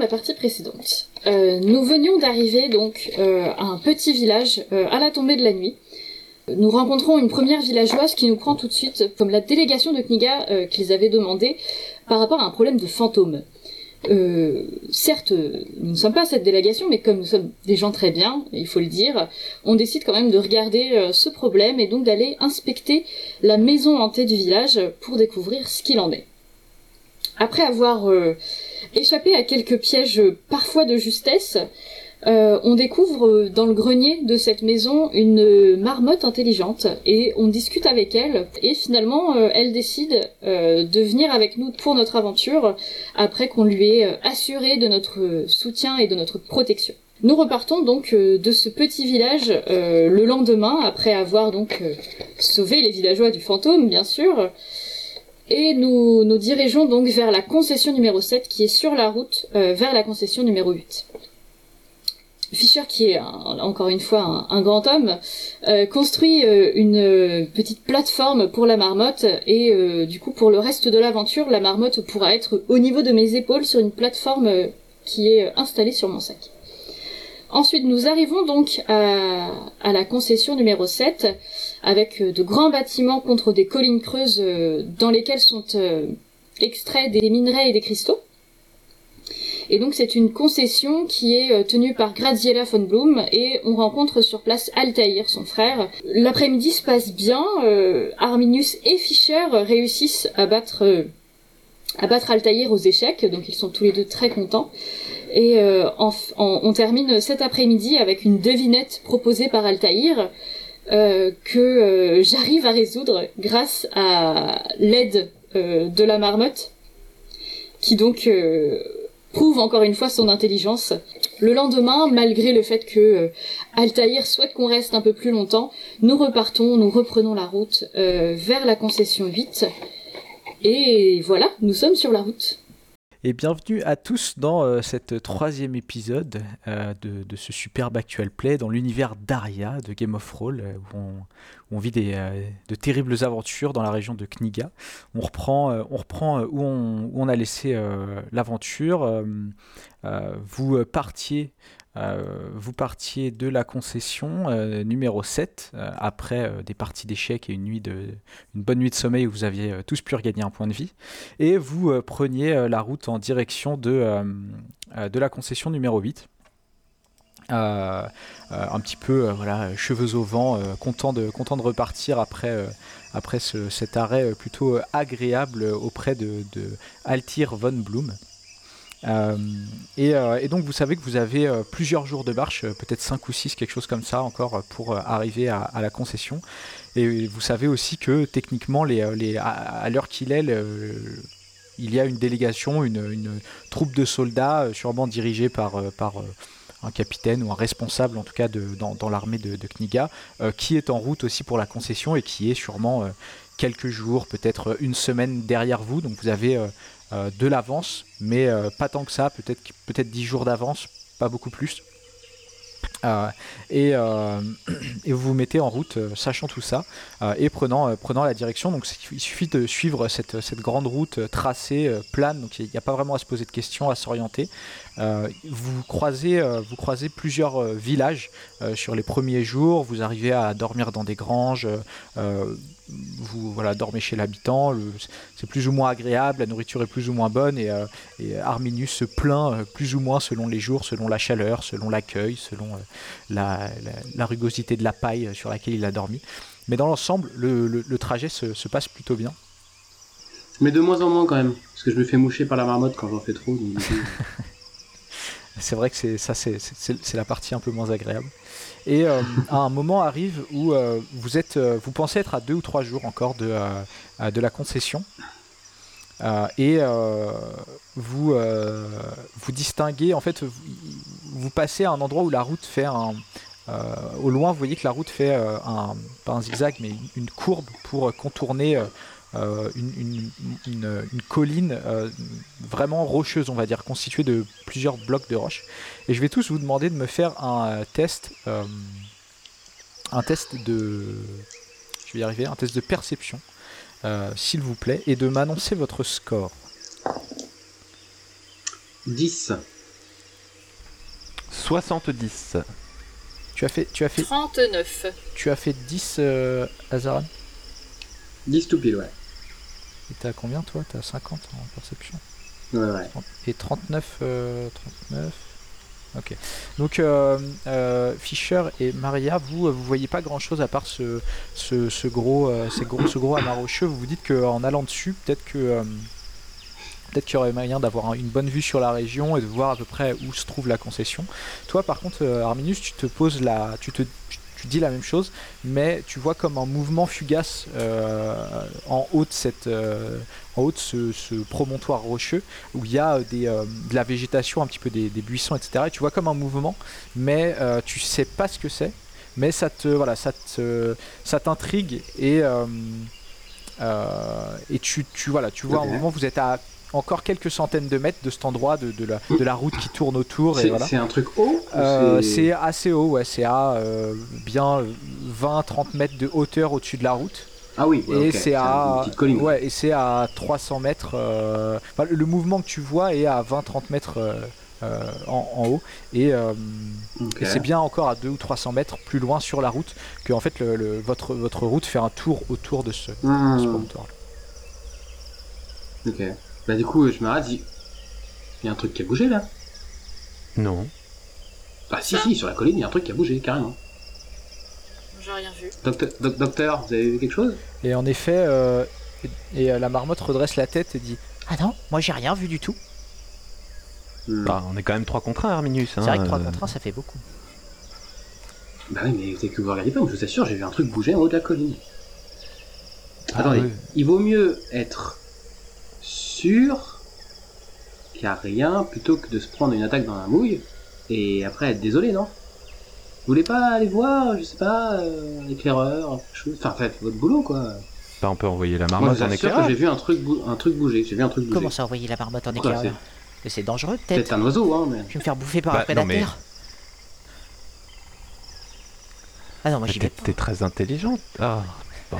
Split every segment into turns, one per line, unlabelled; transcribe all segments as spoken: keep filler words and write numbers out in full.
la partie précédente, euh, nous venions d'arriver donc euh, à un petit village euh, à la tombée de la nuit. Nous rencontrons une première villageoise qui nous prend tout de suite comme la délégation de Kniga euh, qu'ils avaient demandé par rapport à un problème de fantôme. Euh, certes, nous ne sommes pas cette délégation, mais comme nous sommes des gens très bien, il faut le dire, on décide quand même de regarder euh, ce problème et donc d'aller inspecter la maison hantée du village pour découvrir ce qu'il en est. Après avoir euh, échappé à quelques pièges euh, parfois de justesse, euh, on découvre euh, dans le grenier de cette maison une euh, marmotte intelligente et on discute avec elle et finalement euh, elle décide euh, de venir avec nous pour notre aventure après qu'on lui ait euh, assuré de notre soutien et de notre protection. Nous repartons donc euh, de ce petit village euh, le lendemain après avoir donc euh, sauvé les villageois du fantôme bien sûr. Et nous nous dirigeons donc vers la concession numéro sept qui est sur la route euh, vers la concession numéro huit. Fischer, qui est un, encore une fois un, un grand homme, euh, construit euh, une euh, petite plateforme pour la marmotte et euh, du coup pour le reste de l'aventure, la marmotte pourra être au niveau de mes épaules sur une plateforme euh, qui est installée sur mon sac. Ensuite, nous arrivons donc à, à la concession numéro sept, avec de grands bâtiments contre des collines creuses dans lesquelles sont euh, extraits des minerais et des cristaux. Et donc c'est une concession qui est tenue par Graziella von Blum, et on rencontre sur place Altaïr, son frère. L'après-midi se passe bien, euh, Arminius et Fischer réussissent à battre, euh, à battre Altaïr aux échecs, donc ils sont tous les deux très contents. Et euh, en, en, on termine cet après-midi avec une devinette proposée par Altaïr euh, que euh, j'arrive à résoudre grâce à l'aide euh, de la marmotte, qui donc euh, prouve encore une fois son intelligence. Le lendemain, malgré le fait que euh, Altaïr souhaite qu'on reste un peu plus longtemps, nous repartons, nous reprenons la route euh, vers la concession huit. Et voilà, nous sommes sur la route.
Et bienvenue à tous dans euh, cette troisième épisode euh, de, de ce superbe actual play dans l'univers d'Aria de Game of Thrones, euh, où, on, où on vit des, euh, de terribles aventures dans la région de Kniga. On reprend, euh, on reprend euh, où, on, où on a laissé euh, l'aventure. Euh, euh, vous partiez... Euh, vous partiez de la concession euh, numéro sept, euh, après euh, des parties d'échecs et une, nuit de, une bonne nuit de sommeil où vous aviez euh, tous pu regagner un point de vie, et vous euh, preniez euh, la route en direction de, euh, euh, de la concession numéro huit. Euh, euh, un petit peu euh, voilà, cheveux au vent, euh, content, de, content de repartir après, euh, après ce, cet arrêt euh, plutôt agréable auprès de, de Altaïr von Blum. Euh, et, euh, et donc vous savez que vous avez euh, plusieurs jours de marche, euh, peut-être cinq ou six, quelque chose comme ça encore, euh, pour euh, arriver à, à la concession. Et vous savez aussi que techniquement, les, les, à, à l'heure qu'il est, le, il y a une délégation, une, une troupe de soldats, euh, sûrement dirigée par, euh, par euh, un capitaine ou un responsable en tout cas de, dans, dans l'armée de, de Kniga, euh, qui est en route aussi pour la concession et qui est sûrement euh, quelques jours, peut-être une semaine derrière vous. Donc vous avez... Euh, Euh, de l'avance, mais euh, pas tant que ça, peut-être peut-être dix jours d'avance, pas beaucoup plus. Euh, et, euh, et vous vous mettez en route, euh, sachant tout ça, euh, et prenant, euh, prenant la direction. Donc il suffit de suivre cette, cette grande route euh, tracée, euh, plane, donc il n'y a pas vraiment à se poser de questions, à s'orienter. Euh, vous, croisez, euh, vous croisez plusieurs euh, villages euh, sur les premiers jours, vous arrivez à dormir dans des granges, euh, vous voilà, dormez chez l'habitant, le, c'est plus ou moins agréable, la nourriture est plus ou moins bonne, et, euh, et Arminius se plaint euh, plus ou moins selon les jours, selon la chaleur, selon l'accueil, selon euh, la, la, la rugosité de la paille sur laquelle il a dormi. Mais dans l'ensemble, le, le, le trajet se, se passe plutôt bien.
Mais de moins en moins quand même, parce que je me fais moucher par la marmotte quand j'en fais trop. Donc...
c'est vrai que c'est, ça, c'est, c'est, c'est la partie un peu moins agréable. Et euh, un moment arrive où euh, vous, êtes, euh, vous pensez être à deux ou trois jours encore de, euh, de la concession. Euh, et euh, vous, euh, vous distinguez, en fait, vous, vous passez à un endroit où la route fait un... Euh, au loin, vous voyez que la route fait euh, un, pas un zigzag, mais une, une courbe pour contourner euh, une, une, une, une colline euh, vraiment rocheuse, on va dire, constituée de plusieurs blocs de roches. Et je vais tous vous demander de me faire un test, euh, un test de, je vais y arriver, un test de perception, euh, s'il vous plaît, et de m'annoncer votre score.
dix.
soixante-dix.
Tu as fait, tu as fait,
trente-neuf.
tu as fait dix, euh, Azaran.
dix tout pile, ouais.
Et t'as combien toi? T'as cinquante en perception.
Ouais, ouais.
Et trente-neuf, euh, trente-neuf. Ok. Donc euh, euh, Fischer et Maria, vous, euh, vous voyez pas grand chose à part ce, ce, ce gros, euh, ces gros, ce gros amas rocheux. Vous vous dites qu'en allant dessus, peut-être que euh, peut-être qu'il y aurait moyen d'avoir un- une bonne vue sur la région et de voir à peu près où se trouve la concession. Toi, par contre, euh, Arminus, tu te poses la, tu te, tu, tu dis la même chose, mais tu vois comme un mouvement fugace euh, en haut de cette, euh, en haut de ce, ce promontoire rocheux où il y a des, euh, de la végétation, un petit peu des, des buissons, et cetera. Et tu vois comme un mouvement, mais euh, tu sais pas ce que c'est. Mais ça te, voilà, ça te, ça t'intrigue et euh, euh, et tu, tu, voilà, tu vois
Ok.
un moment, vous êtes à encore quelques centaines de mètres de cet endroit, de, de, la, de la route qui tourne autour. Et
C'est
voilà.
c'est un truc haut ou
Euh,
c'est-
c'est assez haut, ouais, c'est à euh, bien vingt à trente mètres de hauteur au-dessus de la route.
Ah oui, ouais,
Et
ok,
c'est
une
à,
petite colline.
ouais, et c'est à trois cents mètres. euh, enfin, le mouvement que tu vois est à vingt à trente mètres euh, euh, en, en haut. Et, euh,
Ok.
et c'est bien encore à deux ou trois cents mètres plus loin sur la route que en fait le, le- votre, votre route fait un tour autour de ce, de ce
Hmm,
promontoire.
ok. Bah du coup, je m'arrête, dis... Il y a un truc qui a bougé là.
Non.
Bah si, si, sur la colline, il y a un truc qui a bougé, carrément.
J'ai rien vu.
Docteur, doc- docteur, vous avez vu quelque chose?
Et en effet, euh, et, et, euh, la marmotte redresse la tête et dit: Ah non, moi j'ai rien vu du tout.
Hmm.
Bah, on est quand même trois contre un, Arminius. Hein,
C'est vrai que trois
euh,
contre un, ça fait beaucoup.
Bah oui, mais c'est que vous regardez pas, mais je vous assure, j'ai vu un truc bouger en haut de la colline.
Ah,
Attendez,
ouais.
il vaut mieux être sûr qu'il n'y a rien plutôt que de se prendre une attaque dans la mouille et après être désolé, non? Vous voulez pas aller voir, je sais pas, euh, l'éclaireur, quelque chose, enfin faites votre boulot quoi.
Bah, on peut envoyer la
Moi
marmotte
je
en
vous assure que
éclairage.
j'ai vu un truc, bou- un truc bouger, j'ai vu un truc bouger.
Comment ça, envoyer la marmotte en
Pourquoi,
éclaireur? Mais c'est dangereux,
c'est
peut-être.
peut-être un oiseau, hein, mais...
Je vais me faire bouffer par
Bah,
un
non, mais-
prédateur. Ah non, moi
Mais
j'y
T'es
vais pas.
t'es très intelligente. Ah. Bon.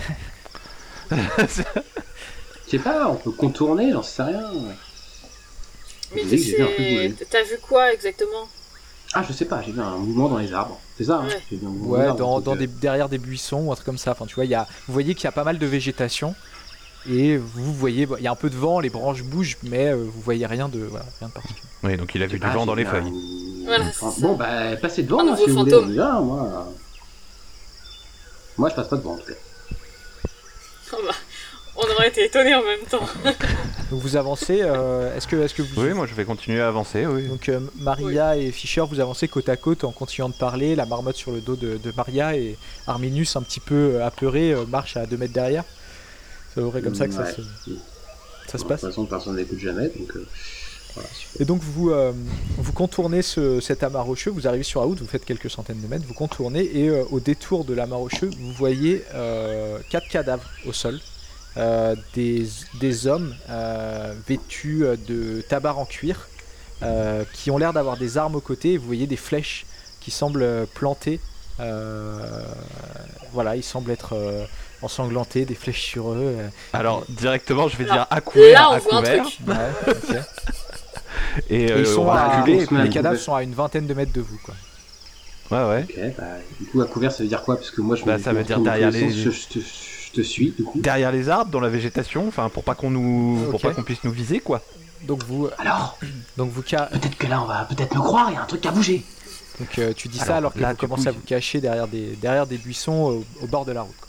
Je sais pas, on peut contourner, j'en sais rien.
Mais
Vous avez dit que j'ai vu un truc bouger.
c'est... T'as vu quoi exactement?
Ah, je sais pas, j'ai vu un mouvement dans les arbres. C'est ça, hein,
Ouais.
j'ai vu un mouvement
Ouais,
arbres,
dans,
donc,
dans
euh,
des, derrière des buissons ou un truc comme ça. Enfin, tu vois, il y a, vous voyez qu'il y a pas mal de végétation. Et vous voyez, bon, il y a un peu de vent, les branches bougent, mais euh, vous voyez rien de, voilà, rien de particulier.
Oui, donc il a vu du
Ah,
vent
j'ai
dans les
vu
feuilles.
un-
Voilà,
enfin,
c'est
bon,
ça.
bah, passez devant,
Un
hein,
nouveau
si vous voulez,
fantôme.
on y va, moi. Moi, je passe pas devant, en tout cas.
Oh bah, on aurait été étonnés en même temps.
Donc vous avancez, euh, est-ce que, est-ce que vous...
Oui, moi je vais continuer à avancer, oui.
Donc euh, Maria et Fischer, vous avancez côte à côte en continuant de parler, la marmotte sur le dos de, de Maria et Arminius un petit peu euh, apeuré euh, marche à deux mètres derrière. C'est vrai comme ça que ça,
Ouais.
se, ça se
De
passe.
toute façon, personne n'écoute jamais, donc... euh, voilà.
Et donc vous, euh, vous contournez ce, cet amas rocheux, vous arrivez sur la route, vous faites quelques centaines de mètres, vous contournez et euh, au détour de l'amas rocheux, vous voyez euh, quatre cadavres au sol. Euh, des, des hommes euh, vêtus euh, de tabards en cuir euh, qui ont l'air d'avoir des armes aux côtés et vous voyez des flèches qui semblent euh, plantées. Euh, voilà, ils semblent être euh, ensanglantés, des flèches sur eux. euh.
Alors, directement, je vais
Alors,
dire à couvert,
là, on
à
voit un
couvert.
truc.
Ouais, ok.
Et,
Et
euh,
ils sont
on va
à,
reculer.
et puis-
les cadavres
couvert.
sont à une vingtaine de mètres de vous, quoi.
Ouais, ouais.
Ok, bah, du coup, à couvert, ça veut dire quoi? Parce que moi, je
Bah,
me-
ça
je me
veut dire
retrouve
derrière
dans tous
les-
sens, Je, je te, je te suis, du coup.
Derrière les arbres, dans la végétation, enfin pour pas qu'on nous, pour
Ok.
pas qu'on puisse nous viser, quoi.
Donc vous,
Alors,
donc vous ca-
peut-être que là, on va peut-être me croire, il y a un truc qui a bougé.
donc euh, tu dis ça
Alors,
alors que
là,
vous
du
commencez
coup,
à vous cacher derrière des derrière des buissons au, au bord de la route, quoi.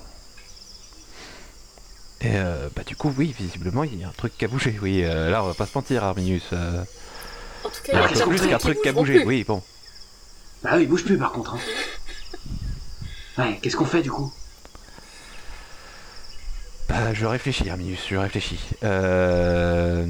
Et euh, bah du coup, oui, visiblement, il y a un truc qui a bougé. Oui, euh, là, on va pas se mentir, Arminius. Euh,
En tout
il y
cas,
a
il
un
y
peu
a
plus
un
qu'un
truc
truc qui a
bouge non
bougé.
plus.
Oui, bon.
Bah oui, bouge plus, par contre. Hein. Ouais, qu'est-ce qu'on fait, du coup?
Bah, je réfléchis, Arminius, je réfléchis. Euh...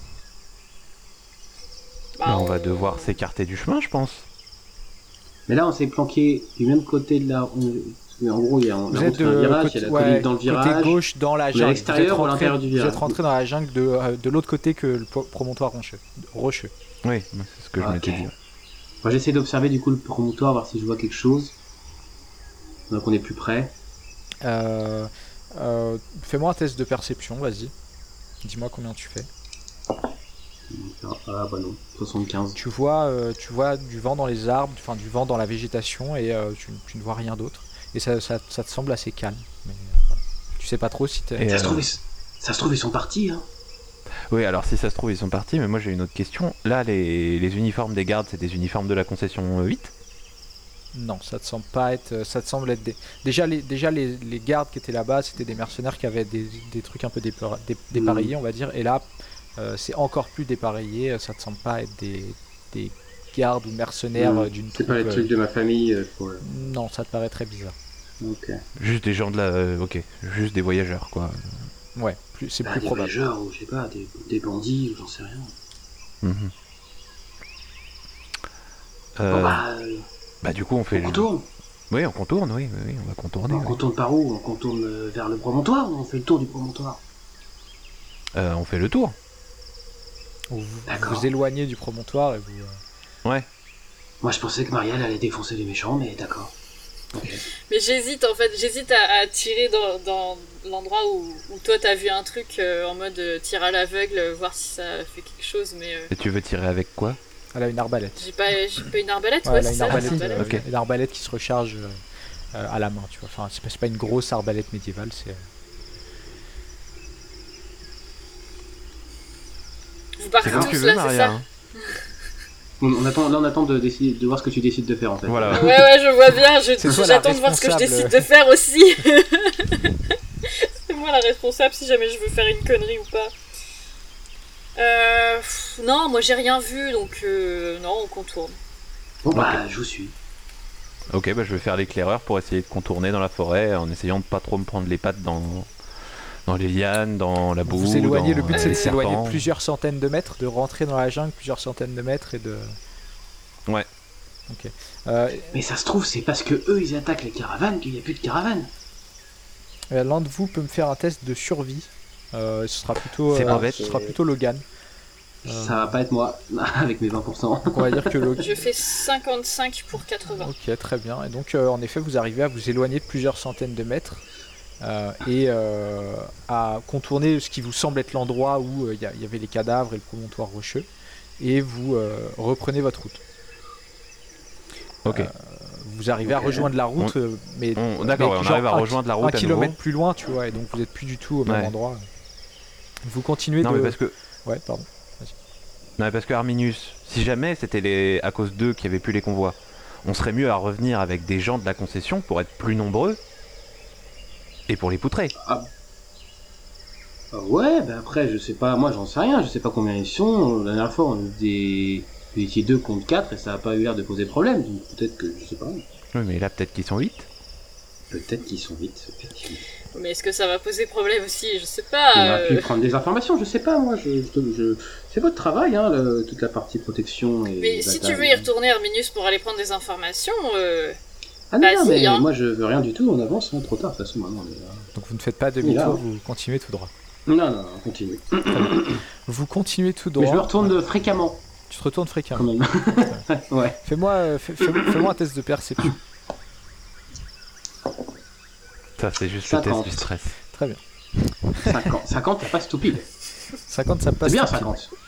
Bah,
bah, on va devoir s'écarter du chemin, je pense.
Mais là, on s'est planqué du même côté de la... on- Mais en gros, il y a, on
Vous
a
êtes
fait un
de
virage,
côté,
il y a la
ouais,
colline dans le
côté
virage.
gauche dans la
On est à
jungle. Vous êtes
l'extérieur ou à
rentré,
l'intérieur du
vous
virage?
êtes rentré dans la jungle de, euh, de l'autre côté que le po- promontoire rocheux. rocheux.
Oui, c'est ce que je
Ok.
m'étais dit.
Moi, j'essaie d'observer du coup le promontoire, voir si je vois quelque chose. Donc on est plus près.
Euh, euh, Fais-moi un test de perception, vas-y. Dis-moi combien tu fais.
Ah bah non, soixante-quinze.
Tu vois, euh, tu vois du vent dans les arbres, enfin du vent dans la végétation et euh, tu, tu ne vois rien d'autre. Et ça, ça, ça te semble assez calme. Mais, euh, voilà. Tu sais pas trop si t'es...
Et,
Ça,
euh,
se trouve, ils... ça se trouve, ils sont partis, hein.
Oui, alors si ça se trouve, ils sont partis, mais moi j'ai une autre question. Là, les, les uniformes des gardes, c'est des uniformes de la concession huit?
Non, ça te semble pas être... Ça te semble être des... Déjà, les, déjà les, les gardes qui étaient là-bas, c'était des mercenaires qui avaient des, des trucs un peu dépara- dé- dépareillés, on va dire. Et là, euh, c'est encore plus dépareillé. Ça te semble pas être des, des gardes ou mercenaires
Mmh.
euh, d'une
C'est
troupe...
pas les
euh,
trucs de ma famille. euh, pour...
Non, ça te paraît très bizarre.
Ok.
Juste des gens de la... euh, ok, juste des voyageurs, quoi.
Ouais, plus, c'est
Bah,
plus
des
probable.
voyageurs ou je sais pas, des, des bandits ou j'en sais rien.
Mhm. Euh,
Bon bah, euh,
bah du coup, on fait...
on contourne.
Oui, on contourne, oui, oui, oui, on va contourner.
On
oui.
contourne par où? On contourne euh, vers le promontoire ou on fait le tour du promontoire?
Euh, on fait le tour.
Vous vous,
D'accord.
vous éloignez du promontoire et vous... euh,
Ouais.
Moi je pensais que Marielle allait défoncer les méchants, mais d'accord. Ok.
Mais j'hésite en fait, j'hésite à, à tirer dans, dans l'endroit où, où toi t'as vu un truc euh, en mode euh, tir à l'aveugle, euh, voir si ça fait quelque chose, mais euh,
Et tu veux tirer avec quoi?
Elle a une arbalète.
j'ai pas, j'ai pas une arbalète,
Ouais,
ouais,
elle a
c'est
une
ça,
arbalète,
une arbalète.
euh,
Ok.
une arbalète qui se recharge euh, euh, à la main, tu vois. Enfin, c'est pas, c'est pas une grosse arbalète médiévale, c'est... euh,
Vous
C'est
partez
comme
tous
tu veux,
là, c'est
Maria.
ça?
hein.
On, on attend, là on attend de, décider, de voir ce que tu décides de faire en fait.
Voilà.
Ouais, ouais, je vois bien, je-
C'est toi la
j'attends de voir ce que je
responsable.
décide de faire aussi. C'est moi la responsable si jamais je veux faire une connerie ou pas. Euh, pff, non, moi j'ai rien vu, donc euh, non, on contourne.
Bon bah, je vous suis.
Ok, bah je vais faire l'éclaireur pour essayer de contourner dans la forêt en essayant de pas trop me prendre les pattes dans, dans les lianes, dans la boue.
Vous vous éloignez,
dans,
le but
euh,
c'est de
les
s'éloigner
serpents.
de plusieurs centaines de mètres, de rentrer dans la jungle plusieurs centaines de mètres et de...
Ouais.
Ok. Euh,
Mais ça se trouve, c'est parce que eux ils attaquent les caravanes qu'il n'y a plus de caravanes.
euh, L'un de vous peut me faire un test de survie. Euh, ce sera plutôt,
C'est
euh,
pas bête.
ce sera plutôt Logan. Euh,
Ça va pas être moi, avec mes vingt pour cent.
Donc on va dire que Logan...
Je fais cinquante-cinq pour quatre-vingts.
Ok, très bien. Et donc, euh, en effet, vous arrivez à vous éloigner de plusieurs centaines de mètres euh, et euh, à contourner ce qui vous semble être l'endroit où il euh, y, y avait les cadavres et le promontoire rocheux. Et vous euh, reprenez votre route.
Ok.
Euh, vous arrivez à
Ok.
rejoindre la route, euh, mais
On- D'accord,
mais
ouais, on
genre
arrive à
un
rejoindre la
ki-
route
un
à
kilomètre
nouveau.
plus loin, tu vois, et donc vous êtes plus du tout au même
Ouais.
endroit. Vous continuez
Non,
de.
mais parce que...
Ouais, pardon.
Non, mais parce que Arminius, si jamais c'était les... à cause d'eux qui avaient plus les convois, on serait mieux à revenir avec des gens de la concession pour être plus nombreux et pour les poutrer.
Ah ouais, bah après, je sais pas, moi j'en sais rien, je sais pas combien ils sont. La dernière fois, on était, vous étiez deux contre quatre et ça a pas eu l'air de poser problème, donc peut-être que, je sais pas,
Oui, mais là peut-être qu'ils sont huit.
peut-être qu'ils sont vite, effectivement.
Mais est-ce que ça va poser problème aussi? Je sais
On
pas.
a
euh,
pu prendre des informations, je sais pas, moi, je, je, je- c'est votre travail, hein, le- toute la partie protection et
Mais si tu
bataille.
veux y retourner, Arminius, pour aller prendre des informations, euh,
Ah non,
Bah
non,
si,
mais
hein.
moi je veux rien du tout, on avance, hein, trop tard, de toute façon, maintenant. on est là.
Donc vous ne faites pas
Il est
demi-tour,
là, hein.
vous continuez tout droit.
Non, non, non, on continue.
Vous continuez tout
Mais
droit.
je me retourne de fréquemment,
Tu te retournes
quand
fréquemment.
même. Ouais.
Fais-moi euh, fais, fais- fais-moi un test de perception.
Ça c'est juste le test
cinquante.
du stress.
Très bien.
cinquante, cinquante, c'est pas stupide.
cinquante, ça passe.
C'est bien,
stupide.
cinquante.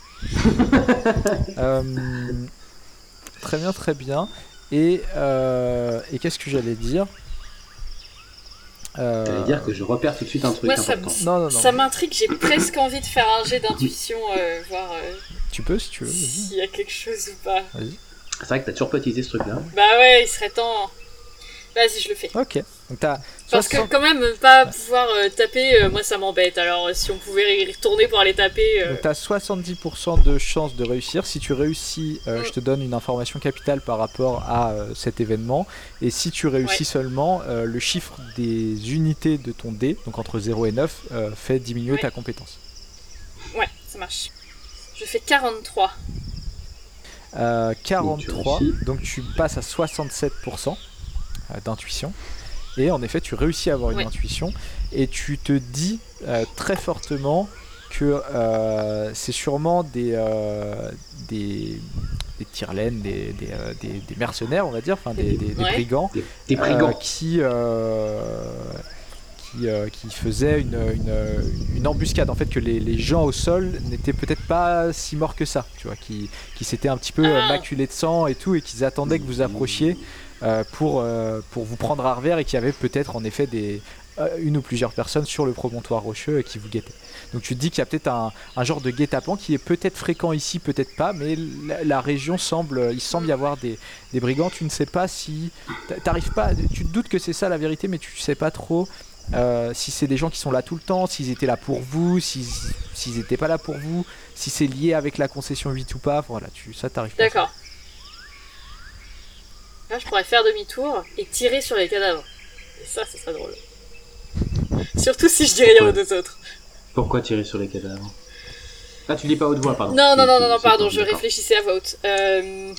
Euh, très bien, très bien. Et, euh, et qu'est-ce que j'allais dire euh...
Ça veut dire que je repère tout de suite un truc
Moi, ça
important.
Non, non, non.
ça m'intrigue, j'ai presque envie de faire un jet d'intuition, euh, voir euh,
Tu peux si tu veux. vas-y.
s'il y a quelque chose ou pas.
C'est vrai que t'as toujours pas utilisé ce truc-là.
Bah ouais, il serait temps. Vas-y, je le fais.
Ok. Donc t'as
Parce que
soixante-
quand même, pas pouvoir euh, taper, euh, moi ça m'embête. Alors euh, si on pouvait y retourner pour aller taper... euh,
Donc t'as soixante-dix pour cent de chance de réussir. Si tu réussis, euh,
Mm.
je te donne une information capitale par rapport à euh, cet événement. Et si tu réussis
Ouais.
seulement, euh, le chiffre des unités de ton dé, donc entre zéro et neuf, euh, fait diminuer
Ouais.
ta compétence.
Ouais, ça marche. Je fais quarante-trois.
Euh, quarante-trois,
Donc tu
donc tu passes à soixante-sept pour cent euh, d'intuition. Et en effet, tu réussis à avoir une
Ouais.
intuition. Et tu te dis euh, très fortement que euh, c'est sûrement des, euh, des, des tire-laines, des, des, euh, des- des mercenaires, on va dire, enfin des, des- des
Ouais.
brigands,
Des, des
euh,
brigands.
qui, euh, qui, euh, qui faisait une, une, une embuscade. En fait, que les, les gens au sol n'étaient peut-être pas si morts que ça, tu vois, qui, qui s'étaient un petit peu euh, maculés de sang et tout, et qu'ils attendaient que vous approchiez euh, pour, euh, pour vous prendre à revers, et qu'il y avait peut-être en effet des, euh, une ou plusieurs personnes sur le promontoire rocheux euh, qui vous guettaient. Donc tu te dis qu'il y a peut-être un, un genre de guet-apens qui est peut-être fréquent ici, peut-être pas, mais la, la région semble, il semble y avoir des, des brigands. Tu ne sais pas si, t'arrives pas, tu te doutes que c'est ça la vérité, mais tu sais pas trop euh, si c'est des gens qui sont là tout le temps, s'ils étaient là pour vous, s'ils, s'ils étaient pas là pour vous, si c'est lié avec la concession huit ou pas. Voilà, tu, ça t'arrive pas.
D'accord. Là, je pourrais faire demi-tour et tirer sur les cadavres. Et ça, ce serait drôle. Surtout si je dis rien aux deux autres.
Pourquoi tirer sur les cadavres? Ah, tu dis pas à haute voix, pardon.
Non, non,
Tu-
non,
tu-
non, non,
c'est
pardon,
pas-
je
d'accord.
réfléchissais à voix haute. Euh...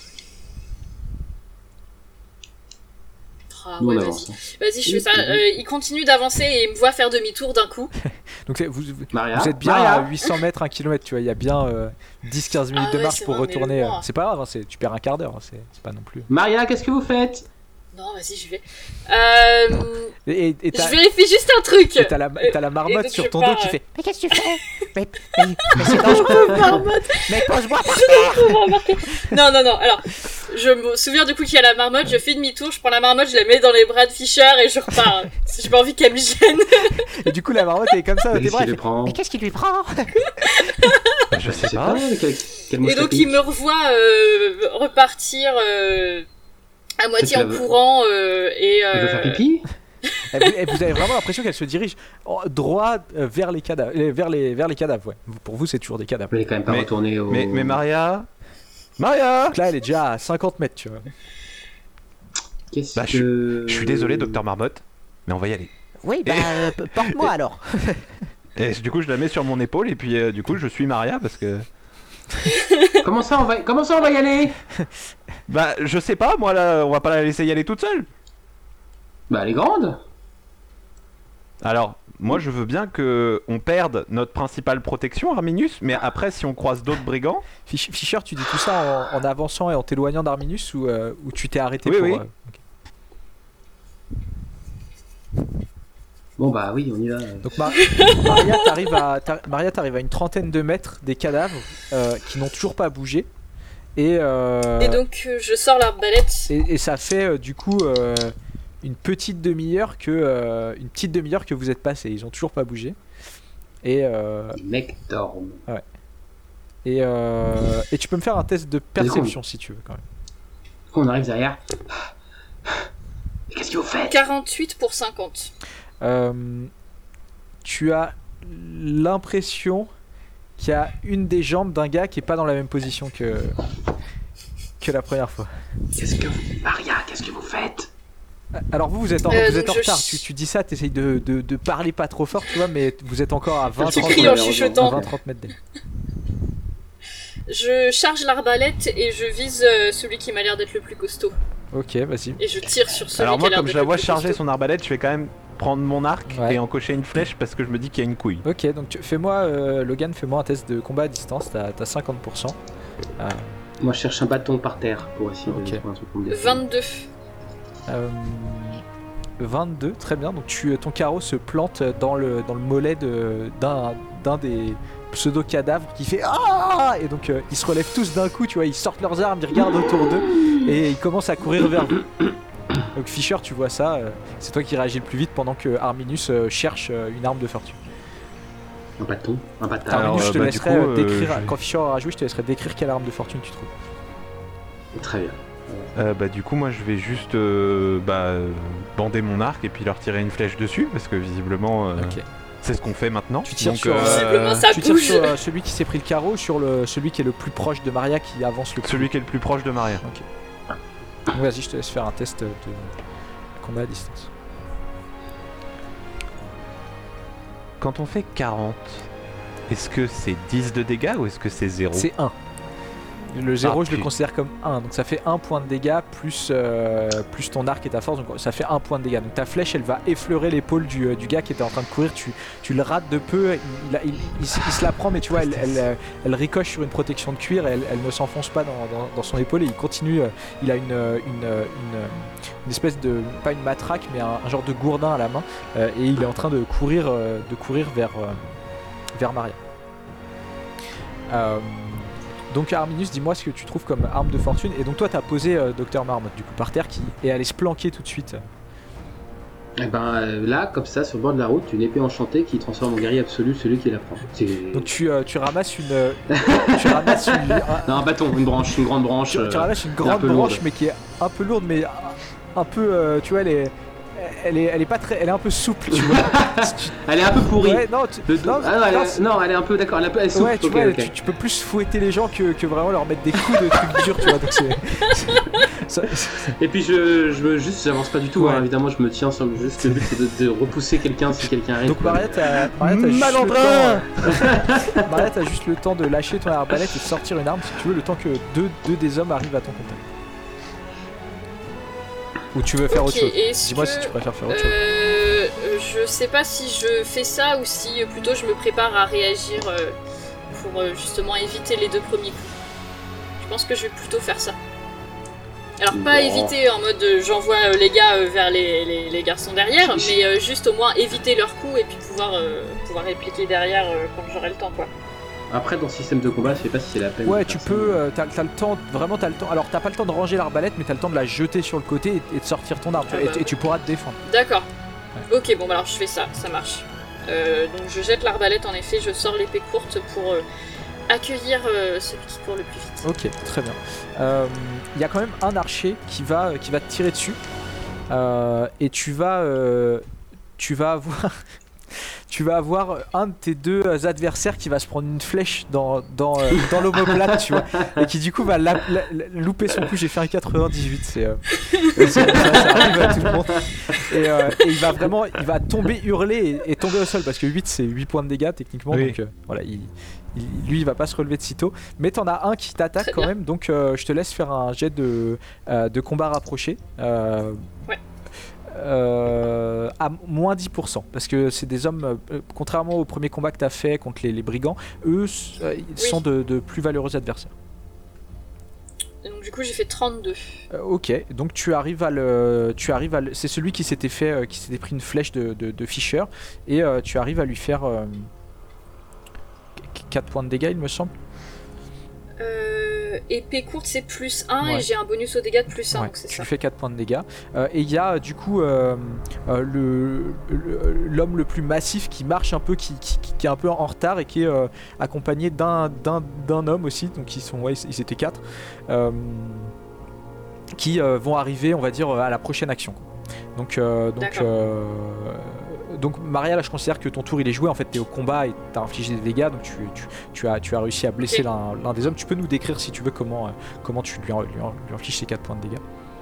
Ah,
Nous,
ouais,
on
vas-y.
avance. hein.
Vas-y, je fais ça. Euh, il continue d'avancer et il me voit faire demi-tour d'un coup.
Donc c'est- vous, vous,
Maria,
vous êtes bien
Maria
à huit cents mètres, un kilomètre, tu vois, il y a bien euh, dix à quinze minutes
Ah
de
ouais,
marche
c'est
pour
vrai, mais
retourner.
loin.
euh, c'est pas grave, hein, c'est, tu perds un quart d'heure, hein, c'est, c'est pas non plus.
Maria, qu'est-ce que vous faites?
Non, vas-y, je vais. Euh...
Et, et, et t'as,
Je vérifie juste un truc.
et t'as la, t'as la marmotte
donc
sur
je
ton
pars,
dos qui
euh,
fait.
Mais qu'est-ce que tu fais mais, mais, mais c'est dangereux.
Marmotte.
Mais pose-moi par
Faut me remarquer. Non, non, non. Alors, je me souviens du coup qu'il y a la marmotte, je fais demi-tour, je prends la marmotte, je la mets dans les bras de Fischer et je repars. Parce que j'ai pas envie qu'elle me gêne.
Et du coup, la marmotte elle est comme ça,
Qu'est-ce
tes bras.
qu'il
elle
le
fait,
prend?
Mais qu'est-ce qui lui prend?
Bah, je sais pas.
Quel, quel mot
Et
je
donc
t'applique
il me revoit euh, repartir euh, à moitié
Peut-être
en
qu'elle veut-
courant euh, et...
Elle veut
Euh...
faire pipi?
Elle- vous, elle- vous avez vraiment l'impression qu'elle se dirige en- droit euh, vers les cadavres. euh, Vers les, vers les cadavres, ouais. Pour vous, c'est toujours des cadavres.
Elle est quand même pas
Mais-
retournée au...
Mais, mais Maria Maria
Donc là, elle est déjà à cinquante mètres, tu vois.
Qu'est-ce
Bah, je
que...
Je suis désolé, docteur Marmotte, mais on va y aller.
Oui, bah, euh, p- porte-moi alors.
Et du coup, je la mets sur mon épaule, et puis euh, du coup, je suis Maria parce que.
Comment ça, on va... Comment ça, on va y aller?
Bah, je sais pas, moi là, on va pas la laisser y aller toute seule.
Bah, elle est grande.
Alors, moi, je veux bien que on perde notre principale protection, Arminius, mais après, si on croise d'autres brigands.
Fisch- Fischer, tu dis tout ça en, en avançant et en t'éloignant d'Arminus ou, euh, ou tu t'es arrêté
Oui,
pour.
oui.
euh, ok.
Bon, bah oui, on y va.
Donc Mar- Maria, t'arrives à, t'ar- Maria, t'arrives à une trentaine de mètres des cadavres euh, qui n'ont toujours pas bougé. Et, euh,
Et donc euh, je sors l'arbalète.
et, et ça fait euh, du coup euh, une petite demi-heure que euh, une petite demi-heure que vous êtes passé. Ils ont toujours pas bougé. Et euh,
Les mecs dorment.
et, euh, et tu peux me faire un test de perception si tu veux quand même.
Quand on arrive derrière... Mais qu'est-ce que vous faites?
quarante-huit pour cinquante.
Euh, tu as l'impression qu'il y a une des jambes d'un gars qui est pas dans la même position que que la première fois.
Qu'est-ce que vous... Maria, qu'est-ce que vous faites?
Alors vous, vous êtes en,
Euh,
vous êtes en
donc je
retard.
ch-
Tu, tu dis ça, t'essayes de, de, de parler pas trop fort, tu vois, mais vous êtes encore à vingt
Tu
crie en
trente,
chuchotant.
vingt trente mètres d'elle.
Je charge l'arbalète et je vise euh, celui qui m'a l'air d'être le plus costaud.
Ok, vas-y.
Et je tire sur celui
Alors
qui
moi,
a l'air
comme je
d'être
la
le
vois
plus
charger
costaud.
son arbalète, je vais quand même prendre mon arc
Ouais.
et encocher une flèche parce que je me dis qu'il y a une couille.
Ok, donc tu- fais-moi, euh, Logan, fais-moi un test de combat à distance. T'as t'as cinquante pour cent. Euh,
Moi, je cherche un bâton par terre pour essayer
Ok.
de trouver un truc pour me défendre.
vingt-deux.
Euh, vingt-deux, très bien. Donc tu, ton carreau se plante dans le, dans le mollet de- d'un d'un des pseudo-cadavres qui fait Ah. Et donc euh, ils se relèvent tous d'un coup, tu vois, ils sortent leurs armes, ils regardent autour d'eux et ils commencent à courir vers vous. Donc Fischer, tu vois ça, euh, c'est toi qui réagis le plus vite pendant que Arminus euh, cherche euh, une arme de fortune.
Un bâton, un bâtard.
Alors,
Arminus, je te
euh, bah, du
laisserai
coup,
euh,
euh,
décrire,
je-
quand Fischer aura joué, je te laisserai décrire quelle arme de fortune tu trouves.
Très bien.
Euh, bah du coup, moi, je vais juste euh, bah, euh, bander mon arc et puis leur tirer une flèche dessus parce que visiblement, euh,
Ok.
c'est ce qu'on fait maintenant.
Tu tires
Donc,
sur,
euh,
Visiblement, ça
tu tires
bouge.
sur euh, celui qui s'est pris le carreau ou sur le, celui qui est le plus proche de Maria qui avance le plus.
celui qui est le plus proche de Maria.
Donc, vas-y, je te laisse faire un test de combat à distance.
Quand on fait quarante, est-ce que c'est dix de dégâts ou est-ce que c'est zéro?
C'est un. Le zéro,
Ah,
je le
puis-
considère comme un. Donc ça fait un point de dégâts plus, euh, plus ton arc et ta force. Donc ça fait un point de dégâts. Donc ta flèche, elle va effleurer l'épaule du, euh, du gars qui était en train de courir. Tu, tu le rates de peu. Il, il, il, il se- il se la prend, mais tu vois, elle, elle, euh, elle ricoche sur une protection de cuir et elle, elle ne s'enfonce pas dans, dans, dans son épaule. Et il continue. euh, Il a une, euh, une, euh, une, euh, une espèce de. Pas une matraque, mais un, un genre de gourdin à la main. euh, Et il est en train de courir, euh, de courir vers, euh, vers Maria. Euh, Donc Arminius, dis-moi ce que tu trouves comme arme de fortune. Et donc toi t'as posé euh, Docteur Marmotte du coup par terre qui est allé se planquer tout de suite.
Et ben euh, là, comme ça, sur le bord de la route, une épée enchantée qui transforme en guerrier absolu celui qui la prend. C'est-
Donc tu, euh, tu ramasses une... euh, tu ramasses une... un-
Non, un bâton, une branche, une grande branche.
tu, tu
euh,
ramasses une
un
grande
peu
branche
lourde.
mais qui est un peu lourde mais un, un peu... euh, tu vois elle est... Elle est, elle est pas très... Elle est un peu souple tu vois. Si tu-
Elle est un peu pourrie.
Ouais, non, tu,
Le-
non,
ah non, elle
non,
est... non, elle est un peu d'accord. Elle est un peu elle est souple.
ouais, tu
Ok,
vois,
ok.
tu, tu peux plus fouetter les gens que, que vraiment leur mettre des coups de trucs durs, tu vois. Donc c'est, c'est- ça-
Et puis je, je me juste, j'avance pas du tout.
Ouais.
Hein, évidemment, je me tiens sur le juste. Le but c'est de, de repousser quelqu'un si quelqu'un arrive.
Donc Maria, t'as, Maria, t'as juste le
Malandrin
temps, Maria, t'as juste le temps de lâcher ton arbalète et de sortir une arme si tu veux, le temps que deux, deux des hommes arrivent à ton contact. Ou tu veux faire
Ok,
autre chose.
est-ce
Dis-moi
que,
si tu préfères faire autre chose.
Euh, euh, je sais pas si je fais ça ou si euh, plutôt je me prépare à réagir euh, pour euh, justement éviter les deux premiers coups. Je pense que je vais plutôt faire ça. Alors pas
Bon.
éviter en mode euh, j'envoie euh, les gars euh, vers les, les, les garçons derrière,
Je-
mais euh, juste au moins éviter leurs coups et puis pouvoir, euh, pouvoir répliquer derrière euh, quand j'aurai le temps quoi.
Après, dans ce système de combat, je sais pas si c'est la peine.
Ouais,
de
tu
faire ça.
peux, euh, t'as, t'as le temps, vraiment t'as le temps. Alors t'as pas le temps de ranger l'arbalète, mais t'as le temps de la jeter sur le côté et, et de sortir ton arme. tu vois,
Ah
et,
bah.
tu- et tu pourras te défendre.
D'accord. Ok, bon bah alors je fais ça, ça marche. Euh, donc je jette l'arbalète en effet, je sors l'épée courte pour euh, accueillir euh, celui qui court le plus vite.
Ok, très bien. Il y a quand même un archer qui va, qui va te tirer dessus. Euh, et tu vas, euh, tu vas avoir, tu vas avoir un de tes deux adversaires qui va se prendre une flèche dans, dans, euh, dans l'omoplate, tu vois, et qui du coup va la- la- la- louper son coup. J'ai fait un quatre-vingt-dix-huit, c'est, euh, c'est- ça, ça arrive à tout le monde. Et, euh, et il va vraiment, il va tomber, hurler et, et tomber au sol parce que huit c'est huit points de dégâts techniquement,
Oui.
donc euh, voilà, il, il- lui il va pas se relever de sitôt. Mais t'en as un qui t'attaque
Très
quand
bien.
même, donc euh, je te laisse faire un jet de, euh, de combat rapproché. Euh,
Ouais.
euh, à moins dix pour cent parce que c'est des hommes, euh, contrairement au premier combat que tu as fait contre les, les brigands, eux euh, ils
Oui.
sont de, de plus valeureux adversaires.
Et donc du coup j'ai fait trente-deux.
Euh, ok, donc tu arrives à le, tu arrives à le- c'est celui qui s'était fait, euh, qui s'était pris une flèche de, de, de Fisher et euh, tu arrives à lui faire euh, quatre points de dégâts il me semble.
Euh, épée courte c'est plus un
Ouais.
et j'ai un bonus au dégâts de plus un,
Ouais,
donc c'est
tu
ça.
lui fais quatre points de dégâts. Euh, et il y a du coup euh, euh, le, le- l'homme le plus massif qui marche un peu, qui, qui, qui est un peu en retard et qui est euh, accompagné d'un, d'un, d'un homme aussi, donc ils, sont, ouais, ils étaient quatre, euh, qui euh, vont arriver on va dire à la prochaine action. Quoi. Donc, euh, donc,
D'accord.
euh, donc Maria, là je considère que ton tour il est joué, en fait tu es au combat et tu as infligé des dégâts, donc tu, tu, tu, as, tu as réussi à blesser
Ok.
l'un, l'un des hommes. Tu peux nous décrire si tu veux comment, euh, comment tu lui, en- lui, en- lui infliges ces quatre points de dégâts.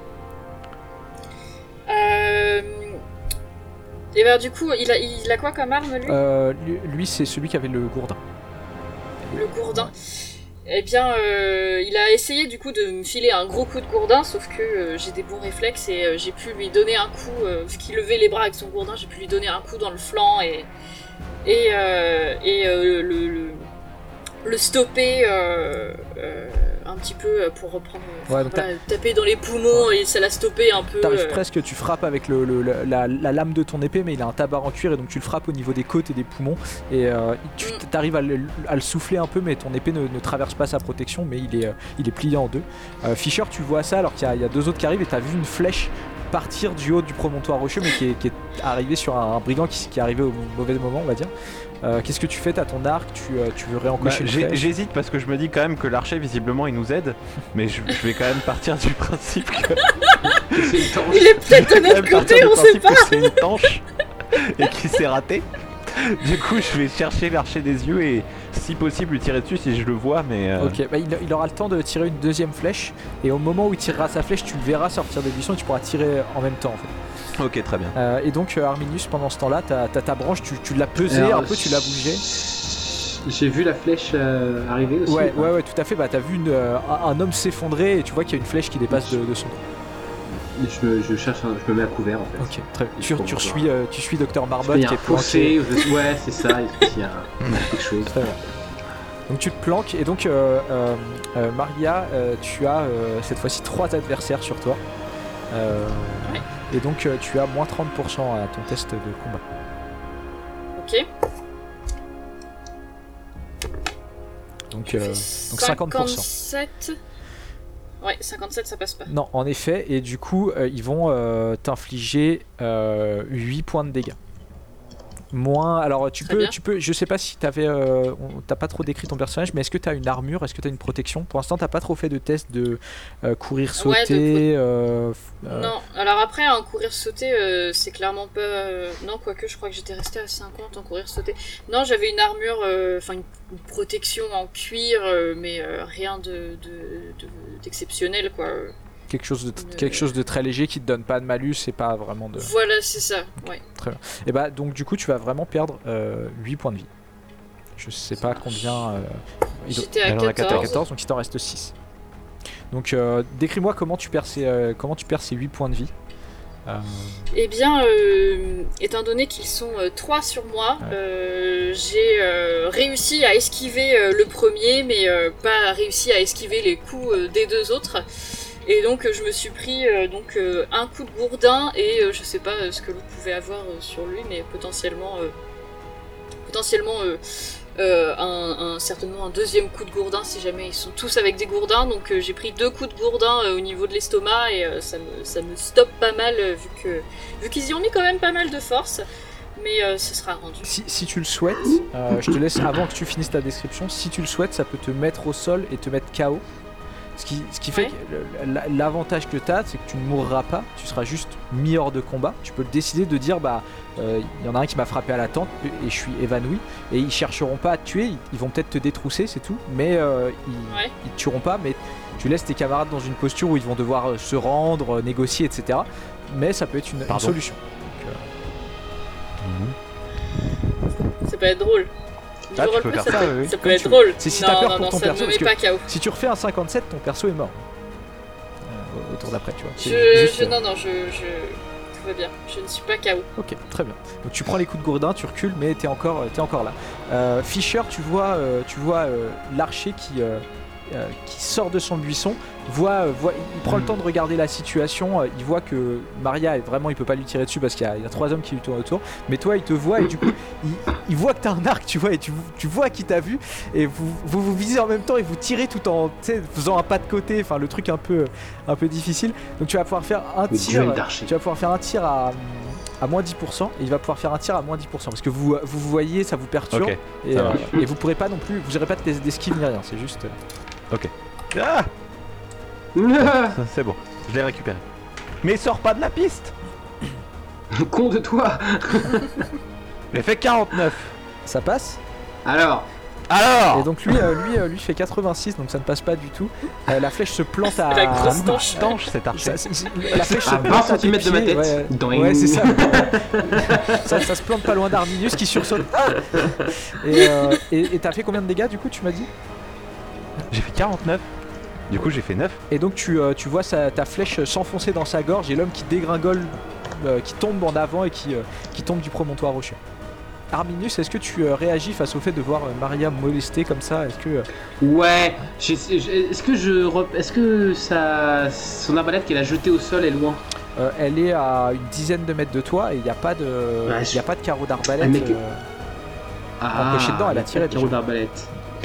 Euh... Et ben du coup il a, il a quoi comme arme lui
Euh, lui, lui, c'est celui qui avait le gourdin.
Le gourdin. Eh bien, euh, il a essayé du coup de me filer un gros coup de gourdin, sauf que euh, j'ai des bons réflexes et euh, j'ai pu lui donner un coup, euh, vu qu'il levait les bras avec son gourdin, j'ai pu lui donner un coup dans le flanc et, et, euh, et euh, le, le, le stopper euh, euh, un petit peu euh, pour reprendre,
Ouais, donc
voilà, taper dans les poumons et ça l'a stoppé un peu.
T'arrives
euh,
presque, tu frappes avec le, le- la, la- la lame de ton épée, mais il a un tabard en cuir et donc tu le frappes au niveau des côtes et des poumons. Et euh, tu
Mm.
t'arrives à le, à le souffler un peu, mais ton épée ne, ne traverse pas sa protection, mais il est, euh, il est plié en deux. Euh, Fisher, tu vois ça alors qu'il y, a- il y a deux autres qui arrivent et t'as vu une flèche partir du haut du promontoire rocheux, mais qui est, qui est arrivé sur un, un brigand qui, qui est arrivé au mauvais moment, on va dire. Euh, Qu'est-ce que tu fais? T'as ton arc, tu, euh, tu veux
Bah,
réencocher
j'ai-
une flèche.
J'hésite parce que je me dis quand même que l'archer visiblement il nous aide, mais je, je vais quand même partir du principe que,
C'est une tanche.
Il est peut-être de
quand même
notre
partir
côté,
du
on sait
principe
pas.
que c'est une tanche et qu'il s'est raté. Du coup je vais chercher l'archer des yeux et si possible lui tirer dessus si je le vois, mais euh,
Ok, bah, il, il aura le temps de tirer une deuxième flèche et au moment où il tirera sa flèche, tu le verras sortir des buissons et tu pourras tirer en même temps en fait.
ok très bien.
Euh, et donc euh, Arminius, pendant ce temps-là, t'as t'as ta branche, tu, tu l'as pesée
Alors,
un peu, tu l'as bougée.
j'ai vu la flèche euh, arriver aussi.
Ouais,
ou pas
ouais, ouais, tout à fait. Bah, t'as vu une, euh, un, un homme s'effondrer et tu vois qu'il y a une flèche qui dépasse de, de son dos.
je me, je cherche, un- je me mets à couvert en fait.
Ok, très bien.
Je
Tu,
comprends
tu,
pas.
suis, euh, tu suis Docteur
Il
Marmotte
y
qui
a un
est planqué.
fossé, je- ouais, c'est ça. Il y a quelque chose.
Très bien. Donc tu te planques et donc euh, euh, euh, Maria, euh, tu as euh, cette fois-ci trois adversaires sur toi. Euh,
Ouais.
Et donc euh, tu as moins trente pour cent à ton test de combat.
Ok.
Donc, euh, donc cinquante pour cent.
cinquante-sept. Ouais, cinquante-sept, ça passe pas.
Non, en effet, et du coup, euh, ils vont euh, t'infliger euh, huit points de dégâts. Moins. Alors, tu
Très
peux,
bien.
tu peux. Je sais pas si t'avais. Euh, on- t'as pas trop décrit ton personnage, mais est-ce que t'as une armure? Est-ce que t'as une protection? Pour l'instant, t'as pas trop fait de test de euh, courir,
Ouais, de
sauter. euh, f- euh,
Non, alors après, en courir sauter, euh, c'est clairement pas. euh, Non, quoique, je crois que j'étais restée à cinquante en courir sauter. Non, j'avais une armure, euh, enfin une, une protection en cuir, euh, mais euh, rien de, de, de- d'exceptionnel, quoi.
quelque chose de
Euh.
quelque chose de très léger qui te donne pas de malus et pas vraiment de.
Voilà, c'est ça, ouais.
Et bah donc du coup, tu vas vraiment perdre euh, huit points de vie. Je sais pas combien. euh, il doit-
J'étais à
elle en a
T'as
quatorze.
quatorze, donc il t'en reste six. Donc euh, décris-moi comment tu perds ces euh, comment tu perds ces huit points de vie. Euh,
Eh bien, euh, étant donné qu'ils sont euh, trois sur moi,
Ouais.
euh, j'ai euh, réussi à esquiver euh, le premier, mais euh, pas réussi à esquiver les coups euh, des deux autres. Et donc, euh, je me suis pris euh, donc euh, un coup de gourdin et euh, je sais pas euh, ce que l'autre pouvait avoir euh, sur lui, mais potentiellement, euh, potentiellement euh, euh, un, un- certainement un deuxième coup de gourdin si jamais ils sont tous avec des gourdins. Donc, euh, j'ai pris deux coups de gourdin euh, au niveau de l'estomac et euh, ça me ça me stoppe pas mal euh, vu que vu qu'ils y ont mis quand même pas mal de force. Mais euh, ce sera rendu.
si, si tu le souhaites, euh, je te laisse avant que tu finisses ta description. Si tu le souhaites, ça peut te mettre au sol et te mettre K O. Ce qui, ce qui fait
Ouais.
que le- la- l'avantage que tu as, c'est que tu ne mourras pas, tu seras juste mis hors de combat. Tu peux décider de dire, bah, euh, il y en a un qui m'a frappé à la tempe et je suis évanoui. Et ils chercheront pas à te tuer, ils, ils vont peut-être te détrousser, c'est tout. Mais euh, ils,
Ouais.
ils te tueront pas, mais tu laisses tes camarades dans une posture où ils vont devoir euh, se rendre, euh, négocier, et cetera. Mais ça peut être une, une
Pardon.
solution.
Ça peut être drôle.
Ah,
Niveau
tu peux
roleplay,
faire
ça,
ça,
peut,
oui, oui.
ça peut
Comme
être
tu veux.
drôle.
C'est si
non,
t'as peur
non,
pour
non,
ton
ça
perso,
ne me
parce
met
que-
pas K O.
Si tu refais un cinquante-sept, ton perso est mort. Euh, au tour d'après, tu vois. C'est
Je,
juste,
je,
euh,
non, non, je, je... Tout va bien. Je ne suis pas K O.
Ok, très bien. Donc tu prends les coups de gourdin, tu recules, mais t'es encore, t'es encore là. Euh, Fischer, tu vois, euh, tu vois euh, l'archer qui, euh, euh, qui sort de son buisson, voit, euh, voit, il prend le temps de regarder la situation, euh, il voit que Maria, est- vraiment, il peut pas lui tirer dessus parce qu'il y a, il y a trois hommes qui lui tournent autour, mais toi, il te voit et du coup, il, il voit que t'as un arc, tu vois, et tu, tu vois qui t'a vu, et vous, vous vous visez en même temps et vous tirez tout en, tu sais, faisant un pas de côté, enfin le truc un peu, un peu difficile. Donc tu vas pouvoir faire un
Le
tir,
duel d'archer.
tu vas pouvoir faire un tir à à moins dix pour cent et il va pouvoir faire un tir à moins dix pour cent parce que vous vous, vous voyez, ça vous perturbe
Ok,
et,
ça
euh,
marche.
et vous pourrez pas non plus, vous aurez pas de test d'esquive ni rien, c'est juste euh,
Ah, c'est bon, je l'ai récupéré. Mais sors pas de la piste.
Con de toi.
J'ai fait quarante-neuf.
ça passe.
Alors,
Alors
Et donc lui euh, lui euh, lui fait quatre-vingt-six donc ça ne passe pas du tout. Euh, la flèche se plante à
La grosse tanche.
Tanche cet archer.
Ça, c'est- c'est- la flèche se
à
plante
vingt
tes
centimètres de ma
pieds,
tête.
ouais,
Doing.
ouais, c'est ça. ça. Ça se plante pas loin d'Arminius qui sursaute. Et euh, et et t'as fait combien de dégâts du coup tu m'as dit?
J'ai fait quarante-neuf. Du coup, j'ai fait neuf.
Et donc tu, euh, tu vois sa- ta flèche s'enfoncer dans sa gorge et l'homme qui dégringole, euh, qui tombe en avant et qui, euh, qui tombe du promontoire rocheux. Arminius, est-ce que tu euh, réagis face au fait de voir euh, Maria molestée comme ça? Est-ce que euh,
Ouais. j'ai- j'ai- Est-ce que je, rep- est-ce que ça, son arbalète qu'elle a jetée au sol est loin?
euh, elle est à une dizaine de mètres de toi et il n'y a pas de,
Ouais,
il y a pas de carreau d'arbalète?
Ah, mais que-
euh,
Ah,
Empêché dedans, elle a
le
tiré
carreau
déjà.
d'arbalète.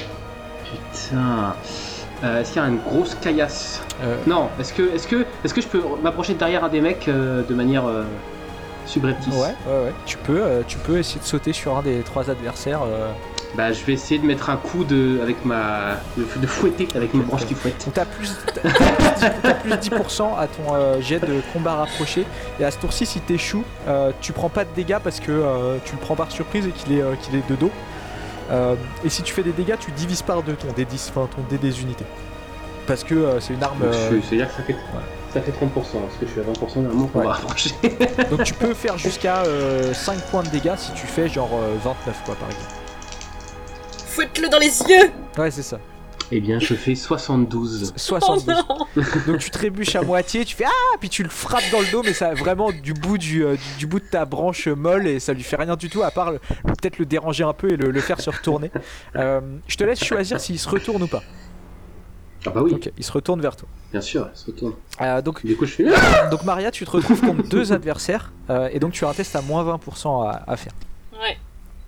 Putain. Euh, est-ce qu'il y a une grosse caillasse?
euh,
Non. Est-ce que, est-ce que, est-ce que je peux m'approcher derrière un des mecs euh, de manière euh, subreptice?
ouais, ouais, ouais. Tu peux, euh, tu peux essayer de sauter sur un des trois adversaires. euh.
Bah, je vais essayer de mettre un coup de, avec ma, de, de fouetter avec ma branche qui fouette.
Donc t'as plus, t'as- t'as plus dix- t'as plus dix pour cent à ton euh, jet de combat rapproché et à ce tour-ci si t'échoues euh, tu prends pas de dégâts parce que euh, tu le prends par surprise et qu'il est, euh, qu'il est de dos. Euh, et si tu fais des dégâts tu divises par deux ton D dix, enfin ton D des unités. Parce que euh, c'est une arme...
Donc,
euh,
je- C'est-à-dire que ça fait, ça fait trente pour cent, parce que je suis à vingt pour cent normalement qu'on
Ouais.
va rapprocher.
donc tu peux faire jusqu'à euh, cinq points de dégâts si tu fais genre euh, vingt-neuf quoi par exemple.
Fouette claque-le dans les yeux.
Ouais, c'est ça.
Eh bien, je fais soixante-douze.
soixante-douze.
Oh non.
Donc tu trébuches à moitié, tu fais ah, puis tu le frappes dans le dos, mais ça vraiment du bout du, euh, du, du bout de ta branche molle et ça lui fait rien du tout à part le- peut-être le déranger un peu et le, le faire se retourner. Euh, je te laisse choisir s'il se retourne ou pas.
Ah bah oui,
Ok, il se retourne vers toi.
bien sûr, elle se retourne.
Euh, donc,
Du coup, je fais là.
donc Maria, tu te retrouves contre deux adversaires euh, et donc tu as un test à moins vingt pour cent à, à faire.
Ouais.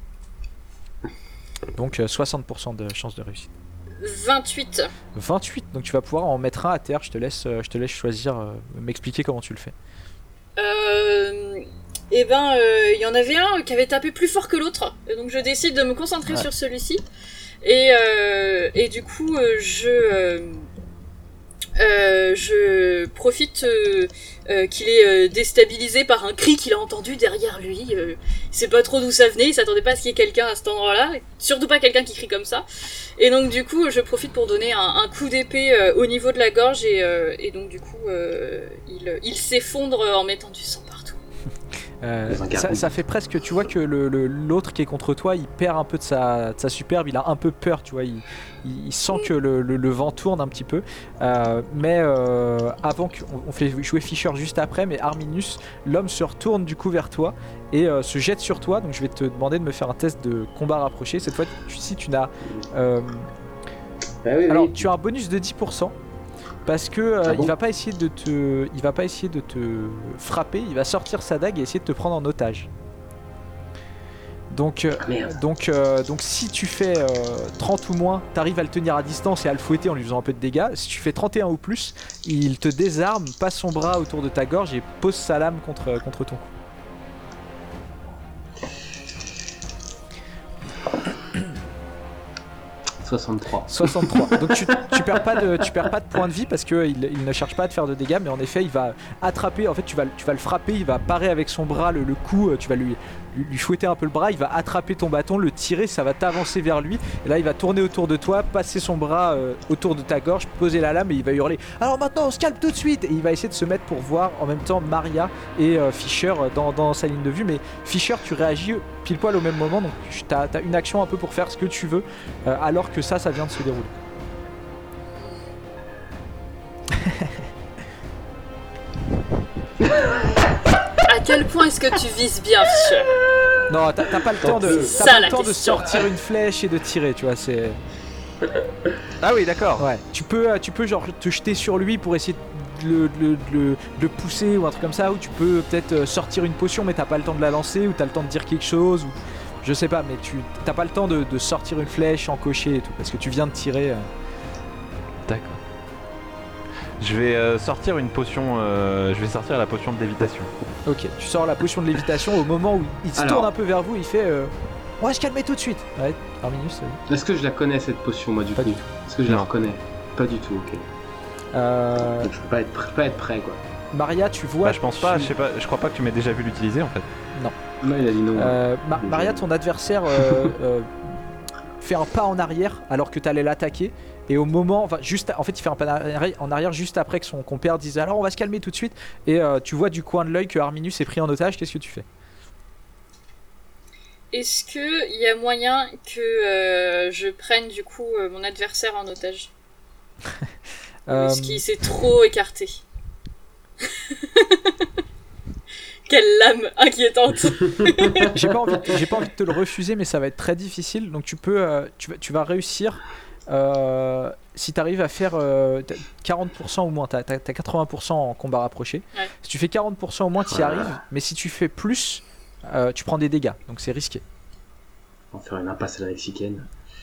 Donc euh, soixante pour cent de chance de réussite.
vingt-huit.
vingt-huit, donc tu vas pouvoir en mettre un à terre. Je te laisse, euh, je te laisse choisir, euh, m'expliquer comment tu le fais.
Euh... Et ben, euh, il y en avait un qui avait tapé plus fort que l'autre. Et donc je décide de me concentrer
Ouais.
sur celui-ci. Et, euh, et du coup, euh, je... euh, euh, je profite euh, euh, qu'il est euh, déstabilisé par un cri qu'il a entendu derrière lui. Euh, il sait pas trop d'où ça venait, il s'attendait pas à ce qu'il y ait quelqu'un à cet endroit-là, surtout pas quelqu'un qui crie comme ça. Et donc du coup, je profite pour donner un, un coup d'épée euh, au niveau de la gorge et, euh, et donc du coup, euh, il, il s'effondre en mettant du sang partout.
Euh,
Dans un
ça,
carreau.
ça fait presque, tu vois que le, le- l'autre qui est contre toi, il perd un peu de sa, de sa superbe, il a un peu peur, tu vois, il, il, il sent que le, le- le vent tourne un petit peu. Euh, mais euh, avant qu'on on fait jouer Fisher juste après, mais Arminius, l'homme se retourne du coup vers toi et euh, se jette sur toi. Donc je vais te demander de me faire un test de combat rapproché. Cette fois, tu, si tu n'as, euh,
Ah oui,
alors
oui.
tu as un bonus de dix pour cent. Parce que euh,
Ah bon
il va pas essayer de te, il va pas essayer de te frapper, il va sortir sa dague et essayer de te prendre en otage. Donc, euh,
Ah, merde.
donc, euh, donc si tu fais euh, trente ou moins, t'arrives à le tenir à distance et à le fouetter en lui faisant un peu de dégâts. Si tu fais trente et un ou plus, il te désarme, passe son bras autour de ta gorge et pose sa lame contre, contre ton cou.
soixante-trois.
soixante-trois. Donc tu, tu perds pas de tu perds pas de points de vie parce que il, il ne cherche pas à te faire de dégâts, mais en effet il va attraper. En fait tu vas tu vas le frapper, il va parer avec son bras le, le cou, tu vas lui, lui lui fouetter un peu le bras, il va attraper ton bâton, le tirer, ça va t'avancer vers lui. Et là il va tourner autour de toi, passer son bras euh, autour de ta gorge, poser la lame et il va hurler. Alors maintenant on se calme tout de suite. Et il va essayer de se mettre pour voir en même temps Maria et euh, Fisher dans, dans sa ligne de vue. Mais Fisher tu réagis pile poil au même moment, donc t'as as une action un peu pour faire ce que tu veux, euh, alors que ça ça vient de se dérouler.
À quel point est-ce que tu vises bien, Fisher?
Non, t'as t'as pas le temps de,
C'est
t'as
ça,
pas
la
le temps de
question.
sortir une flèche et de tirer, tu vois, c'est...
Ah oui, d'accord.
Ouais, tu peux, euh, tu peux genre te jeter sur lui pour essayer de le, de le- de le- de le pousser ou un truc comme ça, ou tu peux peut-être euh, sortir une potion mais t'as pas le temps de la lancer, ou t'as le temps de dire quelque chose, ou... Je sais pas, mais tu t'as pas le temps de, de sortir une flèche, encocher et tout, parce que tu viens de tirer... euh.
D'accord. Je vais euh, sortir une potion. euh, je vais sortir la potion de lévitation.
Ok, tu sors la potion de lévitation au moment où il se
Alors.
tourne un peu vers vous, il fait... euh, On va se calmer tout de suite. Ouais, Arminius, euh,
Est-ce que je la connais cette potion, moi, du
Pas
coup
du tout.
Est-ce que je la
Non.
reconnais? Pas du tout, ok.
euh,
Donc je peux pas être, pr- pas être prêt, quoi.
Maria, tu vois...
Bah, je pense pas.
tu-
Je sais pas. Je crois pas que tu m'aies déjà vu l'utiliser en fait.
Non, il a dit non.
Euh, Ma- Maria, ton adversaire euh, euh, fait un pas en arrière alors que tu allais l'attaquer. Et au moment, enfin, juste, en fait, il fait un pas en arrière, en arrière juste après que son compère dise alors on va se calmer tout de suite. Et euh, tu vois du coin de l'œil que Arminius est pris en otage. Qu'est-ce que tu fais?
Est-ce que il y a moyen que euh, je prenne du coup euh, mon adversaire en otage?
Euh,
Est-ce qu'il s'est trop écarté? Quelle lame inquiétante!
J'ai pas, envie de- j'ai pas envie de te le refuser, mais ça va être très difficile. Donc tu peux, euh, tu, vas, tu vas réussir euh, si tu arrives à faire euh, t'as quarante pour cent ou moins. Tu as, quatre-vingts pour cent en combat rapproché.
Ouais.
Si tu fais quarante pour cent au moins, tu y arrives. Mais si tu fais plus, euh, tu prends des dégâts. Donc c'est risqué.
On va faire une impasse à la mexicaine.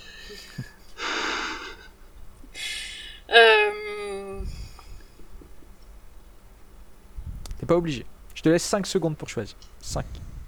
Euh...
T'es pas obligé. Je te laisse cinq secondes pour choisir. cinq.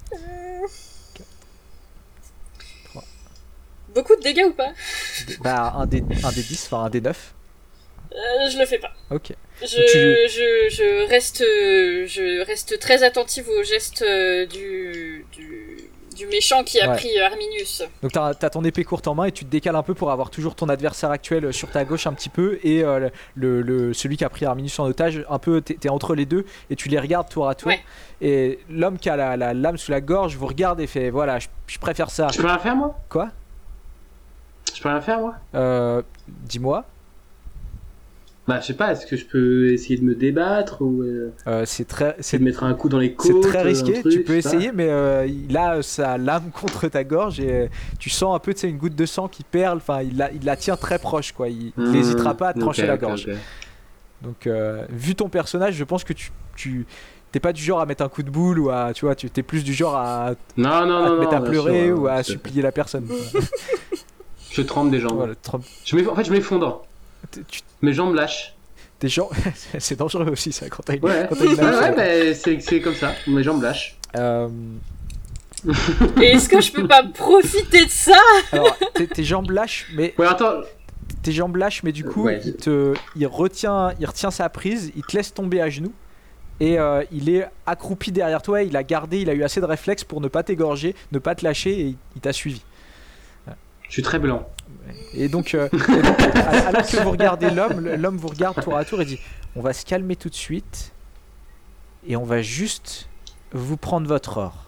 Beaucoup de dégâts ou pas?
Bah, un des, un des dix, enfin un des neuf.
Euh, je le fais pas.
Ok.
Je,
Tu-
je, je, reste, euh, je reste très attentive aux gestes euh, du, du, du méchant qui a
Ouais.
pris euh, Arminius.
Donc t'as as ton épée courte en main et tu te décales un peu pour avoir toujours ton adversaire actuel sur ta gauche un petit peu et euh, le, le- celui qui a pris Arminius en otage un peu, t'es t'es entre les deux et tu les regardes tour à tour.
Ouais.
Et l'homme qui a la, la lame sous la gorge vous regarde et fait voilà, je, je préfère ça.
Je peux la faire, moi?
Quoi?
Je peux rien faire, moi?
Euh, dis-moi.
Bah, je sais pas, est-ce que je peux essayer de me débattre ou euh,
Euh, c'est très,
essayer
c'est
de mettre un coup dans les côtes?
C'est très
euh, un
risqué,
truc,
tu peux
je sais pas.
essayer, mais euh, il a sa lame contre ta gorge et euh, tu sens un peu, tu sais, une goutte de sang qui perle. Enfin, il la, il la tient très proche, quoi. Il
Mmh,
n'hésitera pas à te trancher
ok,
la
ok,
gorge.
ok.
Donc, euh, vu ton personnage, je pense que tu, tu t'es pas du genre à mettre un coup de boule ou à, tu vois, tu t'es plus du genre à,
Non, non,
à te
non,
mettre
non,
à
bien
pleurer
sûr,
ou
ouais,
à
tout à fait.
supplier la personne.
Je trempe des jambes.
Voilà, Trump-
Je m'eff- En fait, je m'effondre.
t'es- tu-
Mes jambes lâchent.
Tes gens, c'est dangereux aussi ça quand t'as une,
Ouais,
quand t'as une
ouais,
lame sur la
ouais,
tête.
mais c'est c'est comme ça. Mes jambes lâchent.
Euh,
Et est-ce que je peux pas profiter de ça?
alors, tes, tes jambes lâchent, mais
Ouais, attends.
tes jambes lâchent, mais du coup,
Ouais.
il, te, il, retient, il retient sa prise, il te laisse tomber à genoux. Et euh, il est accroupi derrière toi, il a gardé, il a eu assez de réflexes pour ne pas t'égorger, ne pas te lâcher, et il, il t'a suivi.
Je suis très blanc.
Et donc, euh, et donc, à- alors que vous regardez l'homme, le- l'homme vous regarde tour à tour et dit: on va se calmer tout de suite, et on va juste vous prendre votre or.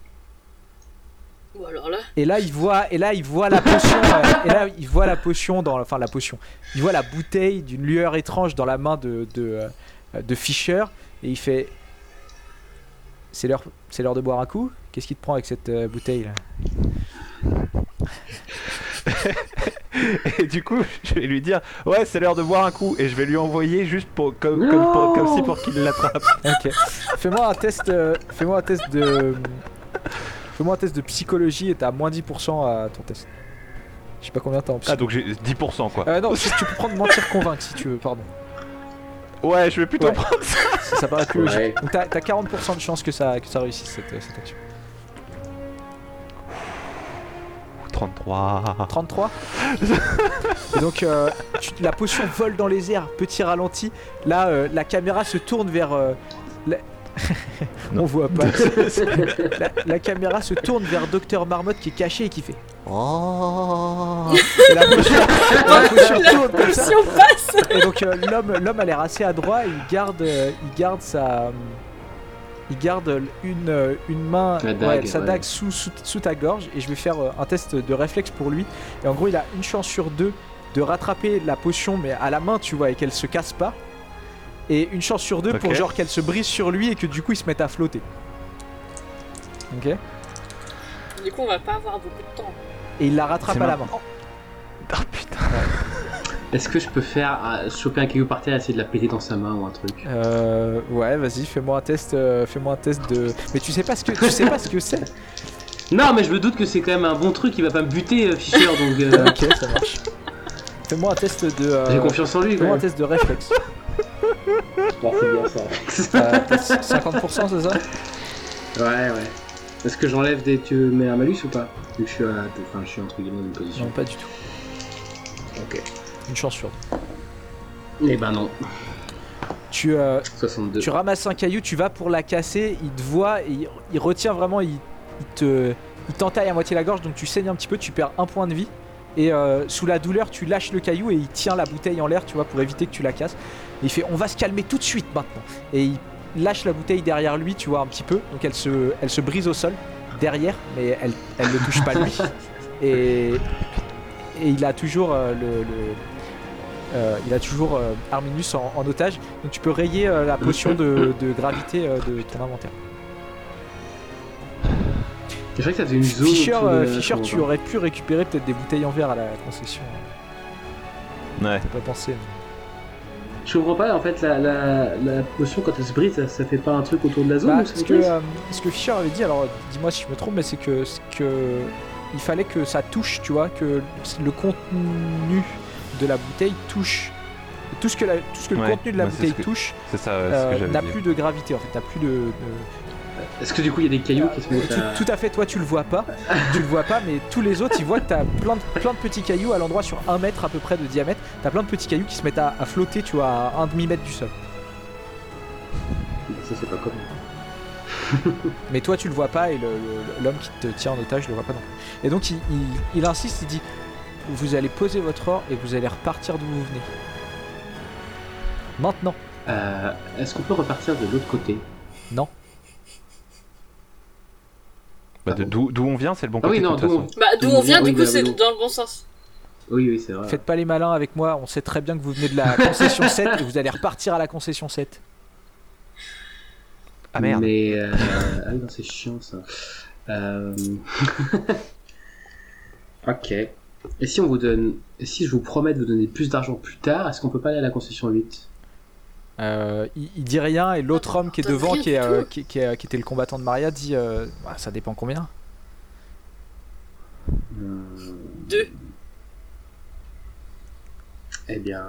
Bon, alors là.
Et là, il voit, et là, il voit la potion. euh, et là, il voit la potion dans, enfin la potion. Il voit la bouteille d'une lueur étrange dans la main de de, euh, de Fischer, et il fait: c'est l'heure, c'est l'heure de boire un coup. Qu'est-ce qu'il te prend avec cette euh, bouteille là?
Et du coup, je vais lui dire ouais, c'est l'heure de boire un coup, et je vais lui envoyer juste pour comme comme, pour- comme si pour qu'il l'attrape.
Ok. Fais-moi un test. euh, fais-moi un test de. Fais-moi un test de psychologie et t'as moins dix pour cent à ton test. Je sais pas combien t'as en psy.
Ah donc j'ai dix pour cent quoi.
Euh, non, si tu peux prendre mentir convaincre si tu veux, pardon.
Ouais, je vais plutôt
Ouais.
prendre ça.
Ça, ça paraît plus
Ouais.
logique. Donc t'as, t'as quarante pour cent de chance que ça, que ça réussisse cette, cette action.
trente-trois.
trente-trois. Et donc euh, tu- la potion vole dans les airs, petit ralenti. Là, euh, la caméra se tourne vers. euh, la- On voit pas. la, la caméra se tourne vers Docteur Marmotte qui est caché et qui fait:
Oh.
et la potion, la potion tourne comme ça.
Si on passe.
Et donc euh, l'homme, l'homme a l'air assez adroit. Il garde, euh, il garde sa, il garde une, euh, une main,
La dague,
ouais, sa
ouais.
dague sous, sous, sous ta gorge. Et je vais faire euh, un test de réflexe pour lui. Et en gros, il a une chance sur deux de rattraper la potion, mais à la main, tu vois, et qu'elle se casse pas. Et une chance sur deux pour
Ok.
genre qu'elle se brise sur lui et que du coup, il se mette à flotter. Ok.
Du coup, on va pas avoir beaucoup de temps.
Et il la rattrape
C'est
à la
ma-
main.
Oh putain.
Est-ce que je peux faire euh, choper un caillou par terre et essayer de la péter dans sa main ou un truc?
Euh, ouais, vas-y, fais-moi un test, euh, fais-moi un test de. Mais tu sais pas ce que, tu sais pas ce que c'est.
Non, mais je me doute que c'est quand même un bon truc, il va pas me buter, euh, Fischer, donc euh,
Ok, ça marche. Fais-moi un test de. euh,
j'ai confiance en lui.
Fais-moi
Quoi.
un test de réflexe.
Bon, c'est bien ça.
Euh, t'as cinquante pour cent, c'est ça?
Ouais, ouais. Est-ce que j'enlève des. Tu mets un malus ou pas? Vu que je suis, à... enfin, je suis entre guillemets dans une position.
Non, pas du tout.
Ok.
Une chance sur deux.
Eh ben non.
Tu, euh,
soixante-deux.
tu ramasses un caillou, tu vas pour la casser, il te voit, et il, il retient vraiment, il, il te, il t'entaille à moitié la gorge, donc tu saignes un petit peu, tu perds un point de vie. Et euh, sous la douleur, tu lâches le caillou et il tient la bouteille en l'air, tu vois, pour éviter que tu la casses. Et il fait: on va se calmer tout de suite maintenant. Et il lâche la bouteille derrière lui, tu vois, un petit peu. Donc elle se, elle se brise au sol derrière, mais elle, elle ne touche pas lui. Et, et il a toujours euh, le, le- euh, il a toujours euh, Arminus en, en otage. Donc tu peux rayer euh, la potion de, de gravité euh, de ton inventaire.
Je crois que ça faisait une zone.
Fischer,
autour de
euh,
la
Fischer,
tour,
tu
hein.
aurais pu récupérer peut-être des bouteilles en verre à la concession.
Ouais.
T'as pas pensé. mais-
Je comprends pas, en fait, la, la, la potion quand elle se brise, ça, ça fait pas un truc autour de la zone
Bah,
où ça
ce,
se
que,
brise
euh, ce que Fischer avait dit, alors dis-moi si je me trompe, mais c'est que, c'est que il fallait que ça touche, tu vois, que le contenu de la bouteille touche. Tout ce que, la- tout ce que le
Ouais,
contenu de la
ouais, c'est
bouteille
ce que-
touche
C'est ça, ouais,
euh,
ce que j'avais
n'a
dit.
plus de gravité en fait, n'a plus de. de-
Est-ce que du coup il y a des cailloux qui se mettent
tout,
à...
tout à fait, toi tu le vois pas, tu le vois pas, mais tous les autres ils voient que t'as plein de, plein de petits cailloux à l'endroit sur un mètre à peu près de diamètre. T'as plein de petits cailloux qui se mettent à, à flotter, tu vois, à un demi-mètre du sol.
Ça c'est pas comme...
Mais toi tu le vois pas et le- le- l'homme qui te tient en otage le voit pas non plus. Et donc il, il- il insiste, il dit: vous allez poser votre or et vous allez repartir d'où vous venez. Maintenant.
Euh, Est-ce qu'on peut repartir de l'autre côté?
Non.
Bah, de- d'où d'où on vient, c'est le bon
Ah
côté.
oui, non,
de toute
d'où
façon.
on...
Bah, d'où
D'où
on
on
vient,
vient,
du
oui,
coup,
bah,
c'est
oui.
dans le bon sens.
Oui, oui, c'est vrai.
Faites pas les malins avec moi, on sait très bien que vous venez de la concession sept et vous allez repartir à la concession sept.
Ah merde.
Mais euh... ah oui, non, c'est chiant ça. Euh... ok. Et si on vous donne, et si je vous promets de vous donner plus d'argent plus tard, est-ce qu'on peut pas aller à la concession huit?
Euh, il, il dit rien et l'autre homme qui est
Donne
devant,
rien
qui, est,
du
euh,
tout.
qui, qui, est- qui était le combattant de Maria, dit euh, bah, ça dépend combien.
Euh...
Deux.
Eh bien,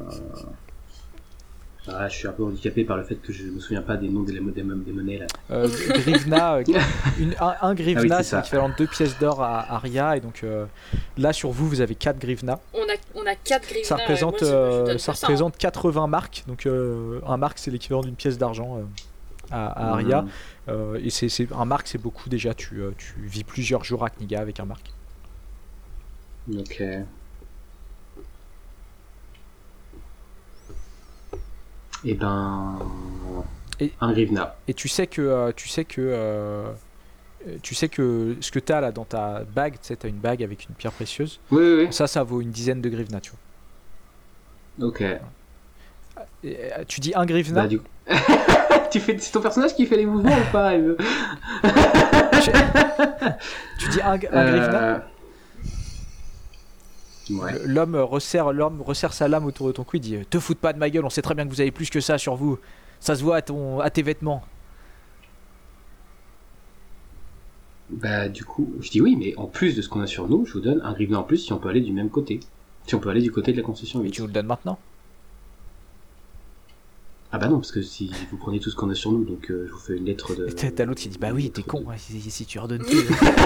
ah, je suis un peu handicapé par le fait que je me souviens pas des noms des, des, des monnaies là.
Euh, Grivna, euh, une, un, un Grivna,
Ah oui, c'est
c'est
ça.
l'équivalent de deux pièces d'or à Aria, et donc euh, là sur vous, vous avez quatre Grivna.
On a, on a quatre grivnas.
Ça représente,
ouais, moi, je- je
euh,
donne
ça
pas
représente quatre-vingts marques, donc euh, un marque c'est l'équivalent d'une pièce d'argent euh, à, à Aria.
Mhm.
Euh, et c'est, c'est, un marque c'est beaucoup déjà, tu, euh, tu vis plusieurs jours à Kniga avec un marque.
Ok. Eh ben,
Et-
un grivna.
Et tu sais que, euh, tu sais que, euh, tu sais que ce que t'as là dans ta bague, tu sais, t'as une bague avec une pierre précieuse.
Oui, oui, oui.
Ça, ça vaut une dizaine de Grivna, tu vois.
Ok.
Et, euh, tu dis un Grivna.
Bah, du coup... tu fais... C'est ton personnage qui fait les mouvements ou pas Eve
Tu dis un, un Grivna.
euh... Ouais.
Le- L'homme resserre, l'homme resserre sa lame autour de ton cou. Il dit te fous pas de ma gueule, on sait très bien que vous avez plus que ça sur vous. Ça se voit à, ton, à tes vêtements.
Bah, du coup, je dis oui, mais en plus de ce qu'on a sur nous, je vous donne un grivna en plus si on peut aller du même côté. Si on peut aller du côté de la concession
Et
huit.
tu nous le donnes maintenant.
Ah bah non, parce que si vous prenez tout ce qu'on a sur nous, donc euh, je vous fais une lettre de...
Et t'as, t'as l'autre qui dit bah oui, t'es con, ouais, si, si tu redonnes tout.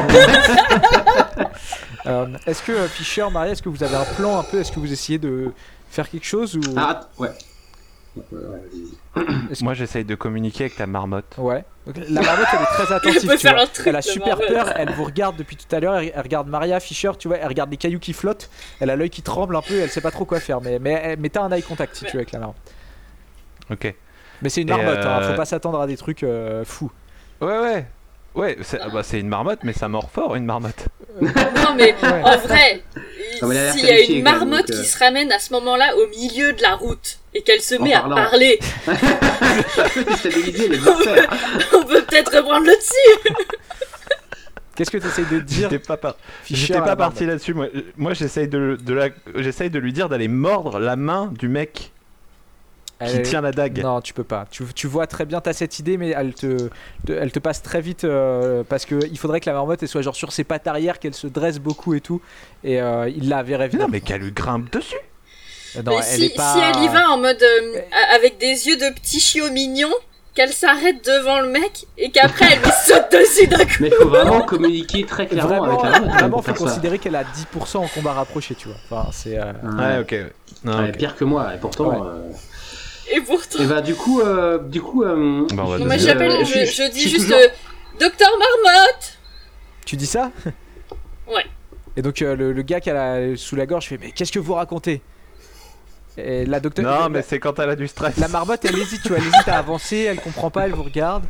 Euh, est-ce que euh, Fischer, Maria, est-ce que vous avez un plan un peu? Est-ce que vous essayez de faire quelque chose ou...
Ah, ouais. Ouais, ouais, ouais, vas-y.
Moi, j'essaye de communiquer avec ta marmotte.
Ouais. Donc, la marmotte, elle est très attentive.
Elle peut
tu
faire
vois.
un truc,
Elle a
la
super
marmotte.
peur. Elle vous regarde depuis tout à l'heure. Elle, elle regarde Maria, Fischer, tu vois. Elle regarde les cailloux qui flottent. Elle a l'œil qui tremble un peu. Elle sait pas trop quoi faire. Mais, mais, elle- mais t'as un eye contact si tu veux avec la marmotte.
Ok.
Mais c'est une
Et,
marmotte. Hein,
euh,
faut pas s'attendre à des trucs euh, fous.
Ouais, ouais. Ouais, c'est, ah bah, c'est une marmotte, mais ça mord fort, une marmotte.
Non, mais
Ouais.
en vrai,
Non, mais elle a l'air
s'il y a
terrifiée,
une
quand même,
marmotte
donc, euh.
qui se ramène à ce moment-là au milieu de la route et qu'elle se
En
met à
parlant.
parler,
Déstabiliser les adversaires.
on peut peut-être reprendre le dessus.
Qu'est-ce que tu essayes de dire
J'étais pas, par-
Fischer
J'étais
à la
pas parti
marmotte
là-dessus. Moi, moi j'essaye, de, de la... j'essaye de lui dire d'aller mordre la main du mec qui
Elle-
tient la dague.
Non, tu peux pas. Tu, tu vois très bien, t'as cette idée, mais elle te, te- elle te passe très vite euh, parce que il faudrait que la marmotte elle soit genre sur ses pattes arrière, qu'elle se dresse beaucoup et tout. Et euh, il la verrait venir.
Non, mais qu'elle lui grimpe dessus.
Non,
Mais
elle
si,
est pas.
si elle y va en mode euh,
Mais-
a- avec des yeux de petit chiot mignon, qu'elle s'arrête devant le mec et qu'après elle lui saute dessus d'un coup.
Mais il faut vraiment communiquer très clairement
Vraiment,
avec la marmotte.
vraiment,
pour
faut
faire ça.
considérer qu'elle a dix pour cent en combat rapproché, tu vois. Enfin, c'est. euh,
Ouais, ok. ouais. Non,
Ouais,
ok.
pire que moi, et pourtant.
Ouais.
euh,
Et pourtant.
Et bah du coup, euh, du coup. Euh,
Bah, on va
je-
Moi
Euh,
j'appelle, je,
je-
je dis
suis
juste
toujours-
euh, Docteur Marmotte.
Tu dis ça?
Ouais.
Et donc euh, le, le gars qui a la- sous la gorge fait mais qu'est-ce que vous racontez? Et la docteur.
Non,
la-
mais c'est quand elle a du stress.
La marmotte elle hésite, tu vois, elle hésite à avancer, elle comprend pas, elle vous regarde.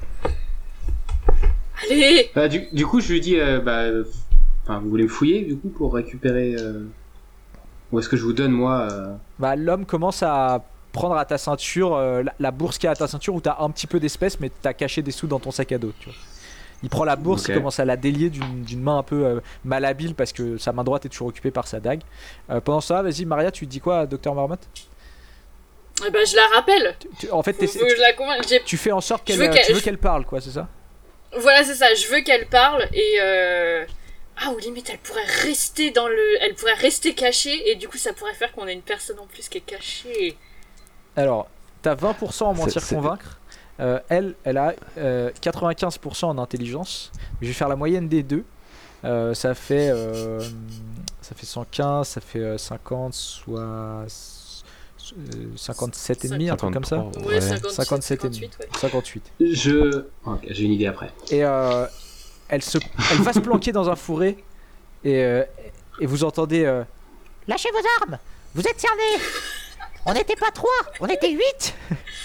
Allez.
Bah, du, du coup, je lui dis, euh, bah, euh, enfin, vous voulez me fouiller du coup pour récupérer, euh... ou est-ce que je vous donne moi euh...
Bah l'homme commence à prendre à ta ceinture euh, la, la bourse qui est à ta ceinture où t'as un petit peu d'espèces mais t'as caché des sous dans ton sac à dos, tu vois. Il prend la bourse,
Ok.
il commence à la délier d'une, d'une main un peu euh, malhabile parce que sa main droite est toujours occupée par sa dague. Euh, pendant ça, vas-y Maria, tu dis quoi à Docteur Marmotte?
Eh ben je la rappelle.
Tu- tu- En fait,
Faut,
t'essaies-
faut que je la convainque. J'ai-
tu fais en sorte qu'elle,
veux
euh,
qu'elle-
tu veux
je-
qu'elle parle, quoi, c'est ça?
Voilà, c'est ça. Je veux qu'elle parle et euh... ah ou limite elle pourrait rester dans le, elle pourrait rester cachée et du coup ça pourrait faire qu'on ait une personne en plus qui est cachée.
Alors, t'as vingt pour cent en mentir
C'est- c'est-
convaincre. Euh, elle, elle a euh, quatre-vingt-quinze pour cent en intelligence. Je vais faire la moyenne des deux. Euh, ça fait euh, ça fait cent quinze, ça fait euh, cinquante, soit euh, cinquantept et demi, un truc comme ça.
cinquante-trois,
Ouais,
Ouais.
cinquante-six,
cinquante-sept et demi.
cinquante-huit, ouais.
cinquante-huit.
Je. Ok, j'ai une idée après.
Et euh, elle, se, elle va se planquer dans un fourré. Et, euh, et vous entendez. euh,
Lâchez vos armes. Vous êtes cernés. On n'était pas trois, on était huit.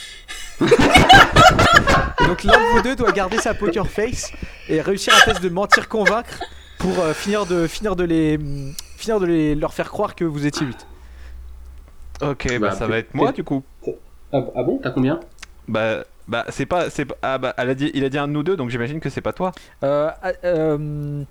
Et donc l'un de vous deux doit garder sa poker face et réussir un test de mentir convaincre pour euh, finir de finir de les finir de les, leur faire croire que vous étiez huit.
Ok, bah,
Bah,
ça
peut-
va être moi
peut-
du coup.
Ah, ah bon, t'as combien?
Bah, bah c'est pas, c'est pas- ah bah, elle a dit, il a dit un de nous deux, donc j'imagine que c'est pas toi.
Euh, ah, euh,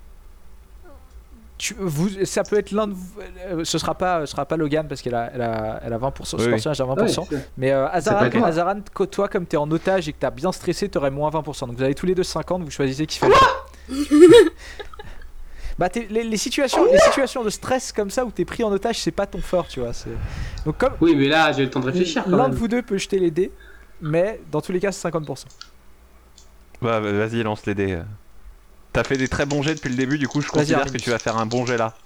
tu, vous, ça peut être l'un de vous. euh, Ce sera pas, ce sera pas Logan parce qu'elle a, elle a, elle a vingt pour cent.
Oui,
Ce
oui.
personnage a vingt
Ouais,
pour cent.
c'est-
Mais euh,
peut
Azaran,
être moi.
Azaran, co- toi, comme t'es en otage et que t'as bien stressé, t'aurais moins vingt pour cent. Donc vous avez tous les deux cinquante, vous choisissez qui fait. Bah t'es- les, les situations, les situations de stress comme ça où t'es pris en otage, c'est pas ton fort, tu vois. c'est- Donc comme
Oui, mais là, j'ai eu le temps de réfléchir quand
l'un
même.
de vous deux peut jeter les dés, mais dans tous les cas c'est cinquante pour cent.
Bah, bah, vas-y, lance les dés. T'as fait des très bons jets depuis le début, du coup, je
Vas-y,
considère
Arminus.
que tu vas faire un bon jet là.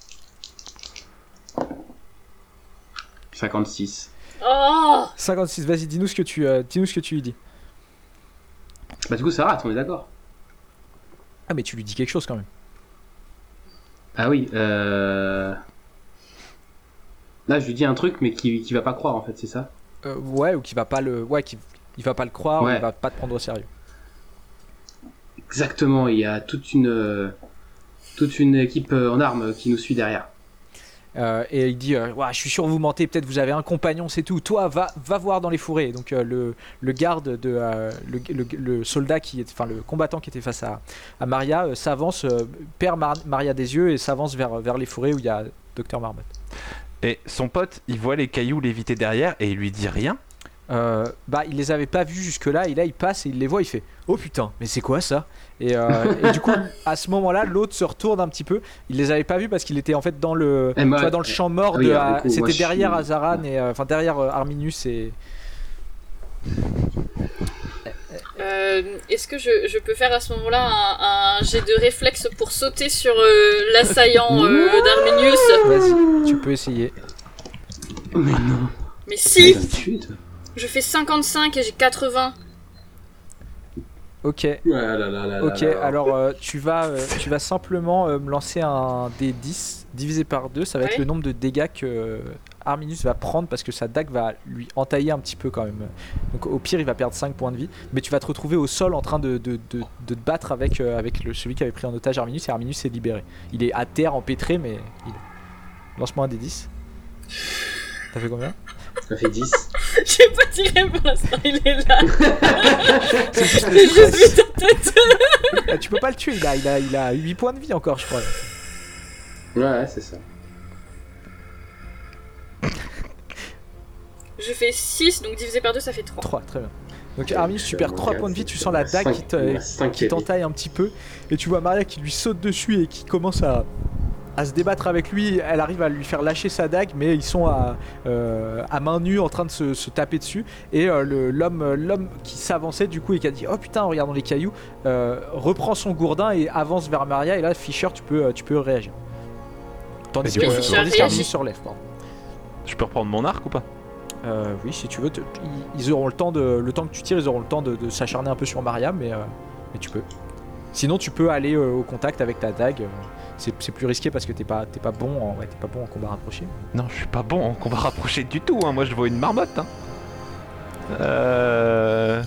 cinquante-six.
Oh
cinquante-six, vas-y, dis-nous ce que tu, euh, dis-nous ce que tu lui dis.
Bah, du coup, ça rate, on est d'accord.
Ah mais tu lui dis quelque chose quand même.
Ah oui, euh... Là, je lui dis un truc, mais qui, qui va pas croire, en fait, c'est ça?
Euh, ouais, ou qui va pas le, ouais, qui, il va pas le croire, ou
Ouais.
il va pas te prendre au sérieux.
Exactement, il y a toute une... euh, toute une équipe euh, en armes qui nous suit derrière.
Euh, et il dit, euh, Ouah, je suis sûr vous mentez, peut-être vous avez un compagnon, c'est tout. Toi, va, va voir dans les fourrés. Donc euh, le, le garde de, euh, le, le- le soldat qui est, enfin le combattant qui était face à, à Maria euh, s'avance, euh, perd Mar- Maria des yeux et s'avance vers, vers les fourrés où il y a Docteur Marmotte.
Et son pote, il voit les cailloux léviter derrière et il lui dit rien.
Euh, bah il les avait pas vus jusque là et là il passe et il les voit, il fait oh putain mais c'est quoi ça et, euh, et du coup à ce moment là l'autre se retourne un petit peu, il les avait pas vus parce qu'il était en fait dans le,
Eh,
tu
moi,
vois, dans le champ mort
ah oui,
de
alors,
euh,
du coup, moi,
c'était
je
derrière
suis-
Azaran et euh, enfin derrière euh, Arminus et
Euh, Est-ce que je, je peux faire à ce moment-là un, un jet de réflexe pour sauter sur euh, l'assaillant euh, d'Arminius?
vas-y tu peux essayer.
Mais non.
Mais
Il
si
va me tuer, toi.
Je fais cinquante-cinq et j'ai quatre-vingts.
Ok.
Ouais, là, là, là, là,
Ok,
là, là.
alors euh, tu, vas, euh, tu vas simplement euh, me lancer un D dix divisé par deux, ça va être
Ouais.
le nombre de dégâts que euh, Arminus va prendre parce que sa dague va lui entailler un petit peu quand même. Donc au pire il va perdre cinq points de vie, mais tu vas te retrouver au sol en train de, de, de, de te battre avec, euh, avec le, celui qui avait pris en otage Arminus et Arminus est libéré. Il est à terre, empêtré, mais il... Lance-moi un D dix. T'as fait combien?
Ça fait dix.
J'ai pas tiré pour l'instant, il est là.
C'est juste le
J'ai juste
stress.
vu ta tête.
Ah, tu peux pas le tuer, il a, il, a, il a huit points de vie encore je crois.
Ouais, ouais, c'est ça.
Je fais six, donc divisé par deux, ça fait trois.
trois, très bien. Donc Arminus tu perds trois points de vie, tu sens la dague qui te... qui
qui
t'entaille un petit peu et tu vois Maria qui lui saute dessus et qui commence à, à se débattre avec lui. Elle arrive à lui faire lâcher sa dague mais ils sont à, euh, à main nue en train de se, se taper dessus et euh, le- l'homme l'homme qui s'avançait du coup et qui a dit oh putain regardons les cailloux euh, reprend son gourdin et avance vers Maria et là Fisher tu peux, tu peux réagir. Tandis
Et du
que
coup,
Fisher
tandis
réagit.
qu'Arminus se relève, pardon.
Je peux reprendre mon arc ou pas?
Euh, oui si tu veux, te- ils, ils auront le temps de le temps que tu tires ils auront le temps de, de s'acharner un peu sur Maria mais, euh, mais tu peux. Sinon tu peux aller euh, au contact avec ta dague. euh, c'est, c'est plus risqué parce que t'es pas, t'es pas bon en, ouais, t'es pas bon en combat rapproché.
Non, je suis pas bon en combat rapproché du tout, hein. Moi je vois une marmotte. Hein. Euh...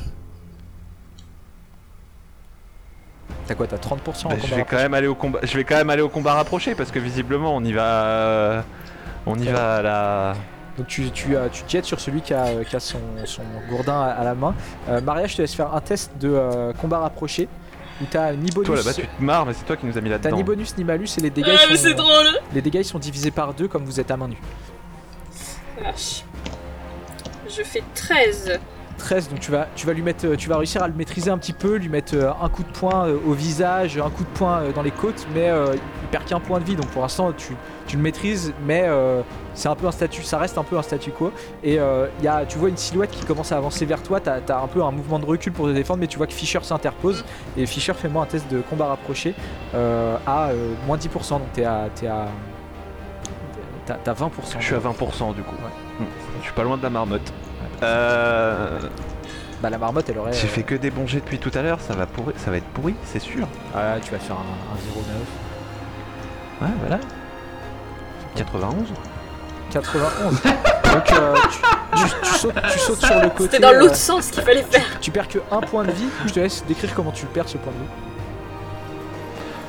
T'as quoi? T'as trente pour cent en
bah, je
combat
vais quand
rapproché.
même aller au combat. Je vais quand même aller au combat rapproché parce que visiblement on y va. euh, On y
Ok.
va à la.
Donc tu, tu, euh, tu te jettes sur celui qui a, euh, qui a son, son gourdin à, à la main. Euh, Maria, je te laisse faire un test de euh, combat rapproché où t'as ni bonus,
Toi là-bas tu te marres, mais c'est toi qui nous as mis
t'as
là-dedans.
ni bonus ni malus et les dégâts,
Ah,
ils
mais
sont,
c'est drôle.
les dégâts ils sont divisés par deux comme vous êtes à main nue.
Vache. Je fais treize.
treize, donc tu vas, tu vas lui mettre, euh, tu vas réussir à le maîtriser un petit peu, lui mettre euh, un coup de poing euh, au visage, un coup de poing euh, dans les côtes, mais euh, il perd qu'un point de vie, donc pour l'instant tu, tu le maîtrises, mais euh, c'est un peu un statut, ça reste un peu un statu quo. Et euh, y a, tu vois une silhouette qui commence à avancer vers toi, t'as as un peu un mouvement de recul pour te défendre, mais tu vois que Fisher s'interpose, et Fisher fais-moi un test de combat rapproché euh, à euh, moins dix pour cent, donc t'es à, t'es à, t'as, t'as vingt pour cent.
Je suis à vingt pour cent du coup.
Ouais.
Hmm. Je suis pas loin de la marmotte. Euh...
Bah la marmotte elle aurait...
J'ai
euh,
fait que des bons jets depuis tout à l'heure, ça va pourri, ça va être pourri, c'est sûr.
ah, là, tu vas faire un, un zéro neuf.
Ouais, voilà. quatre-vingt-onze.
quatre-vingt-onze. Donc euh, tu, tu- tu sautes, tu sautes sur le côté.
C'était dans
euh,
l'autre sens qu'il fallait faire.
tu perds que un point de vie. Je te laisse décrire comment tu perds ce point de vie.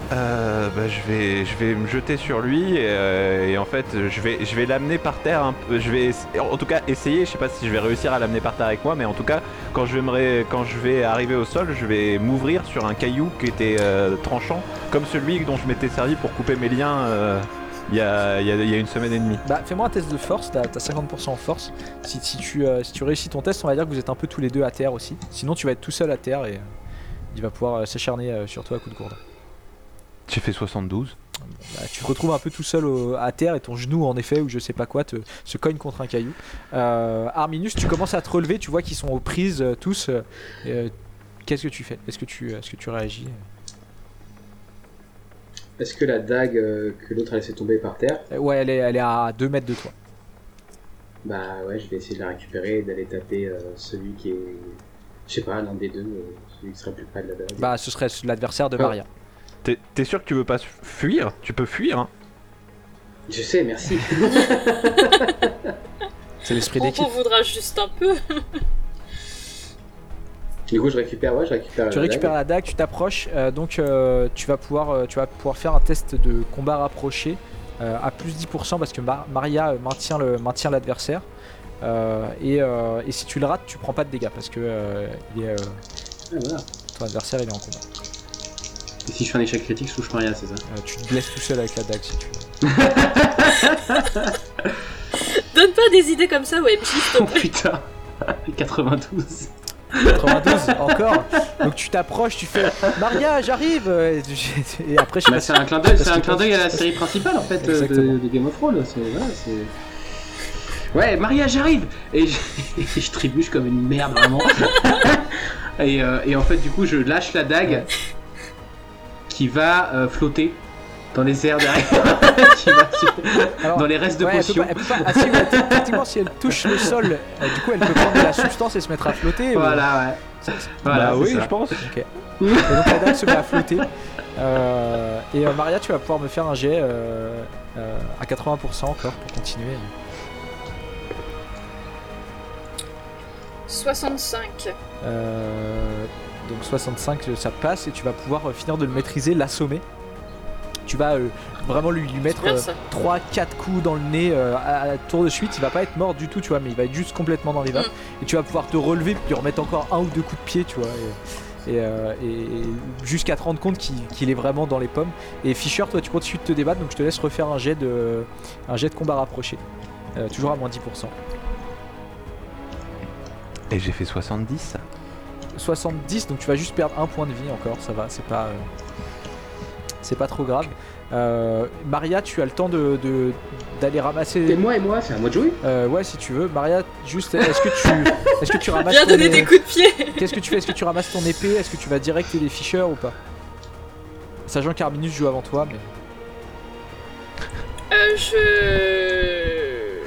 Euh, bah, je vais, je vais me jeter sur lui et, euh, et en fait je vais, je vais l'amener par terre. Un peu, je vais, en tout cas essayer. Je sais pas si je vais réussir à l'amener par terre avec moi, mais en tout cas quand je vais me, ré- quand je vais arriver au sol, je vais m'ouvrir sur un caillou qui était euh, tranchant, comme celui dont je m'étais servi pour couper mes liens euh, il y, a, il y a- il y a une semaine et demie.
Bah, fais-moi un test de force, t'as t'as cinquante pour cent en force. Si, si tu, euh, si tu réussis ton test, on va dire que vous êtes un peu tous les deux à terre aussi. Sinon, tu vas être tout seul à terre et euh, il va pouvoir euh, s'acharner euh, sur toi à coup de gourdin.
J'ai fait soixante-douze.
Bah, tu te retrouves un peu tout seul au- à terre et ton genou, en effet, ou je sais pas quoi, te, se cogne contre un caillou. Euh, Arminus, tu commences à te relever, tu vois qu'ils sont aux prises euh, tous. euh, euh, Qu'est-ce que tu fais? Est-ce que tu, est-ce que tu réagis?
Est-ce que la dague euh, que l'autre a laissé tomber par terre,
Euh, Ouais, elle est, elle est à deux mètres de toi.
bah ouais, je vais essayer de la récupérer et d'aller taper euh, celui qui est, je sais pas, l'un des deux, euh, celui qui serait plus près de la dague.
Bah, ce serait l'adversaire de
Ah.
Maria.
T'es, t'es sûr que tu veux pas fuir? Tu peux fuir. Hein.
Je sais, merci.
C'est l'esprit d'équipe.
On voudra juste un peu.
Du coup, je récupère, ouais, je récupère.
Tu
la
récupères
dague.
la dague, tu t'approches, euh, donc euh, tu vas pouvoir, euh, tu vas pouvoir faire un test de combat rapproché euh, à plus dix pour cent parce que Mar- Maria euh, maintient le maintient l'adversaire euh, et, euh, et si tu le rates, tu prends pas de dégâts parce que euh, il est, euh,
Ah, voilà.
ton adversaire il est en combat.
Et si je fais un échec critique, je touche rien, c'est ça?
Euh, tu te blesses tout seul avec la dague si tu veux.
Donne pas des idées comme ça, ouais, s'il te
Oh
plaît.
putain. quatre-vingt-douze.
quatre-vingt-douze encore. Donc tu t'approches, tu fais Maria, j'arrive. euh, Et, tu- et après je sais
Bah,
pas
c'est
si-
un clin d'œil,
parce
c'est un
que
clin d'œil à la
parce-
série principale en fait euh, de,
Exactement.
de Game of Thrones. C'est, voilà, c'est... Ouais, Maria, j'arrive. Et je, et je trébuche comme une merde vraiment. et, euh, et en fait, du coup, je lâche la dague qui va euh, flotter dans les airs derrière. Qui va sur-
Alors,
dans les restes de
ouais, elle peut
potions.
pas- elle peut pas- ah, si, ouais, effectivement, si elle touche le sol, euh, du coup, elle peut prendre de la substance et se mettre à flotter. ou-
Voilà, ouais.
C'est- c'est-
Voilà,
bah
c'est
oui,
ça.
je pense.
Ok. Et donc la dague se met à flotter. Euh, et euh, Maria, tu vas pouvoir me faire un jet euh, euh, à quatre-vingts pour cent encore pour continuer.
soixante-cinq.
Euh, donc soixante-cinq, ça passe et tu vas pouvoir euh, finir de le maîtriser, l'assommer. Tu vas euh, vraiment lui, lui mettre
bien,
euh,
ça.
trois quatre coups dans le nez euh, à, à tour de suite. Il va pas être mort du tout, tu vois, mais il va être juste complètement dans les vapes. Et tu vas pouvoir te relever puis lui remettre encore un ou deux coups de pied, tu vois. Et, et, euh, et jusqu'à te rendre compte qu'il qu'il est vraiment dans les pommes. Et Fischer, toi, tu continues de te débattre, donc je te laisse refaire un jet de, un jet de combat rapproché. Euh, toujours à moins dix pour cent.
Et j'ai fait soixante-dix.
soixante-dix, donc tu vas juste perdre un point de vie encore, ça va, c'est pas, euh, c'est pas trop grave. Euh, Maria, tu as le temps de, de- d'aller ramasser.
Et moi et moi, c'est à moi de jouer.
Euh, ouais, si tu veux. Maria, juste, est-ce que tu, est-ce que tu ramasses
Viens
ton
donner
é-
des coups de pied.
Qu'est-ce que tu fais? Est-ce que tu ramasses ton épée? Est-ce que tu vas direct les Fischer ou pas? Sachant qu'Arminus joue avant toi, mais.
Euh, je...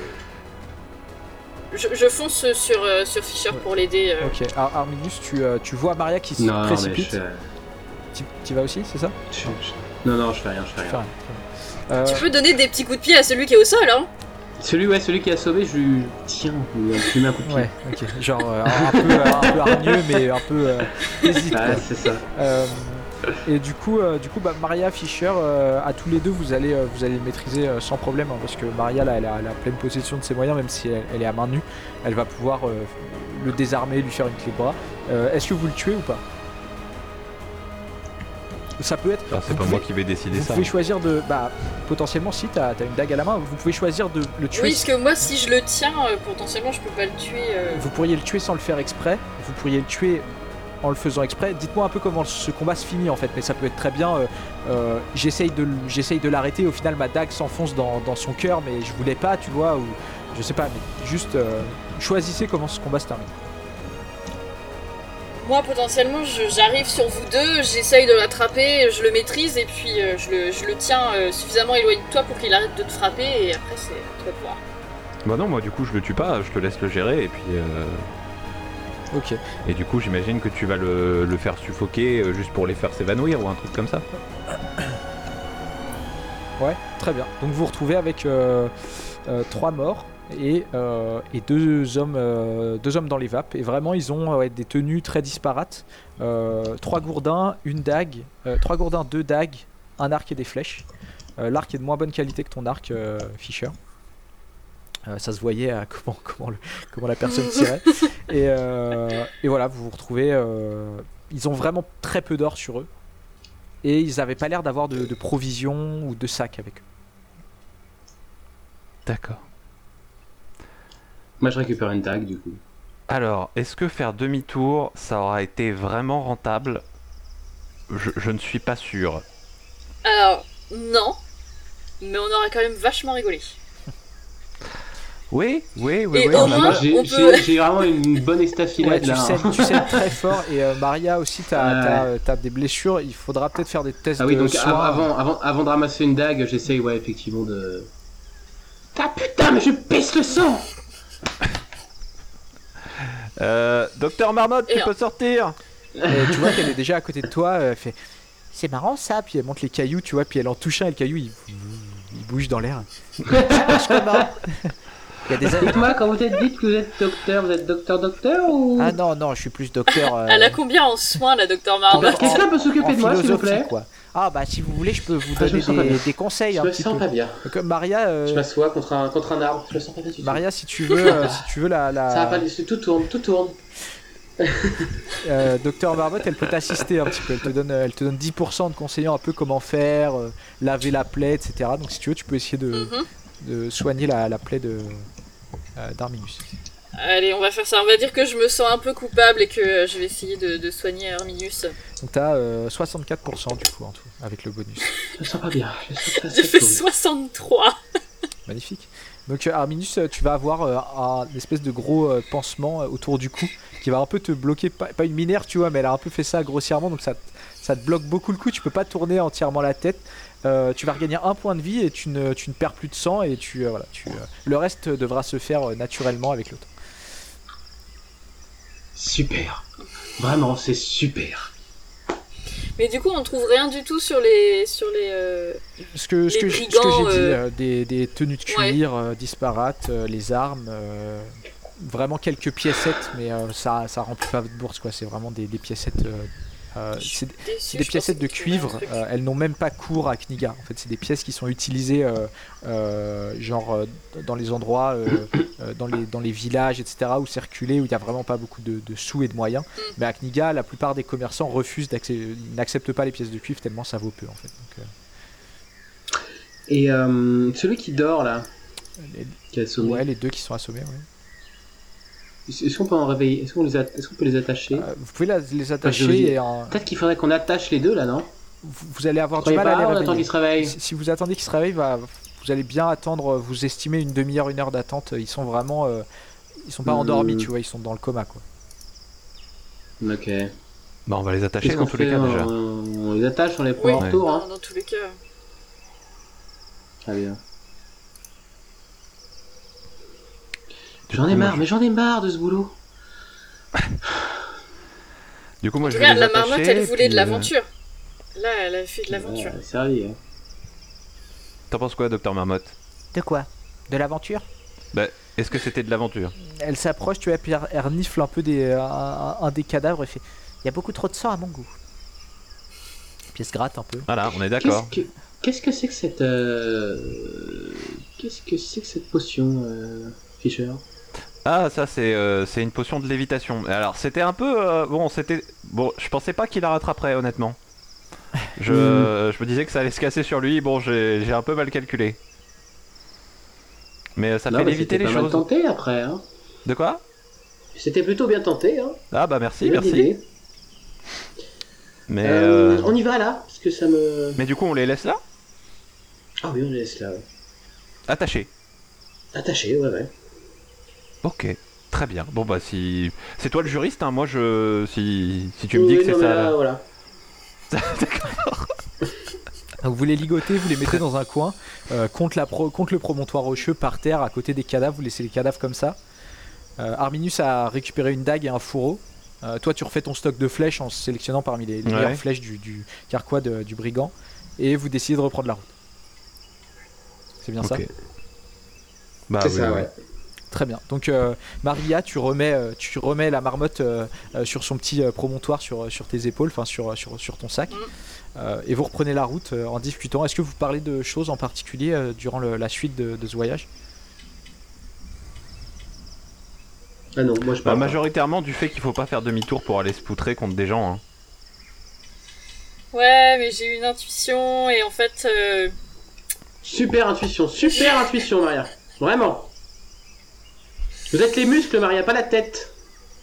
je... Je fonce sur, euh, sur Fischer
Ouais.
pour l'aider. euh.
Ok. Ar- Arminus, tu, euh, tu vois Maria qui se
Non, mais
précipite.
je,
Tu tu vas aussi, c'est ça?
je- je- Non, non, je fais rien, je fais
Tu fais
rien.
rien. Euh,
Tu peux donner des petits coups de pied à celui qui est au sol, hein.
Celui, ouais, celui qui a sauvé, je lui tiens, je lui mets un coup de pied.
Ouais, ok. Genre euh, un, peu, euh, un peu hargneux, mais un peu euh, hésite.
Ouais,
quoi.
c'est ça.
Euh, et du coup, euh, du coup bah, Maria, Fischer, euh, à tous les deux, vous allez, euh, vous allez le maîtriser euh, sans problème, hein, parce que Maria, là, elle a, elle a pleine possession de ses moyens, même si elle, elle est à main nue. Elle va pouvoir euh, le désarmer, lui faire une clé de bras. Euh, Est-ce que vous le tuez ou pas? Ça peut être.
Enfin, c'est
vous
pas
pouvez-
moi qui vais décider
Vous
ça.
pouvez choisir de. Bah, potentiellement, si t'as as une dague à la main, vous pouvez choisir de le tuer.
Oui, parce que moi, si je le tiens, euh, potentiellement, je peux pas le tuer. euh.
Vous pourriez le tuer sans le faire exprès, vous pourriez le tuer en le faisant exprès. Dites-moi un peu comment ce combat se finit en fait, mais ça peut être très bien. euh, euh, J'essaye de, l- j'essaye de l'arrêter, au final ma dague s'enfonce dans, dans son cœur, mais je voulais pas, tu vois, ou je sais pas, mais juste euh, choisissez comment ce combat se termine.
Moi, potentiellement, je- j'arrive sur vous deux, j'essaye de l'attraper, je le maîtrise, et puis euh, je, le, je le tiens euh, suffisamment éloigné de toi pour qu'il arrête de te frapper, et après, c'est à toi de voir.
Bah non, moi du coup je le tue pas, je te laisse le gérer et puis. euh,
Ok.
Et du coup j'imagine que tu vas le, le faire suffoquer euh, juste pour les faire s'évanouir ou un truc comme ça.
Ouais, très bien. Donc vous vous retrouvez avec euh, euh, trois morts et, euh, et deux, hommes, euh, deux hommes dans les vapes. Et vraiment, ils ont ouais, des tenues très disparates. Euh, trois gourdins, une dague. euh, trois gourdins, deux dagues, un arc et des flèches. Euh, l'arc est de moins bonne qualité que ton arc, euh, Fisher. Euh, ça se voyait à comment, comment, le, comment la personne tirait. Et, euh, et voilà, vous vous retrouvez. Euh, ils ont vraiment très peu d'or sur eux. Et ils n'avaient pas l'air d'avoir de, de provisions ou de sacs avec eux.
D'accord.
Moi je récupère une dague du coup.
Alors, est-ce que faire demi-tour, ça aura été vraiment rentable? je, je ne suis pas sûr.
Alors, non. Mais on aurait quand même vachement rigolé.
Oui, oui, oui,
Et
oui.
au
on a
moins,
pas-
J'ai
on
j'ai-
peut-
j'ai vraiment une bonne
Ouais,
estafilade
tu,
là. hein.
saignes, tu saignes très fort. Et euh, Maria aussi, tu as,
Ouais.
des blessures. Il faudra peut-être faire des tests
Ah oui,
de
donc av-
soins.
avant, avant, avant de ramasser une dague, j'essaye, ouais, effectivement de. Ah putain, mais je pisse le sang!
Euh, Docteur Marmotte, tu
Et-
peux sortir.
Et tu vois qu'elle est déjà à côté de toi. Elle fait c'est marrant ça. Puis elle monte les cailloux, tu vois. Puis elle en touche un et le caillou il, il bouge dans l'air. Il y a des
Dites-moi, quand vous êtes dites que vous êtes docteur, vous êtes docteur-docteur ou.
Ah non, non, je suis plus docteur. euh,
Elle a combien en soins, la docteur
en-
Marmotte
Quelqu'un peut
en
s'occuper de moi, s'il vous
philosophie,
plaît?
quoi. Ah bah si vous voulez, je peux vous
Ah, je me
donner
sens pas
des,
bien.
des conseils
Je
un
me
petit
sens
peu.
pas bien.
Donc, Maria, euh,
Je m'assois contre un, contre un arbre, je me sens pas bien du tout.
Maria, si tu veux, euh, si tu veux la, la...
Ça va pas, tout tourne, tout tourne.
euh, Docteur Marmotte, elle peut t'assister un petit peu. Elle te donne, elle te donne dix pour cent de conseillant un peu comment faire, euh, laver la plaie, et cetera. Donc si tu veux, tu peux essayer de,
Mhm.
de soigner la, la plaie de euh, d'Arminus.
Allez, on va faire ça. On va dire que je me sens un peu coupable et que euh, je vais essayer de, de soigner Arminus.
Donc t'as euh, soixante-quatre pour cent du coup en tout, avec le bonus.
Je me sens pas bien. Je me sens pas
J'ai
assez
fait
cool.
soixante-trois.
Magnifique. Donc euh, Arminus, euh, tu vas avoir euh, un espèce de gros euh, pansement euh, autour du cou qui va un peu te bloquer, pas, pas une mineure tu vois, mais elle a un peu fait ça grossièrement, donc ça, te- ça te bloque beaucoup le cou, tu peux pas tourner entièrement la tête. Euh, tu vas regagner un point de vie et tu ne, tu ne perds plus de sang et tu, euh, voilà, tu, euh, le reste devra se faire euh, naturellement avec le temps.
Super. Vraiment, c'est super.
Mais du coup, on trouve rien du tout sur les... Sur les euh,
Ce que, ce
Les
que, j- ce que
brigands,
j'ai dit,
euh,
euh, des, des tenues de
Ouais.
cuir euh, disparates, euh, les armes, euh, vraiment quelques piécettes, mais euh, ça, ça remplit pas votre bourse quoi. C'est vraiment des, des piécettes. euh, euh, c'est
déçus,
c'est des
je
piécettes de
pensais qu'il y avait un
cuivre.
truc.
euh, elles n'ont même pas cours à Kniga. En fait, c'est des pièces qui sont utilisées, euh, euh, genre euh, dans les endroits, euh, euh, dans les dans les villages, et cetera, où circuler, où il y a vraiment pas beaucoup de, de sous et de moyens.
Mm.
Mais à Kniga, la plupart des commerçants refusent d'accé- n'acceptent pas les pièces de cuivre tellement ça vaut peu en fait. Donc, euh,
Et euh, celui qui dort là,
les-
qui est assommé,
Ouais, les deux qui sont assommés. Ouais.
est-ce qu'on peut en réveiller? Est-ce qu'on les a- est-ce qu'on peut les attacher?
Euh, vous pouvez la- les
je veux
attacher
dire,
et en-
Peut-être qu'il faudrait qu'on attache les deux là, non?
vous, vous allez avoir
Vous
du
croyez
mal à
pas?
les
On attend
réveiller.
qu'ils se réveillent.
Si, si vous attendez qu'ils se réveillent, va- vous allez bien attendre. Vous estimez une demi-heure, une heure d'attente. Ils sont vraiment, euh, ils sont pas
Hmm.
endormis, tu vois. Ils sont dans le coma, quoi.
Ok.
Bah, on va les attacher
Qu'est-ce
dans
qu'on
tous les
fait?
cas
on,
déjà.
on les attache, on les prend
Oui,
en retour,
dans,
hein?
dans tous les cas.
Très bien.
Du
J'en
coup,
ai
moi,
marre, mais j'en ai marre de ce boulot.
Du coup, moi
En
je
tout
vais
cas,
les
la
attacher.
marmotte, elle
et
voulait de
puis, euh,
l'aventure. Là, elle a fait de l'aventure.
Ouais, servi, hein.
T'en penses quoi, Docteur Marmotte?
De quoi? De l'aventure?
Bah, est-ce que c'était de l'aventure?
Elle s'approche, tu vois, puis elle, elle renifle un peu des, un, un- un des cadavres et fait.
Il y a beaucoup trop de sang à mon goût.
Puis elle se gratte un peu.
Voilà, on est d'accord.
Qu'est-ce que qu'est-ce que c'est que cette euh... qu'est-ce que c'est que cette potion, euh... Fisher?
Ah, ça c'est euh, c'est une potion de lévitation. Alors c'était un peu euh, bon, c'était bon. Je pensais pas qu'il la rattraperait honnêtement. Je,
Mm.
je me disais que ça allait se casser sur lui. Bon, j'ai j'ai un peu mal calculé. Mais euh, ça
Non,
fait
bah,
léviter
c'était
les
pas mal
choses.
tenté après, hein.
De quoi?
C'était plutôt bien tenté, hein.
Ah bah merci,
Bonne
merci.
idée.
Mais
Euh,
euh,
On y va là, parce que ça me.
mais du coup on les laisse là,
Ah oui, on les laisse là. Ouais.
attachés.
Attaché, ouais, ouais.
Ok, très bien. Bon bah si c'est toi le juriste, hein, moi je si si tu me dis
Oui,
que c'est
non, mais
ça.
là, voilà.
Donc vous les ligotez, vous les mettez dans un coin, euh, contre, la pro- contre le promontoire rocheux, par terre, à côté des cadavres, vous laissez les cadavres comme ça. Euh, Arminus a récupéré une dague et un fourreau. Euh, toi tu refais ton stock de flèches en sélectionnant parmi les, les
Ouais.
meilleures flèches du, du carquois de- du brigand. Et vous décidez de reprendre la route. C'est bien ça?
Ok. Bah
C'est
oui,
ça,
oui.
ouais.
Très bien. Donc euh, Maria, tu remets, euh, tu remets la marmotte euh, euh, sur son petit euh, promontoire sur, sur tes épaules, enfin sur, sur, sur ton sac,
Mm.
euh, et vous reprenez la route euh, en discutant. Est-ce que vous parlez de choses en particulier euh, durant le- la suite de, de ce voyage?
Ah non, moi je
Bah,
parle pas.
majoritairement du fait qu'il faut pas faire demi-tour pour aller se poutrer contre des gens. Hein.
Ouais, mais j'ai eu une intuition et en fait, euh,
Super intuition, super intuition, Maria. Vraiment. Vous êtes les muscles, Maria, pas la tête.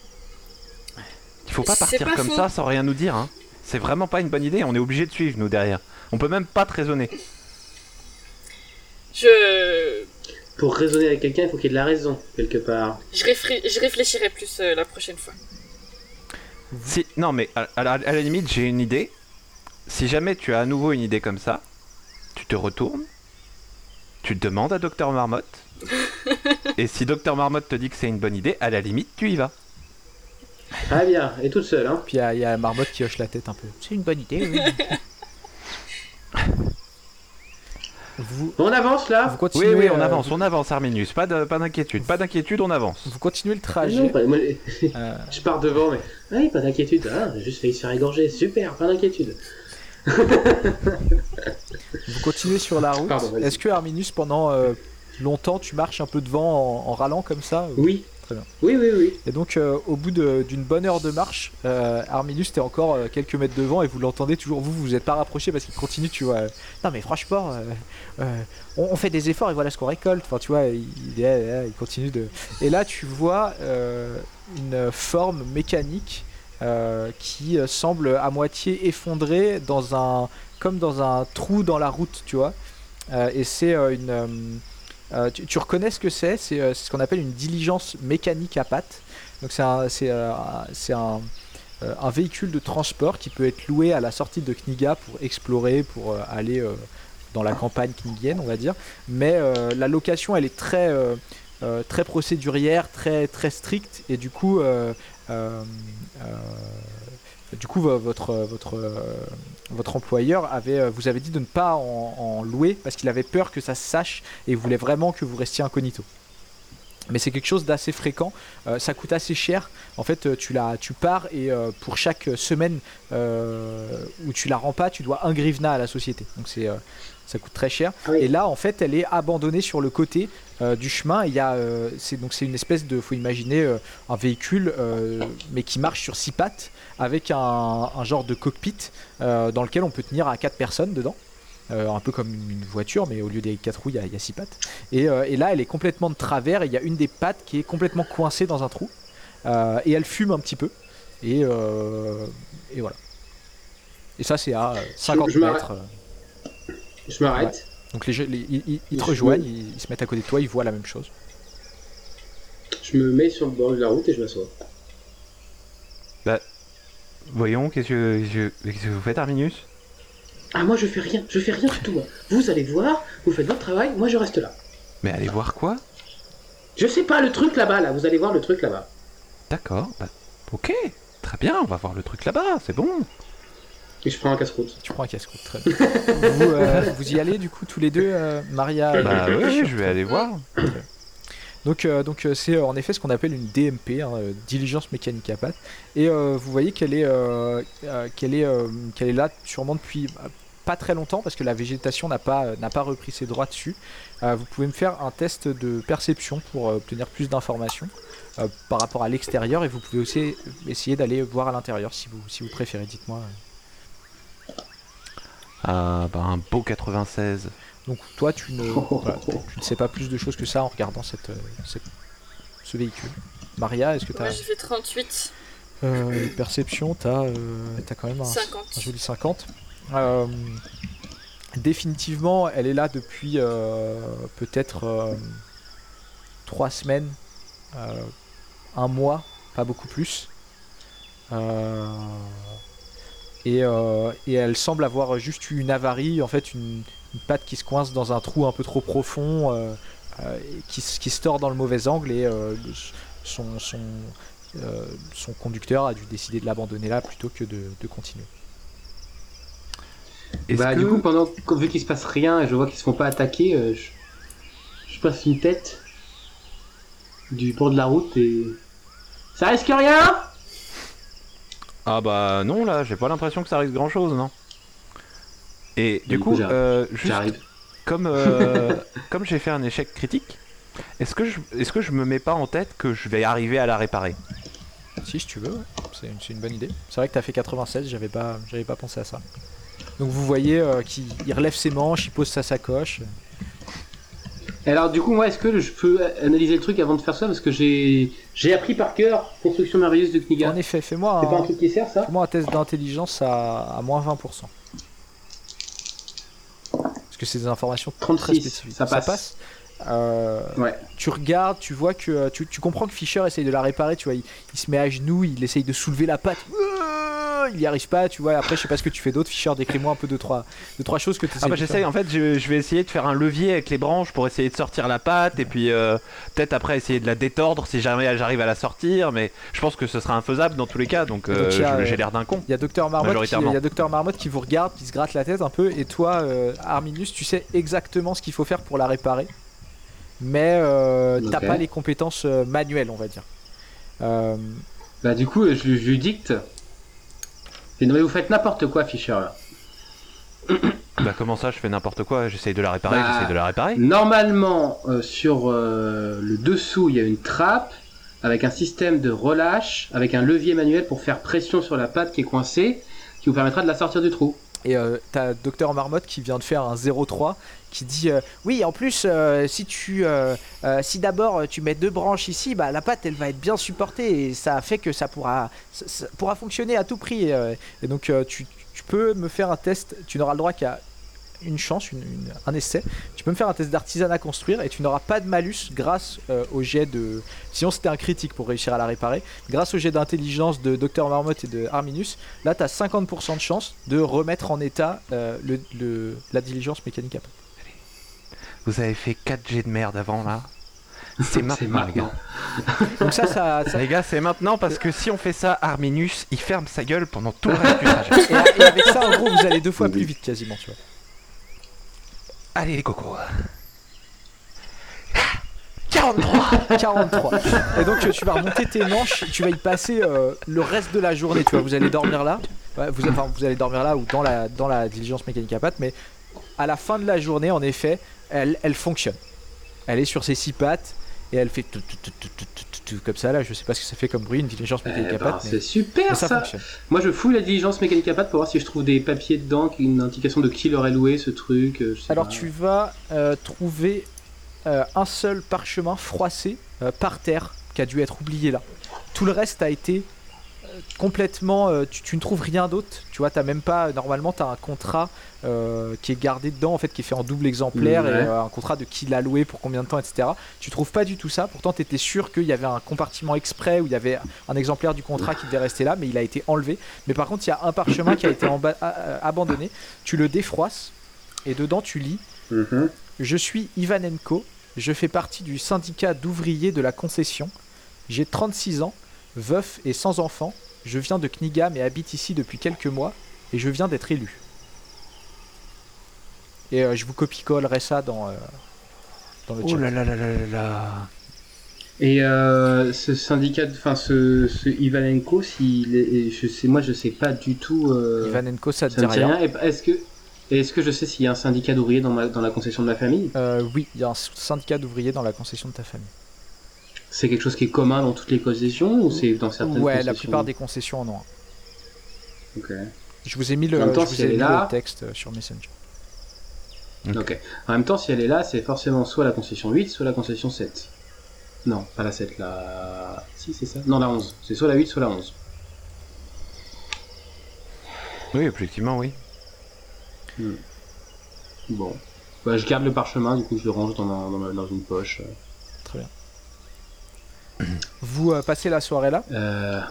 Il faut pas
C'est
partir
pas
comme
faux.
ça sans rien nous dire. Hein. C'est vraiment pas une bonne idée. On est obligé de suivre nous derrière. On peut même pas te raisonner.
je,
Pour raisonner avec quelqu'un, il faut qu'il y ait de la raison, quelque part.
je, réfré- je réfléchirai plus euh, la prochaine fois.
Si, non, mais à, à la, à la limite, j'ai une idée. Si jamais tu as à nouveau une idée comme ça, tu te retournes, tu demandes à Docteur Marmotte, et si Docteur Marmotte te dit que c'est une bonne idée, à la limite, tu y vas.
Ah bien, et toute seule, hein.
Puis il y, a- il y a Marmotte qui hoche la tête un peu. C'est une bonne idée, oui. vous,
On avance
vous
là.
Oui,
continuez,
oui, on
euh,
avance, on avance, Arminius. Pas de- pas d'inquiétude, pas d'inquiétude, on avance.
Vous continuez le
Ah
trajet.
non, pas- moi,
euh,
je pars devant, mais. Ah oui, pas d'inquiétude. Ah, j'ai juste failli se faire égorger. Super, pas d'inquiétude.
Vous continuez sur la route.
Pardon, vas-y.
Est-ce que Arminus, pendant euh, longtemps, tu marches un peu devant en, en râlant comme ça ou-
Oui.
Très bien.
Oui, oui, oui.
Et donc, euh, au bout de- d'une bonne heure de marche, euh, Arminus, t'es encore euh, quelques mètres devant et vous l'entendez toujours. Vous, vous vous êtes pas rapproché parce qu'il continue, tu vois. euh, non, mais franchement, euh, euh, on, on fait des efforts et voilà ce qu'on récolte. Enfin, tu vois, il, il, est- il continue de. Et là, tu vois euh, une forme mécanique euh, qui euh, semble à moitié effondrée dans un, comme dans un trou dans la route, tu vois. Euh, et c'est euh, une. euh, euh, tu, tu reconnais ce que c'est, c'est euh, c'est ce qu'on appelle une diligence mécanique à pattes. Donc c'est un, c'est, euh, c'est un, euh, un véhicule de transport qui peut être loué à la sortie de Kniga pour explorer, pour euh, aller euh, dans la campagne knigienne, on va dire. Mais euh, la location, elle est très, euh, euh, très procédurière, très, très stricte, et du coup, euh, euh, euh, du coup, vo- votre, votre, euh, votre employeur avait, euh, vous avait dit de ne pas en, en louer parce qu'il avait peur que ça se sache et voulait vraiment que vous restiez incognito. Mais c'est quelque chose d'assez fréquent, euh, ça coûte assez cher. En fait, euh, tu, la, tu pars et euh, pour chaque semaine euh, où tu la rends pas, tu dois un grivna à la société. Donc c'est, euh, ça coûte très cher.
Ah oui.
Et là, en fait, elle est abandonnée sur le côté euh, du chemin. Il y a, euh, c'est, donc c'est une espèce de, faut imaginer euh, un véhicule, euh, mais qui marche sur six pattes, avec un, un genre de cockpit euh, dans lequel on peut tenir à quatre personnes dedans. Euh, un peu comme une voiture, mais au lieu des quatre roues, il y a, il y a six pattes. Et, euh, et là, elle est complètement de travers, et il y a une des pattes qui est complètement coincée dans un trou. Euh, et elle fume un petit peu. Et, euh, et voilà. Et ça, c'est à euh, cinquante
je m'arrête.
mètres. euh.
Je m'arrête.
Donc les, jeux- les- ils, ils- ils te
Je
rejoignent,
me-
ils, ils se mettent à côté de toi, ils voient la même chose.
Je me mets sur le bord de la route et je m'assois.
Voyons, qu'est-ce que, je- qu'est-ce que vous faites, Arminius?
Ah, moi je fais rien, je fais rien du tout. moi. Vous allez voir, vous faites votre travail, moi je reste là.
Mais allez voir quoi?
Je sais pas, le truc là-bas, là, vous allez voir le truc là-bas.
D'accord, bah, ok, très bien, on va voir le truc là-bas, c'est bon.
Et je prends un casse-croûte.
Tu prends un casse-croûte, très bien. vous, euh, vous y allez du coup tous les deux, euh, Maria.
Bah
euh,
oui,
sur
je vais aller voir.
Donc, euh, donc euh, c'est euh, en effet ce qu'on appelle une D M P, hein, euh, diligence mécanique à pattes. Et euh, vous voyez qu'elle est, euh, euh, qu'elle est, euh, qu'elle est là sûrement depuis euh, pas très longtemps parce que la végétation n'a pas, euh, n'a pas repris ses droits dessus. Euh, vous pouvez me faire un test de perception pour euh, obtenir plus d'informations euh, par rapport à l'extérieur et vous pouvez aussi essayer d'aller voir à l'intérieur si vous, si vous préférez. Dites-moi.
Ah, bah un beau quatre-vingt-seize.
Donc toi, tu ne, voilà, tu ne sais pas plus de choses que ça en regardant cette, euh, cette- ce véhicule. Maria, est-ce que tu
Moi
as
j'ai fait trente-huit,
euh, perception, tu as quand même un,
cinquante.
un joli cinquante. Euh, définitivement, elle est là depuis euh, peut-être euh, trois semaines, euh, un mois, pas beaucoup plus. Euh, et, euh, et elle semble avoir juste eu une avarie, en fait une, une patte qui se coince dans un trou un peu trop profond, euh, euh, et qui, se- qui se tord dans le mauvais angle et euh, le- son, son, euh, son conducteur a dû décider de l'abandonner là plutôt que de, de continuer.
Est-ce
Bah,
que...
du coup, pendant vu qu'il se passe rien et je vois qu'ils se font pas attaquer, euh, je... je passe une tête. du bord de la route et... Ça risque rien?
Ah bah non, là, j'ai pas l'impression que ça risque grand chose, non. Et du,
Du coup,
coup,
j'arrive.
euh, juste
J'arrive.
comme, euh, comme j'ai fait un échec critique, est-ce que, je, est-ce que je me mets pas en tête que je vais arriver à la réparer?
Si, si tu veux, ouais. c'est une, c'est une bonne idée. C'est vrai que t'as fait quatre-vingt-seize, j'avais pas, j'avais pas pensé à ça. Donc vous voyez euh, qu'il il relève ses manches, il pose sa sacoche.
Et alors du coup, moi, est-ce que je peux analyser le truc avant de faire ça? Parce que j'ai j'ai appris par cœur Construction merveilleuse de Kniga.
En effet, fais-moi
C'est pas un
un,
truc qui sert, ça?
fais-moi un test d'intelligence à, à moins vingt pour cent. Parce que c'est des informations très
trente-six,
spécifiques.
ça passe.
Euh,
Ouais.
Tu regardes, tu vois que euh, tu, tu comprends que Fischer essaye de la réparer, tu vois, il, il se met à genoux, il essaye de soulever la patte. Il y arrive pas, tu vois. Après, je sais pas ce que tu fais d'autre, Fischer. Décris-moi un peu deux trois, deux, trois choses que tu essaies
Ah bah
de
j'essaye,
faire.
en fait je, je vais essayer de faire un levier avec les branches pour essayer de sortir la patte et puis euh, peut-être après essayer de la détordre si jamais j'arrive à la sortir, mais je pense que ce sera infaisable dans tous les cas, donc, euh,
Donc, il y a,
je- j'ai
euh,
l'air d'un con.
Il y a Docteur Marmotte, qui,
Majoritairement.
il y a Docteur Marmotte qui vous regarde, qui se gratte la tête un peu, et toi, euh, Arminus, tu sais exactement ce qu'il faut faire pour la réparer, mais euh, t'as
Ok.
pas les compétences euh, manuelles, on va dire. Euh,
Bah du coup, je, je lui dicte. Et non mais vous faites n'importe quoi, Fischer, là.
Bah comment ça je fais n'importe quoi, j'essaye de la réparer,
Bah,
j'essaye de la réparer.
Normalement, euh, sur euh, le dessous, il y a une trappe avec un système de relâche, avec un levier manuel pour faire pression sur la patte qui est coincée, qui vous permettra de la sortir du trou.
Et euh, t'as Docteur Marmotte qui vient de faire un zéro trois qui dit euh, oui, en plus euh, si tu euh, euh, si d'abord euh, tu mets deux branches ici, bah la pâte elle va être bien supportée et ça fait que ça pourra ça, ça pourra fonctionner à tout prix. euh. Et donc euh, tu, tu peux me faire un test, tu n'auras le droit qu'à une chance, une, une- un essai. Tu peux me faire un test d'artisanat à construire et tu n'auras pas de malus grâce euh, au jet de... Sinon c'était un critique pour réussir à la réparer. Grâce au jet d'intelligence de Docteur Marmotte et de Arminus, là tu as cinquante pour cent de chance de remettre en état euh, le, le- la diligence mécanique à pâte.
Vous avez fait quatre jets de merde avant là. C'est maintenant, les gars.
Donc ça, ça... ça-
Les gars, c'est maintenant parce que si on fait ça, Arminus, il ferme sa gueule pendant tout le reste du trajet.
Et, et avec ça, en gros, vous allez deux fois plus vite quasiment, tu vois.
Allez les cocos.
quarante-trois quarante-trois. Et donc euh, tu vas remonter tes manches, tu vas y passer euh, le reste de la journée, tu vois, vous allez dormir là, ouais, vous, enfin, vous allez dormir là ou dans la, dans la diligence mécanique à pattes, mais à la fin de la journée, en effet, elle, elle fonctionne. Elle est sur ses six pattes et elle fait tout, tout, tout, tout, tout, tout, tout, tout, comme ça, là, je sais pas ce que ça fait comme bruit, une diligence
Eh
mécanique à
ben,
pattes, mais,
c'est super
mais ça,
ça.
fonctionne.
Moi je fouille la diligence mécanique à patte pour voir si je trouve des papiers dedans, une indication de qui leur est loué ce truc. euh, je sais
Alors
pas.
tu vas euh, trouver euh, un seul parchemin froissé euh, par terre qui a dû être oublié là. Tout le reste a été euh, complètement... euh, tu, tu ne trouves rien d'autre. Tu vois, t'as même pas... Normalement, tu as un contrat euh, qui est gardé dedans, en fait, qui est fait en double exemplaire,
Ouais.
et euh, un contrat de qui l'a loué, pour combien de temps, et cetera. Tu trouves pas du tout ça. Pourtant, tu étais sûr qu'il y avait un compartiment exprès où il y avait un exemplaire du contrat qui devait rester là, mais il a été enlevé. Mais par contre, il y a un parchemin qui a été en ba- a- a- abandonné. Tu le défroisses, et dedans, tu lis:
Mhm.
je suis Ivanenko, je fais partie du syndicat d'ouvriers de la concession. J'ai trente-six ans, veuf et sans enfant. Je viens de Kniga mais habite ici depuis quelques mois et je viens d'être élu. Et euh, je vous copie-collerai ça dans, euh, dans le chat.
Oh là là là là là là.
Et euh, ce syndicat, enfin ce, ce Ivanenko, s'il est, je sais, moi je sais pas du tout. Euh,
Ivanenko, ça te
ça
dit
me dit
rien.
rien. Et Est-ce que, et est-ce que je sais s'il y a un syndicat d'ouvriers dans, ma- dans la concession de ma famille?
Euh, oui, il y a un syndicat d'ouvriers dans la concession de ta famille.
C'est quelque chose qui est commun dans toutes les concessions ou c'est dans certaines
Ouais,
concessions?
la plupart des concessions en ont un.
Ok.
Je vous ai mis le,
En même temps,
je vous
si
ai
elle est
mis
là-
le texte euh, sur Messenger.
Ok. En même temps, si elle est là, c'est forcément soit la concession huit, soit la concession sept. Non, pas la sept, la... Si, c'est ça. Non, la onze. C'est soit la huit, soit la onze.
Oui, effectivement, oui.
Bon. Bah, je garde le parchemin, du coup je le range dans, ma, dans, ma- dans une poche.
Très bien. Vous euh, passez la soirée là?
Euh...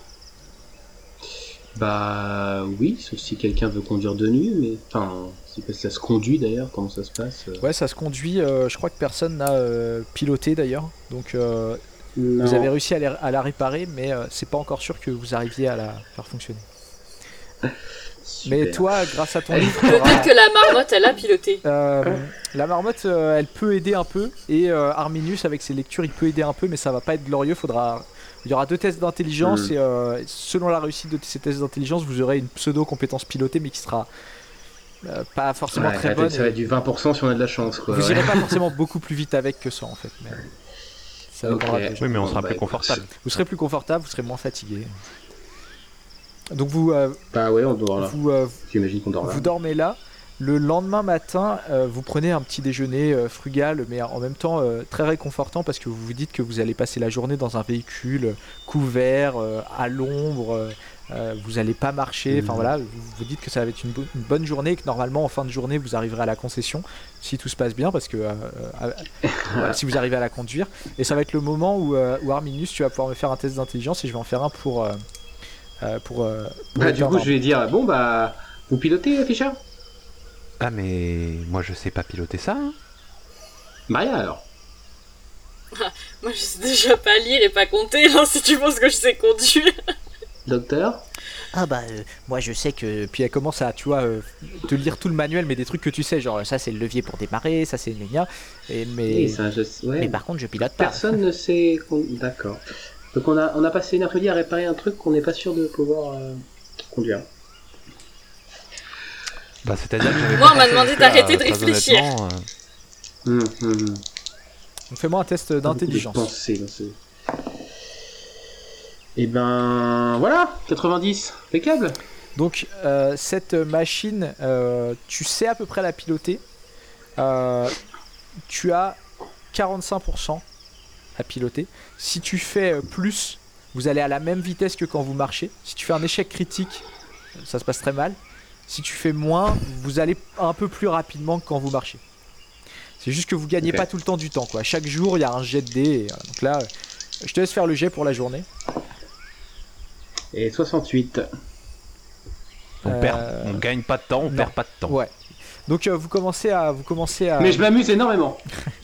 Bah oui, sauf si quelqu'un veut conduire de nuit, mais... Enfin, si ça se conduit d'ailleurs, comment ça se passe euh
Ouais, ça se conduit. euh, je crois que personne n'a euh, piloté d'ailleurs. Donc euh,
Non.
vous avez réussi à, la- à la réparer, mais euh, c'est pas encore sûr que vous arriviez à la faire fonctionner.
Super.
Mais toi, grâce à ton livre,
Peut-être
t'auras-
que la marmotte, elle a piloté.
Euh, la marmotte, euh, elle peut aider un peu, et euh, Arminius avec ses lectures, il peut aider un peu, mais ça va pas être glorieux. Faudra, il y aura deux tests d'intelligence,
Mm.
et euh, selon la réussite de ces tests d'intelligence, vous aurez une pseudo compétence pilotée, mais qui sera euh, pas forcément
Ouais,
très
ça va
bonne.
être- ça va
et
être du vingt pour cent si on a de la chance, quoi.
vous
ouais.
irez pas forcément beaucoup plus vite avec que ça, en fait. Mais ça
Ok.
dépendra des gens.
Oui, mais on
Bon,
sera
bah,
plus
écoute,
confortable.
Vous serez plus confortable, vous serez moins fatigué. Donc vous, euh,
Bah ouais, on dort là.
vous, euh,
J'imagine qu'on dort là.
Vous dormez là. Le lendemain matin, euh, vous prenez un petit déjeuner euh, frugal, mais en même temps euh, très réconfortant parce que vous vous dites que vous allez passer la journée dans un véhicule euh, couvert, euh, à l'ombre. euh, euh, vous n'allez pas marcher. Enfin
Mhm.
voilà, vous vous dites que ça va être une, bo- une bonne journée et que normalement en fin de journée vous arriverez à la concession si tout se passe bien parce que euh, euh, euh, voilà, si vous arrivez à la conduire. Et ça va être le moment où, euh, où Arminius, tu vas pouvoir me faire un test d'intelligence et je vais en faire un pour. euh, euh, pour, euh, pour
Bah
le
du
dire
coup,
dans-
je vais dire, bon bah, vous pilotez, Fischer?
Ah, mais moi je sais pas piloter ça. Hein.
Maria alors.
Moi, je sais déjà pas lire et pas compter, hein, si tu penses que je sais conduire.
Docteur?
Ah bah, euh, moi je sais que...
Puis elle commence à, tu vois, euh, te lire tout le manuel, mais des trucs que tu sais, genre ça c'est le levier pour démarrer, ça c'est une gna, et mais
Oui, ça, je... ouais.
Mais par contre, je pilote pas.
Personne ne sait. qu'on- D'accord. Donc on a, on a passé une après-midi à réparer un truc qu'on n'est pas sûr de pouvoir euh, conduire.
Bah, c'est-à-dire que j'avais
Moi,
pas
on m'a
pensé
demandé
jusque-là,
d'arrêter de
très
réfléchir.
honnêtement, euh,
Hum, hum, hum.
donc fais-moi un test d'intelligence.
Beaucoup de pensées dans ce... Et ben voilà, quatre-vingt-dix, impeccable.
Donc euh, cette machine, euh, tu sais à peu près la piloter. Euh, tu as quarante-cinq pour cent à piloter. Si tu fais euh, plus, vous allez à la même vitesse que quand vous marchez. Si tu fais un échec critique, ça se passe très mal. Si tu fais moins, vous allez un peu plus rapidement que quand vous marchez. C'est juste que vous gagnez
Ok.
pas tout le temps du temps, quoi. Chaque jour, il y a un jet de dés. Et, voilà. Donc là, euh, je te laisse faire le jet pour la journée.
Et soixante-huit.
on,
Euh,
perd, on gagne pas de temps, on
non.
perd pas de temps.
Ouais. Donc euh, vous commencez à, vous commencez à.
Mais je m'amuse énormément.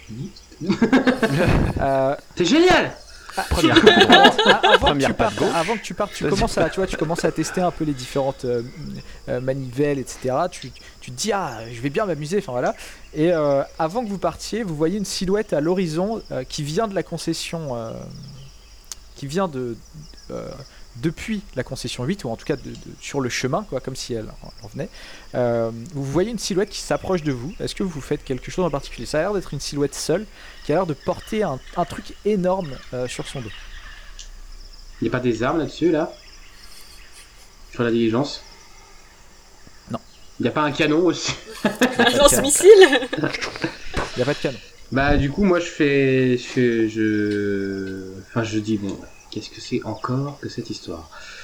euh,
C'est génial.
Première
avant, avant que
Première
tu
patte
partes,
gauche.
avant que tu partes, tu
Vas-y.
commences à, tu vois, tu commences à tester un peu les différentes euh, euh, manivelles, et cetera. Tu, tu te dis ah, je vais bien m'amuser, enfin voilà. Et euh, avant que vous partiez, vous voyez une silhouette à l'horizon euh, qui vient de la concession, euh, qui vient de euh, depuis la concession huit, ou en tout cas de, de- sur le chemin, quoi, comme si elle en venait. Euh, vous voyez une silhouette qui s'approche de vous. Est-ce que vous faites quelque chose en particulier? Ça a l'air d'être une silhouette seule, qui a l'air de porter un, un truc énorme euh, sur son dos.
Il n'y a pas des armes là-dessus, là? Sur la diligence?
Non.
Il n'y a pas un canon aussi?
Lance-missile.
Il n'y a pas de canon.
Bah du coup, moi je fais... Je... fais- je... Enfin, je dis, bon, qu'est-ce que c'est encore que cette histoire?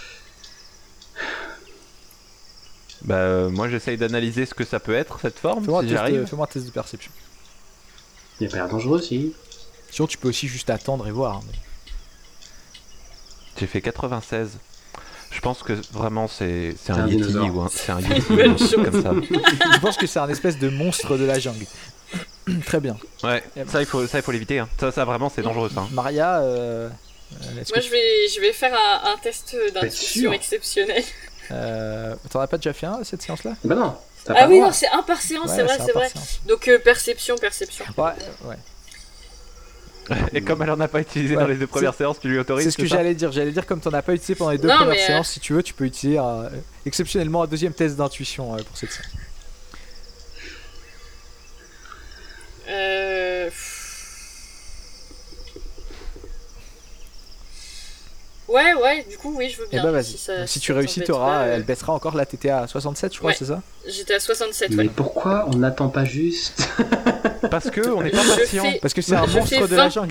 Bah, euh, moi j'essaye d'analyser ce que ça peut être cette forme,
Fais-moi
si
un, test de-
j'arrive.
fais-moi un test de perception.
Il n'y a pas l'air dangereux, si.
Sinon, tu peux aussi juste attendre et voir. hein, mais-
J'ai fait quatre-vingt-seize. Je pense que vraiment c'est c'est
C'est
un
un
Yeti
dinosaure.
ou un, c'est un Yeti
Bonne
ou un truc
chose.
comme ça.
Je pense que c'est un espèce de monstre de la jungle. Très bien.
Ouais, ça il faut ça il faut l'éviter. Hein. Ça ça vraiment c'est dangereux ça. hein.
Maria, euh, euh, est-ce
Moi,
que
je vais, je vais faire un, un test d'intuition
sûr
exceptionnel.
euh, t'en as pas déjà fait un cette séance-là?
Bah non. t'as
Ah
pas
oui,
le droit.
non, c'est un par séance,
Ouais,
c'est vrai,
un
c'est
par
vrai.
séance.
Donc, euh, perception, perception.
Ouais, ouais.
Et comme elle en a pas utilisé
Ouais,
dans les deux premières
c'est-
séances, tu lui autorises.
C'est ce que
ça
j'allais dire. J'allais dire comme t'en as pas utilisé pendant les deux
Non,
premières
mais, euh,
séances, si tu veux, tu peux utiliser euh, exceptionnellement un deuxième test d'intuition euh, pour cette séance.
Euh... Ouais, ouais, du coup, oui, je veux
Et
bien.
bah vas-y.
Si, ça-
Donc, si
si
tu
ça
réussis,
t'embête
t'auras,
pas, euh,
elle baissera encore. Là, t'étais à soixante-sept, je crois,
Ouais.
c'est ça?
J'étais à soixante-sept,
Mais
ouais.
pourquoi on n'attend pas juste?
Parce que on n'est pas
Je
patient.
fais-
Parce que c'est un
Je
monstre
fais
de la
vingt.
jungle.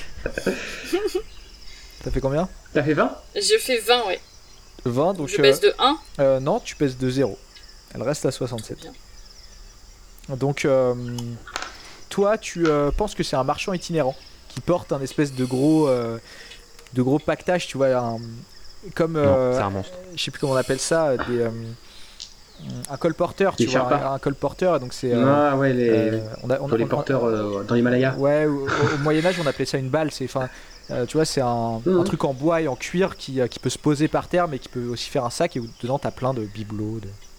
T'as fait combien?
T'as fait vingt?
Je fais vingt, ouais.
vingt, donc...
Je
euh,
baisse de un.
Euh, non, tu pèses de zéro. Elle reste à soixante-sept.
Bien.
Donc, euh, toi, tu euh, penses que c'est un marchand itinérant qui porte un espèce de gros, euh, de gros pactage, tu vois, un, comme,
Non,
euh,
c'est un monstre.
je sais plus comment on appelle ça, des, euh, un colporteur, tu
Des
vois,
Sherpas.
un, un colporteur. Donc c'est, euh,
Ah ouais, les,
euh, on a, on a-
pour les
on a-
porteurs euh, dans l'Himalaya.
Ouais, au, au Moyen Âge, on appelait ça une balle. C'est, enfin, euh, tu vois, c'est un,
Mhm.
un truc en bois et en cuir qui, euh, qui peut se poser par terre, mais qui peut aussi faire un sac et où dedans t'as plein de bibelots. De...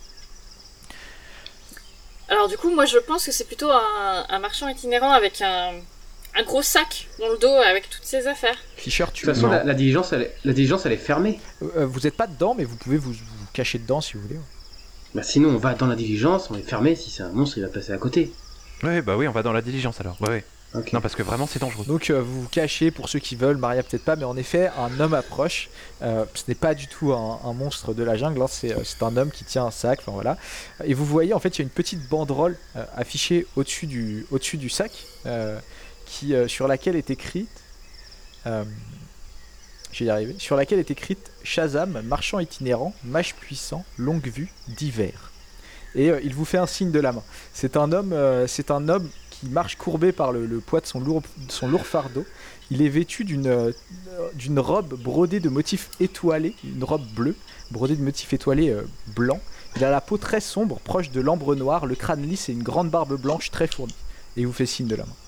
Alors du coup, moi je pense que c'est plutôt un, un marchand itinérant avec un, un gros sac dans le dos avec toutes ses affaires.
Fischer,
De
tu
toute façon,
Non.
la, la diligence, elle est, la diligence, elle est fermée.
Euh, vous êtes pas dedans, mais vous pouvez vous, vous cacher dedans si vous voulez.
Bah sinon, on va dans la diligence, on est fermé. Si c'est un monstre, il va passer à côté.
Ouais, bah oui, on va dans la diligence alors. Ouais, ouais.
Ok.
Non, parce que vraiment, c'est dangereux.
Donc euh, vous vous cachez pour ceux qui veulent, Maria peut-être pas, mais en effet, un homme approche. Euh, ce n'est pas du tout un, un monstre de la jungle, hein, c'est, euh, c'est un homme qui tient un sac, enfin voilà. Et vous voyez, en fait, il y a une petite banderole euh, affichée au-dessus du, au-dessus du sac, euh, qui, euh, sur laquelle est écrite... Euh, je vais y arriver. Sur laquelle est écrite Shazam, marchand itinérant, mage puissant, longue vue, d'hiver. Et euh, il vous fait un signe de la main. C'est un homme, euh, c'est un homme qui marche courbé par le, le poids de son lourd, son lourd fardeau. Il est vêtu d'une, euh, d'une robe brodée de motifs étoilés, une robe bleue, brodée de motifs étoilés euh, blancs. Il a la peau très sombre, proche de l'ambre noir, le crâne lisse et une grande barbe blanche très fournie. Et il vous fait signe de la main.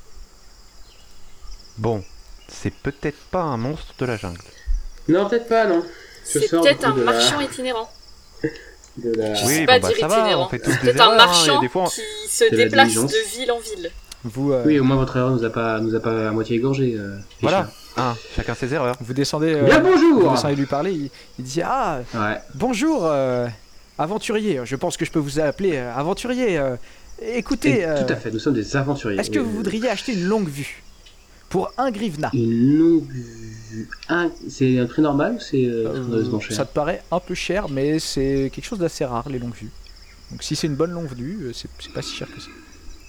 Bon, c'est peut-être pas un monstre de la jungle.
Non, peut-être pas, non. Je
C'est
sors
peut-être
du coup
un
de la-
marchand itinérant.
de la-
Je
Oui,
sais
bon,
pas
bah,
dire
ça va,
itinérant.
on fait tous
C'est
des
peut-être un
erreurs, hein,
marchand
il y a des fois, on-
qui se
C'est la
déplace
diligence.
de ville en ville.
Vous, euh,
Oui, au moins votre erreur nous a pas, nous a pas à moitié égorgé. Euh,
Voilà, hein, chacun ses erreurs.
vous descendez, euh,
Bien
vous
bonjour.
descendez lui parler. Il, il dit ah
Ouais.
bonjour euh, aventurier. Je pense que je peux vous appeler euh, aventurier. euh, écoutez,
Et
euh,
Tout à fait, nous sommes des aventuriers.
est-ce que
Oui,
vous
oui.
voudriez acheter une longue vue pour un grivna?
Une longue vue. Un... C'est un prix normal ou c'est euh,
Euh,
scandaleusement cher?
Ça te paraît un peu cher, mais c'est quelque chose d'assez rare, les longues vues. Donc si c'est une bonne longue vue, euh, c'est c'est pas si cher que ça.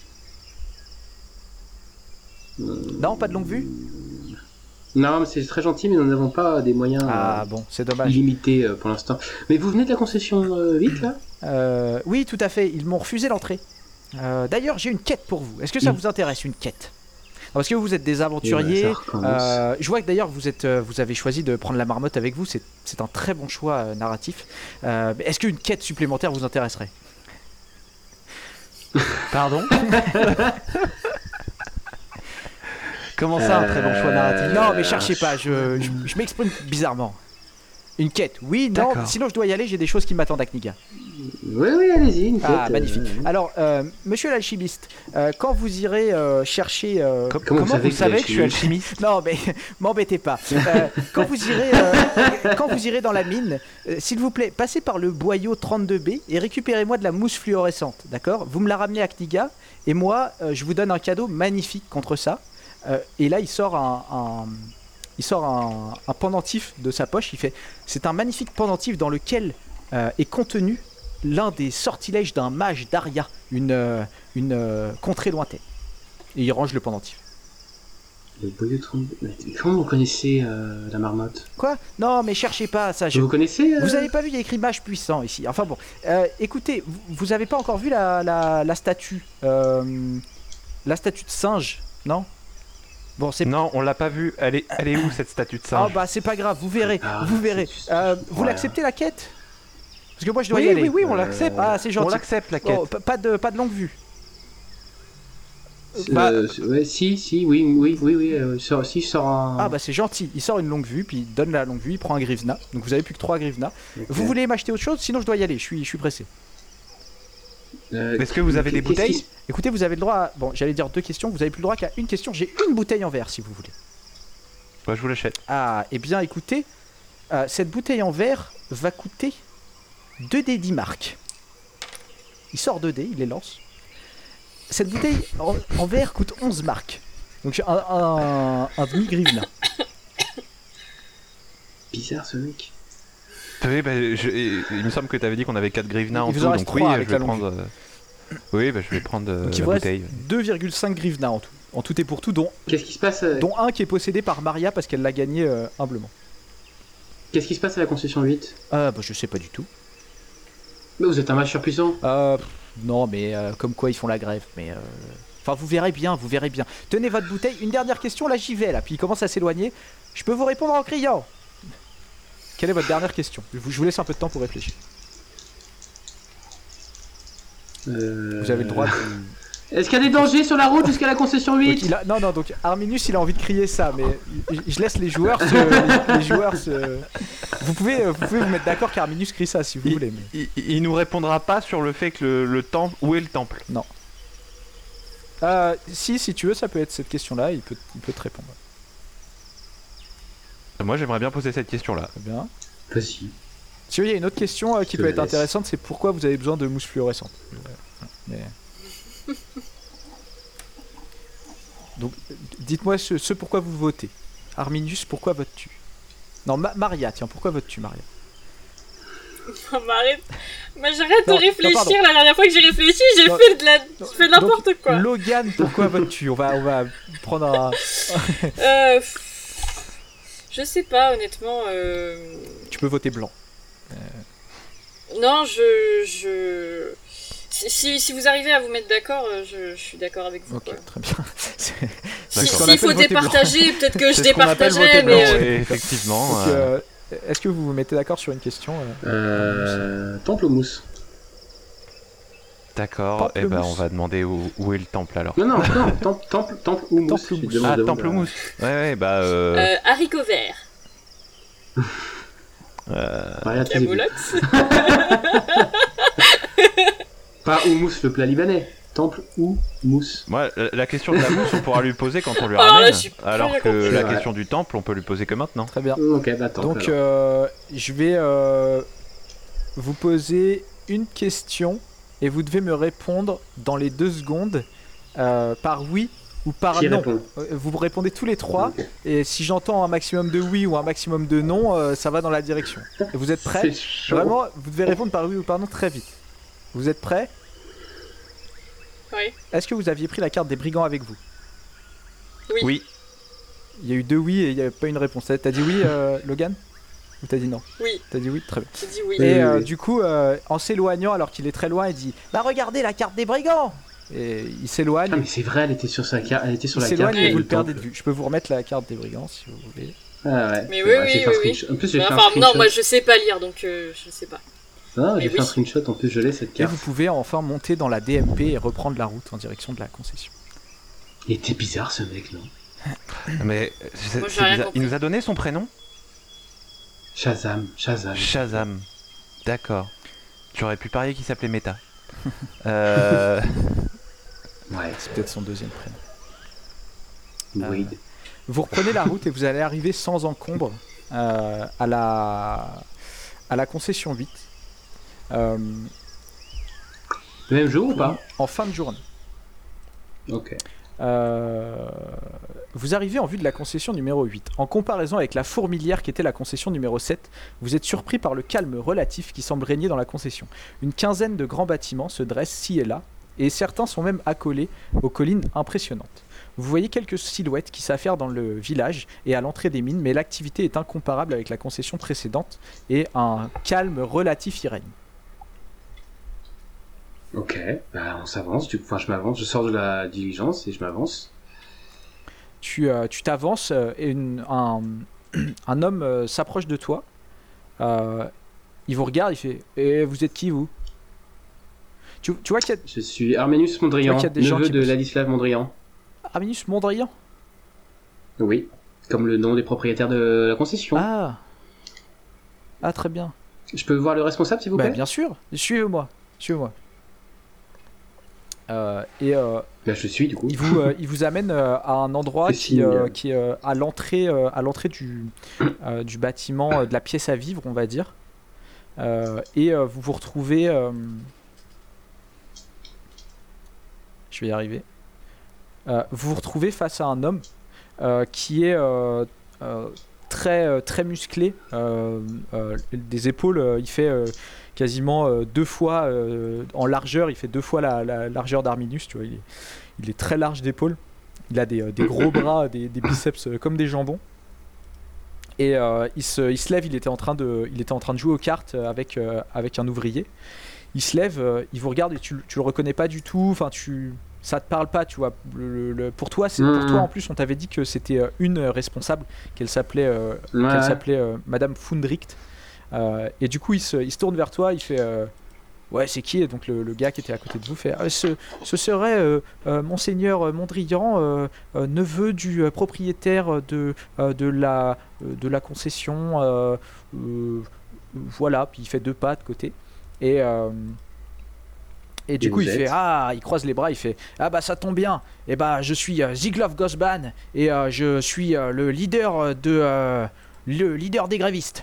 Non, pas de longue vue?
Non, mais c'est très gentil, mais nous n'avons pas des moyens
Ah
euh,
bon, c'est dommage.
illimités euh, pour l'instant. Mais vous venez de la concession euh, vite là?
Euh, oui, tout à fait, ils m'ont refusé l'entrée. Euh, D'ailleurs, j'ai une quête pour vous. Est-ce que ça
Mm.
vous intéresse, une quête? Parce que vous êtes des
Eh ben,
aventuriers.
ça recommence.
Euh, je vois que d'ailleurs vous êtes, euh, vous avez choisi de prendre la marmotte avec vous. C'est, c'est un très bon choix euh, narratif. Euh, mais est-ce qu'une quête supplémentaire vous intéresserait?
Pardon? Comment ça, un très bon choix narratif?
Euh,
Non, mais cherchez pas. Je, je, je m'exprime bizarrement. Une quête, oui, non.
D'accord.
Sinon, je dois y aller. J'ai des choses qui m'attendent à Kniga.
Oui, oui, allez-y, une
Ah,
quête,
magnifique.
euh,
Alors, euh, monsieur l'alchimiste, euh, quand vous irez euh, chercher. euh,
Com-
Comment
Comment,
vous savez
vous
que
savez
vous
que je suis
êtes
alchimiste?
Non, mais m'embêtez pas. Euh, quand, vous irez, euh, quand vous irez dans la mine, euh, s'il vous plaît, passez par le boyau trente-deux B et récupérez-moi de la mousse fluorescente, d'accord? Vous me la ramenez à Kniga et moi, euh, je vous donne un cadeau magnifique contre ça. Euh, et là, il sort un, un- il sort un, un pendentif de sa poche. Il fait, c'est un magnifique pendentif dans lequel euh, est contenu l'un des sortilèges d'un mage d'Aria, une, euh, une euh, contrée lointaine. Et il range le pendentif.
Le boyau trente. Mais comment vous connaissez euh, la marmotte?
Quoi? Non, mais cherchez pas ça. Je...
Vous connaissez euh,
Vous avez pas vu, il y a écrit mage puissant ici. Enfin bon, Euh, écoutez, vous, vous avez pas encore vu la, la, la statue, euh, la statue de singe, non? Bon, c'est
Non, on l'a pas vue. Elle est, elle est où cette statue de
ah
singe?
bah c'est pas grave, vous verrez,
Ah,
vous verrez.
c'est-
Euh, vous
ouais.
l'acceptez la quête? Parce que moi je dois
Oui,
y aller.
oui, oui, on
Euh,
l'accepte.
Ah, c'est
On
gentil.
l'accepte, la quête.
Oh, pa- pas de pas de longue vue.
Euh,
bah-
ouais, si, si, oui, oui, oui, oui. Euh, sort- si je sors un.
Ah bah c'est gentil. Il sort une longue vue, puis il donne la longue vue, il prend un grivna. Donc vous avez plus que trois grivna.
Ok.
Vous voulez m'acheter autre chose? Sinon je dois y aller. Je suis je suis pressé.
Euh,
Est-ce que vous avez des
qu'est-ce qui-
bouteilles?
Écoutez, vous avez le droit à... Bon, j'allais dire deux questions. Vous avez plus le droit qu'à une question. J'ai une bouteille en verre si vous voulez.
Bah, je vous l'achète.
Ah, eh bien écoutez, euh, cette bouteille en verre va coûter deux dés dix marques. Il sort deux dés, il les lance. Cette bouteille en, en verre coûte onze marques. Donc un, un, un demi-grivna.
Bizarre ce mec.
Oui, bah, je- il me semble que tu avais dit qu'on avait quatre grivnas en
Il vous
tout,
en reste
donc oui,
trois
je
avec
vais
la longue
prendre. euh, Oui, bah, je vais prendre euh,
Donc il
la
vous reste
bouteille.
deux virgule cinq grivna en tout. En tout et pour tout, dont,
Qu'est-ce qui se passe euh,
dont un qui est possédé par Maria parce qu'elle l'a gagné euh, humblement.
Qu'est-ce qui se passe à la concession huit?
Ah bah je sais pas du tout.
Mais vous êtes un mage surpuissant.
Euh, pff, non mais euh, comme quoi ils font la grève, mais... euh, Enfin vous verrez bien, vous verrez bien. Tenez votre bouteille, une dernière question, là j'y vais là, puis il commence à s'éloigner. Je peux vous répondre en criant. Quelle est votre dernière question? je vous, je vous laisse un peu de temps pour réfléchir.
Euh...
Vous avez le droit de...
Est-ce qu'il y a des dangers sur la route jusqu'à la concession
Donc,
huit?
il a... Non non, donc Arminus il a envie de crier ça, mais je- je laisse les joueurs se... les, les joueurs se... Vous pouvez, euh, vous pouvez vous mettre d'accord qu'Arminius crie ça si vous
il,
voulez. Mais...
il, il nous répondra pas sur le fait que le, le temple. Où est le temple?
Non. Euh, si, si tu veux, ça peut être cette question-là. Il peut, il peut te répondre.
Moi, j'aimerais bien poser cette question-là.
Très bien.
Vas-y.
Si il y a une autre question euh, qui
Je
peut
la
être
laisse.
intéressante, c'est pourquoi vous avez besoin de mousse fluorescente. Mais... Donc, dites-moi ce, ce pourquoi vous votez. Arminius, pourquoi votes-tu? Non, Ma- Maria, tiens, pourquoi votes-tu, Maria?
Non, mais arrête. Moi, j'arrête de
Non, non,
réfléchir.
pardon.
La dernière fois que j'ai réfléchi, j'ai
Non.
fait de la, j'ai fait n'importe
Donc,
quoi.
Logan, pourquoi votes-tu? On va, on va prendre un...
Euh, je sais pas, honnêtement. Euh...
Tu peux voter blanc.
Non, je, je. Si, si vous arrivez à vous mettre d'accord, euh, je, je suis d'accord avec vous.
Ok,
quoi.
très bien. C'est-
Si-
C'est ce qu'on
S'il
appelle
faut
voter blanc.
départager, peut-être que je
C'est ce qu'on appelle
départagerai,
voter blanc,
mais. euh,
oui, effectivement.
Donc,
euh,
euh, est-ce que vous vous mettez d'accord sur une question euh,
Euh, temple ou mousse?
D'accord, et ben
Pamplemousse.
on va demander où, où est le temple alors.
Non, non, non, temple, temple, temple ou mousse.
Temple ou
je
mousse.
demande-
Ah,
demande
temple
à-
mousse. Ouais, ouais, bah. Euh,
euh, haricots verts.
euh,
Maria, tu sais-
Camoulox.
Pas ou mousse, le plat libanais. Temple ou mousse.
Moi, la, la question de la mousse, on pourra lui poser quand on lui
Alors là,
ramène.
je suis plus
alors
bien
que
compris.
la
Ouais.
question du temple, on peut lui poser que maintenant.
Très bien.
Ok, bah temple.
Donc,
alors.
euh, je vais euh, vous poser une question et vous devez me répondre dans les deux secondes euh, par oui ou par
Qui
non.
répond?
Euh, Vous répondez tous les trois
Ok.
et si j'entends un maximum de oui ou un maximum de non, euh, ça va dans la direction. Et vous êtes prêts?
C'est chaud.
Vraiment, vous devez répondre par oui ou par non très vite. Vous êtes prêts?
Oui.
Est-ce que vous aviez pris la carte des brigands avec vous?
Oui.
Oui.
Il y a eu deux oui et il n'y a pas une réponse. T'as t'as dit oui, euh, Logan? Ou t'as dit non?
Oui,
T'as dit oui? Très bien.
j'ai dit oui.
Oui,
Et
oui,
euh,
oui.
du coup, euh, en s'éloignant alors qu'il est très loin, il dit Bah regardez la carte des brigands! Et il s'éloigne,
Ah, mais c'est vrai, elle était sur sa carte. Elle était sur
il
la carte.
s'éloigne et
du
vous le perdez de
temple.
vue. Je peux vous remettre la carte des brigands si vous voulez.
Ah ouais.
Mais
c'est
oui,
vrai,
oui,
j'ai fait un
oui, oui.
screenshot. En plus, j'ai
Bah,
fait un
enfin,
screenshot.
non, moi je sais pas lire, donc euh, je sais pas.
Non,
Mais
j'ai fait
oui.
un screenshot. En plus, je l'ai cette
Et
carte.
vous pouvez enfin monter dans la D M P et reprendre la route en direction de la concession.
Il était bizarre ce mec, non?
Mais c'est-
Moi, j'ai
c'est
rien
bizarre.
compris.
Il nous a donné son prénom?
Shazam, Shazam.
Shazam. D'accord. J'aurais pu parier qu'il s'appelait Meta. euh...
Ouais,
C'est peut-être son deuxième prénom.
Wade.
Vous reprenez la route et vous allez arriver sans encombre euh, à, la... à la concession huit. Euh,
Le même jour ou pas?
en fin de journée.
Ok.
Euh, vous arrivez en vue de la concession numéro huit. En comparaison avec la fourmilière qui était la concession numéro sept, vous êtes surpris par le calme relatif qui semble régner dans la concession. Une quinzaine de grands bâtiments se dressent ci et là, et certains sont même accolés aux collines impressionnantes. Vous voyez quelques silhouettes qui s'affairent dans le village et à l'entrée des mines, mais l'activité est incomparable avec la concession précédente et un calme relatif y règne.
Ok, bah on s'avance, du coup, enfin je m'avance, je sors de la diligence et je m'avance.
Tu euh, tu t'avances euh, et une- un, un homme euh, s'approche de toi. Euh, il vous regarde, il fait Et vous êtes qui vous tu, tu vois qu'il y a
Je suis Arminius Mondrian,
qu'il y a des gens
neveu
qui
de
poussent.
Ladislav Mondrian.
Arminius Mondrian.
Oui, comme le nom des propriétaires de la concession.
Ah Ah, très bien.
Je peux voir le responsable s'il vous
Bah,
plaît?
bien sûr, suivez-moi. Suivez-moi. Euh, et euh,
Bah je suis du coup.
il, vous, euh, il vous amène euh, à un endroit
Fais
qui,
signe.
euh, qui est euh, à l'entrée euh, à l'entrée du, euh, du bâtiment, euh, de la pièce à vivre, on va dire. Euh, et euh, vous vous retrouvez. euh, Je vais y arriver. Euh, vous vous retrouvez face à un homme euh, qui est euh, euh, très, euh, très musclé. Euh, euh, des épaules, euh, il fait euh, quasiment euh, deux fois euh, en largeur, il fait deux fois la, la largeur d'Arminius. Tu vois, il est, il est très large d'épaules. Il a des, euh, des gros bras, des, des biceps euh, comme des jambons. Et euh, il, se, il se lève, il était en train de, il était en train de jouer aux cartes avec, euh, avec un ouvrier. Il se lève, euh, il vous regarde et tu, tu le reconnais pas du tout. Enfin, tu, ça te parle pas, tu vois. Le, le- le- pour toi, c'est pour
Mhm.
toi en plus, on t'avait dit que c'était euh, une responsable, qu'elle s'appelait, euh,
Ouais.
qu'elle s'appelait euh, Madame Fundricht. Euh, et du coup, il se, il se tourne vers toi, il fait, euh, Ouais, c'est qui? Et donc le, le gars qui était à côté de vous fait, ah, ce, ce serait euh, euh, Monseigneur Mondrian, euh, euh, neveu du euh, propriétaire de, euh, de, la, euh, de la concession. Euh, euh, voilà, puis il fait deux pas de côté. Et, euh, et du
Et
coup,
vous
il
êtes
fait, ah, il croise les bras, il fait, ah bah ça tombe bien. Et bah, je suis euh, Ziglov Gosban et euh, je suis euh, le leader de, euh, le leader des grévistes.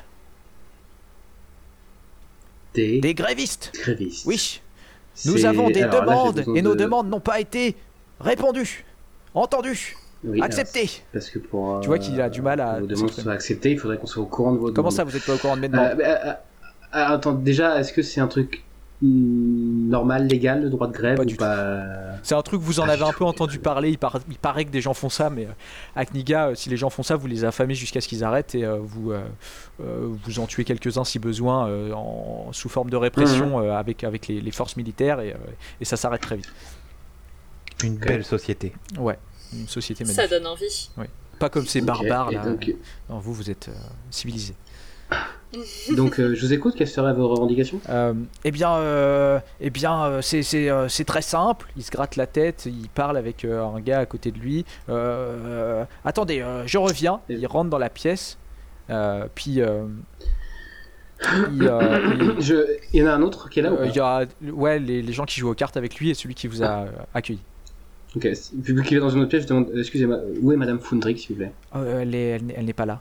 Des,
Des grévistes.
grévistes.
Oui. Nous
C'est-
avons des
alors là, j'ai
demandes
besoin
et nos
de-
demandes n'ont pas été répondues, entendues,
Oui,
acceptées.
alors, parce que pour.
Tu vois qu'il a du mal à
pour que vos demandes
s'exprimer.
soient acceptées, il faudrait qu'on soit au courant de vos
Comment
demandes.
ça, vous n'êtes pas au courant de mes
Euh,
demandes?
bah, euh, euh, Attends, déjà, est-ce que c'est un truc mm, normal, légal, le droit de grève
Pas
ou
du tout.
pas?
C'est un truc, vous en
Pas
avez
du
un
tout.
peu entendu parler, il, par- il paraît que des gens font ça, mais euh, à Kniga, euh, si les gens font ça, vous les affamez jusqu'à ce qu'ils arrêtent et euh, vous, euh, euh, vous en tuez quelques-uns si besoin, euh, en, sous forme de répression euh, avec, avec les, les forces militaires, et, euh, et ça s'arrête très vite.
Une belle société.
Ouais, une société
Ça
magnifique.
donne envie.
Pas comme ces
Ok,
barbares
et
là.
donc,
Non, vous, vous êtes euh, civilisés.
donc euh, je vous écoute, quelles seraient vos revendications?
Euh, eh bien, euh, eh bien euh, c'est, c'est, euh, c'est très simple. Il se gratte la tête, il parle avec euh, un gars à côté de lui. Euh, euh, attendez, euh, je reviens. Il rentre dans la pièce. Euh, puis, euh, il, euh, il-
Je... Il y en a un autre qui est là ou
euh,
pas?
il y a ouais, les, les gens qui jouent aux cartes avec lui et celui qui vous a euh, accueilli.
Ok, vu qu'il est dans une autre pièce, je demande, excusez-moi, où est Madame Fundrick, s'il vous plaît?
Euh, elle, est- elle n'est- elle n'est pas là.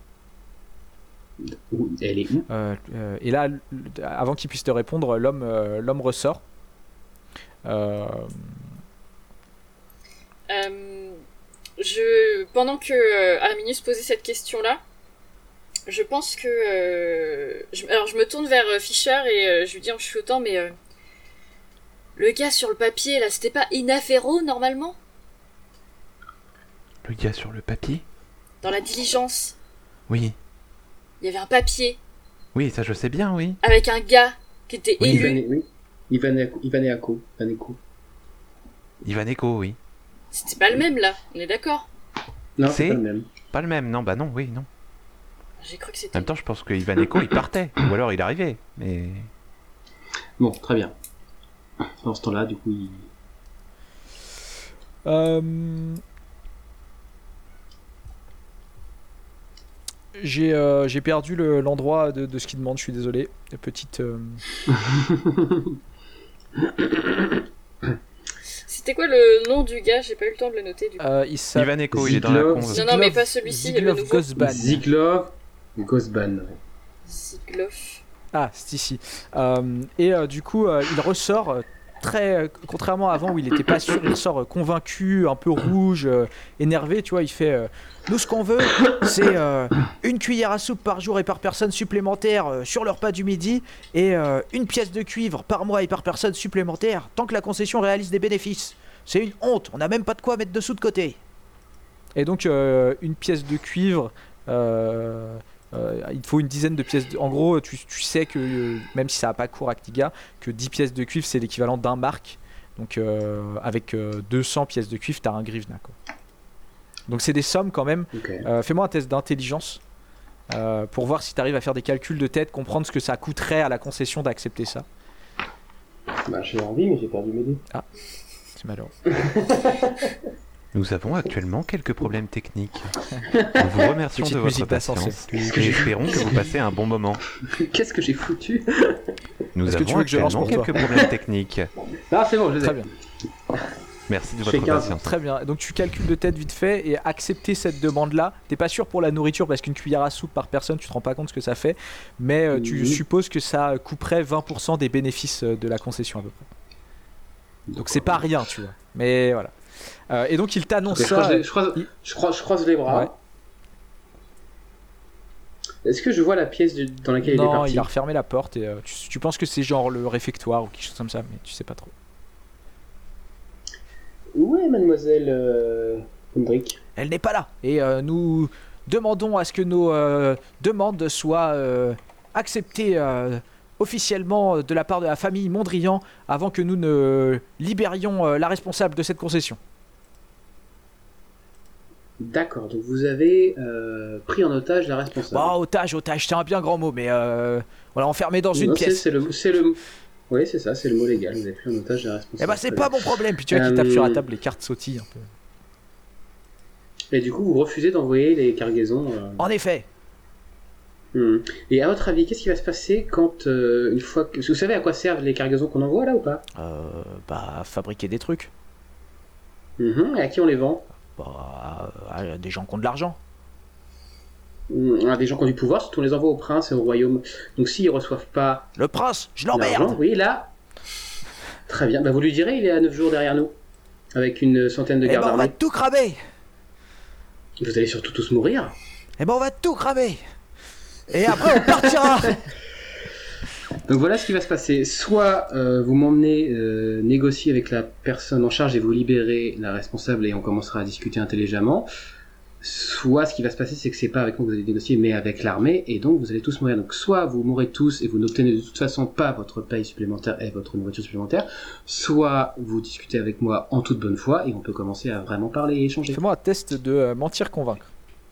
Où- Elle est où?
Euh, euh, et là, l- avant qu'il puisse te répondre, l'homme, euh, l'homme ressort. Euh,
Euh, je, pendant que euh, Arminus posait cette question-là, je pense que... euh, je, alors je me tourne vers euh, Fischer et euh, je lui dis en chuchotant, mais... euh, le gars sur le papier, là, c'était pas Inafero, normalement?
Le gars sur le papier?
Dans la diligence,
Oui.
il y avait un papier
Oui, ça je sais bien, oui.
avec un gars qui était
Oui,
élu.
Ivane- oui. Ivane- Ivaneako. Ivaneako.
Ivaneko, oui.
C'était pas le même, là, on est d'accord?
Non,
C'est-
c'est pas le même.
Pas le même, non, bah non, oui, non.
J'ai cru que
En
c'était...
même temps, je pense que Ivaneko, il partait. Ou alors il arrivait. Mais.
Bon, très bien. Dans ce temps-là, du coup, il...
Euh, J'ai euh, j'ai perdu le- l'endroit de, de ce qu'il demande, je suis désolé. Petite. euh,
C'était quoi le nom du gars? J'ai pas eu le temps de le noter, du coup.
euh, il s'appelle
Ivaneko, il est dans la
Ziglov.
conve.
Non, non, mais pas celui-ci, le
Ziglov
nouveau.
Gosban.
Ziglov Gosban.
Zigloff.
Ah, c'est ici. Euh, et euh, du coup, euh, il ressort euh, très. euh, contrairement à avant où il était pas sûr, il ressort euh, convaincu, un peu rouge, euh, énervé, tu vois. Il fait euh, nous, ce qu'on veut, c'est euh, une cuillère à soupe par jour et par personne supplémentaire euh, sur le repas du midi et euh, une pièce de cuivre par mois et par personne supplémentaire tant que la concession réalise des bénéfices. C'est une honte, on n'a même pas de quoi mettre dessous de côté. Et donc, euh, une pièce de cuivre. Euh, Euh, il te faut une dizaine de pièces. De... En gros, tu, tu sais que euh, même si ça n'a pas cours à Kniga, que dix pièces de cuivre c'est l'équivalent d'un mark. Donc euh, avec euh, deux cents pièces de cuivre, tu as un grivna. Quoi. Donc c'est des sommes quand même.
Ok.
Euh, fais-moi un test d'intelligence euh, pour voir si tu arrives à faire des calculs de tête, comprendre ce que ça coûterait à la concession d'accepter ça.
Bah, j'ai envie, mais j'ai perdu mes dés.
C'est malheureux.
Nous avons actuellement quelques problèmes techniques. Nous vous remercions
Petite
de votre
musique d'ascenseur.
patience et espérons que vous passez un bon moment.
Qu'est-ce que j'ai foutu?
Nous
Est-ce que
avons
tu veux que je lance
actuellement
pour toi
quelques problèmes techniques.
Ah, c'est bon, je les ai.
Très bien.
Merci de
Je
votre
fais quinze.
patience.
Très bien. Donc tu calcules de tête vite fait et accepter cette demande-là. T'es pas sûr pour la nourriture parce qu'une cuillère à soupe par personne, tu te rends pas compte ce que ça fait. Mais euh, tu
Mhm.
supposes que ça couperait vingt pour cent des bénéfices euh, de la concession à peu près. Donc c'est pas rien, tu vois. Mais voilà. Euh, et donc il t'annonce
Ok, je,
ça.
croise les, je, croise,
il-
je, croise, je croise les bras.
Ouais.
Est-ce que je vois la pièce du- dans laquelle il est
Non,
parti?
il a refermé la porte et euh, tu, tu penses que c'est genre le réfectoire ou quelque chose comme ça, mais tu sais pas trop.
Où est mademoiselle euh, Fundrick?
Elle n'est pas là. Et euh, nous demandons à ce que nos euh, demandes soient euh, acceptées euh, officiellement de la part de la famille Mondrian avant que nous ne libérions euh, la responsable de cette concession.
D'accord, donc vous avez euh, pris en otage la responsable.
Bah, otage, otage, c'est un bien grand mot, mais euh, voilà, enfermé dans une
Non, c'est-
pièce.
C'est le, c'est le... Oui, c'est ça, c'est le mot légal. Vous avez pris en otage les responsables.
Eh bah c'est
Très
pas
bien.
mon problème. Puis tu vois qu'il
Euh,
tape sur la table, les cartes sautillent un peu.
Et du coup, vous refusez d'envoyer les cargaisons. euh,
En effet.
hmm. Et à votre avis, qu'est-ce qui va se passer quand, euh, une fois que... Vous savez à quoi servent les cargaisons qu'on envoie là ou pas?
Euh, bah fabriquer des trucs.
Mhm. Et à qui on les vend?
Bah à des gens qui ont de l'argent.
Hmm, à des gens qui ont du pouvoir, surtout on les envoie au prince et au royaume. Donc s'ils reçoivent pas
Le prince, je
l'argent,
l'emmerde.
oui, là... Très bien, bah vous lui direz, il est à neuf jours derrière nous. Avec une centaine de
Eh ben
gardes
on va
armés.
tout cramer.
Vous allez surtout tous mourir.
Eh ben on va tout cramer. Et après on partira.
Donc voilà ce qui va se passer. Soit euh, vous m'emmenez euh, négocier avec la personne en charge et vous libérez la responsable et on commencera à discuter intelligemment. Soit ce qui va se passer, c'est que c'est pas avec moi que vous allez négocier, mais avec l'armée, et donc vous allez tous mourir. Donc soit vous mourrez tous et vous n'obtenez de toute façon pas votre paye supplémentaire et votre nourriture supplémentaire, soit vous discutez avec moi en toute bonne foi et on peut commencer à vraiment parler et échanger.
Fais-moi un test de euh, mentir convaincre.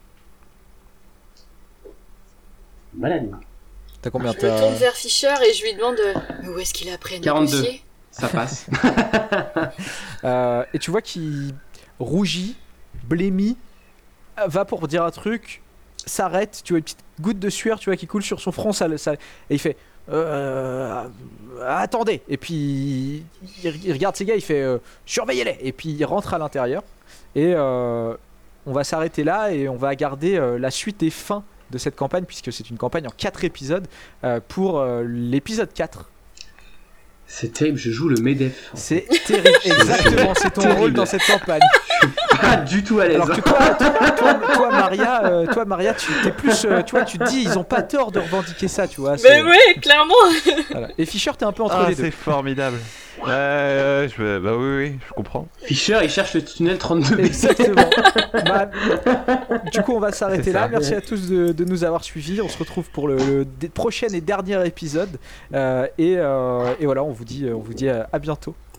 Malade.
T'as combien?
Je me
T'as...
tourne vers Fischer et je lui demande euh, mais où est-ce qu'il a appris à
quarante-deux.
négocier?
Ça passe.
Euh, et tu vois qu'il rougit, blêmit, va pour dire un truc, s'arrête, tu vois une petite goutte de sueur, tu vois, qui coule sur son front, ça, ça, et il fait euh, attendez, et puis il, il regarde ses gars, il fait euh, surveillez-les, et puis il rentre à l'intérieur, et euh, on va s'arrêter là et on va garder euh, la suite des fins de cette campagne, puisque c'est une campagne en quatre épisodes, euh, pour euh, l'épisode quatre.
C'est terrible, je joue le MEDEF.
C'est terrible, exactement, c'est ton
Terrible.
rôle dans cette campagne.
Pas du tout à l'aise.
Alors que toi, toi, toi, toi, Maria, euh, toi Maria, tu t'es plus, euh, tu vois, tu te dis, ils ont pas tort de revendiquer ça, tu vois.
Mais ouais, clairement.
Voilà. Et Fischer, t'es un peu entre
Ah,
les deux.
c'est formidable. Ouais, ouais, je... bah oui, oui, je comprends.
Fischer, il cherche le tunnel trente-deux B.
Exactement. Bah, du coup, on va s'arrêter
C'est
là.
ça.
Merci à tous de, de nous avoir suivis. On se retrouve pour le, le dé- prochain et dernier épisode. Euh, et, euh, et voilà, on vous dit, on vous dit à à bientôt.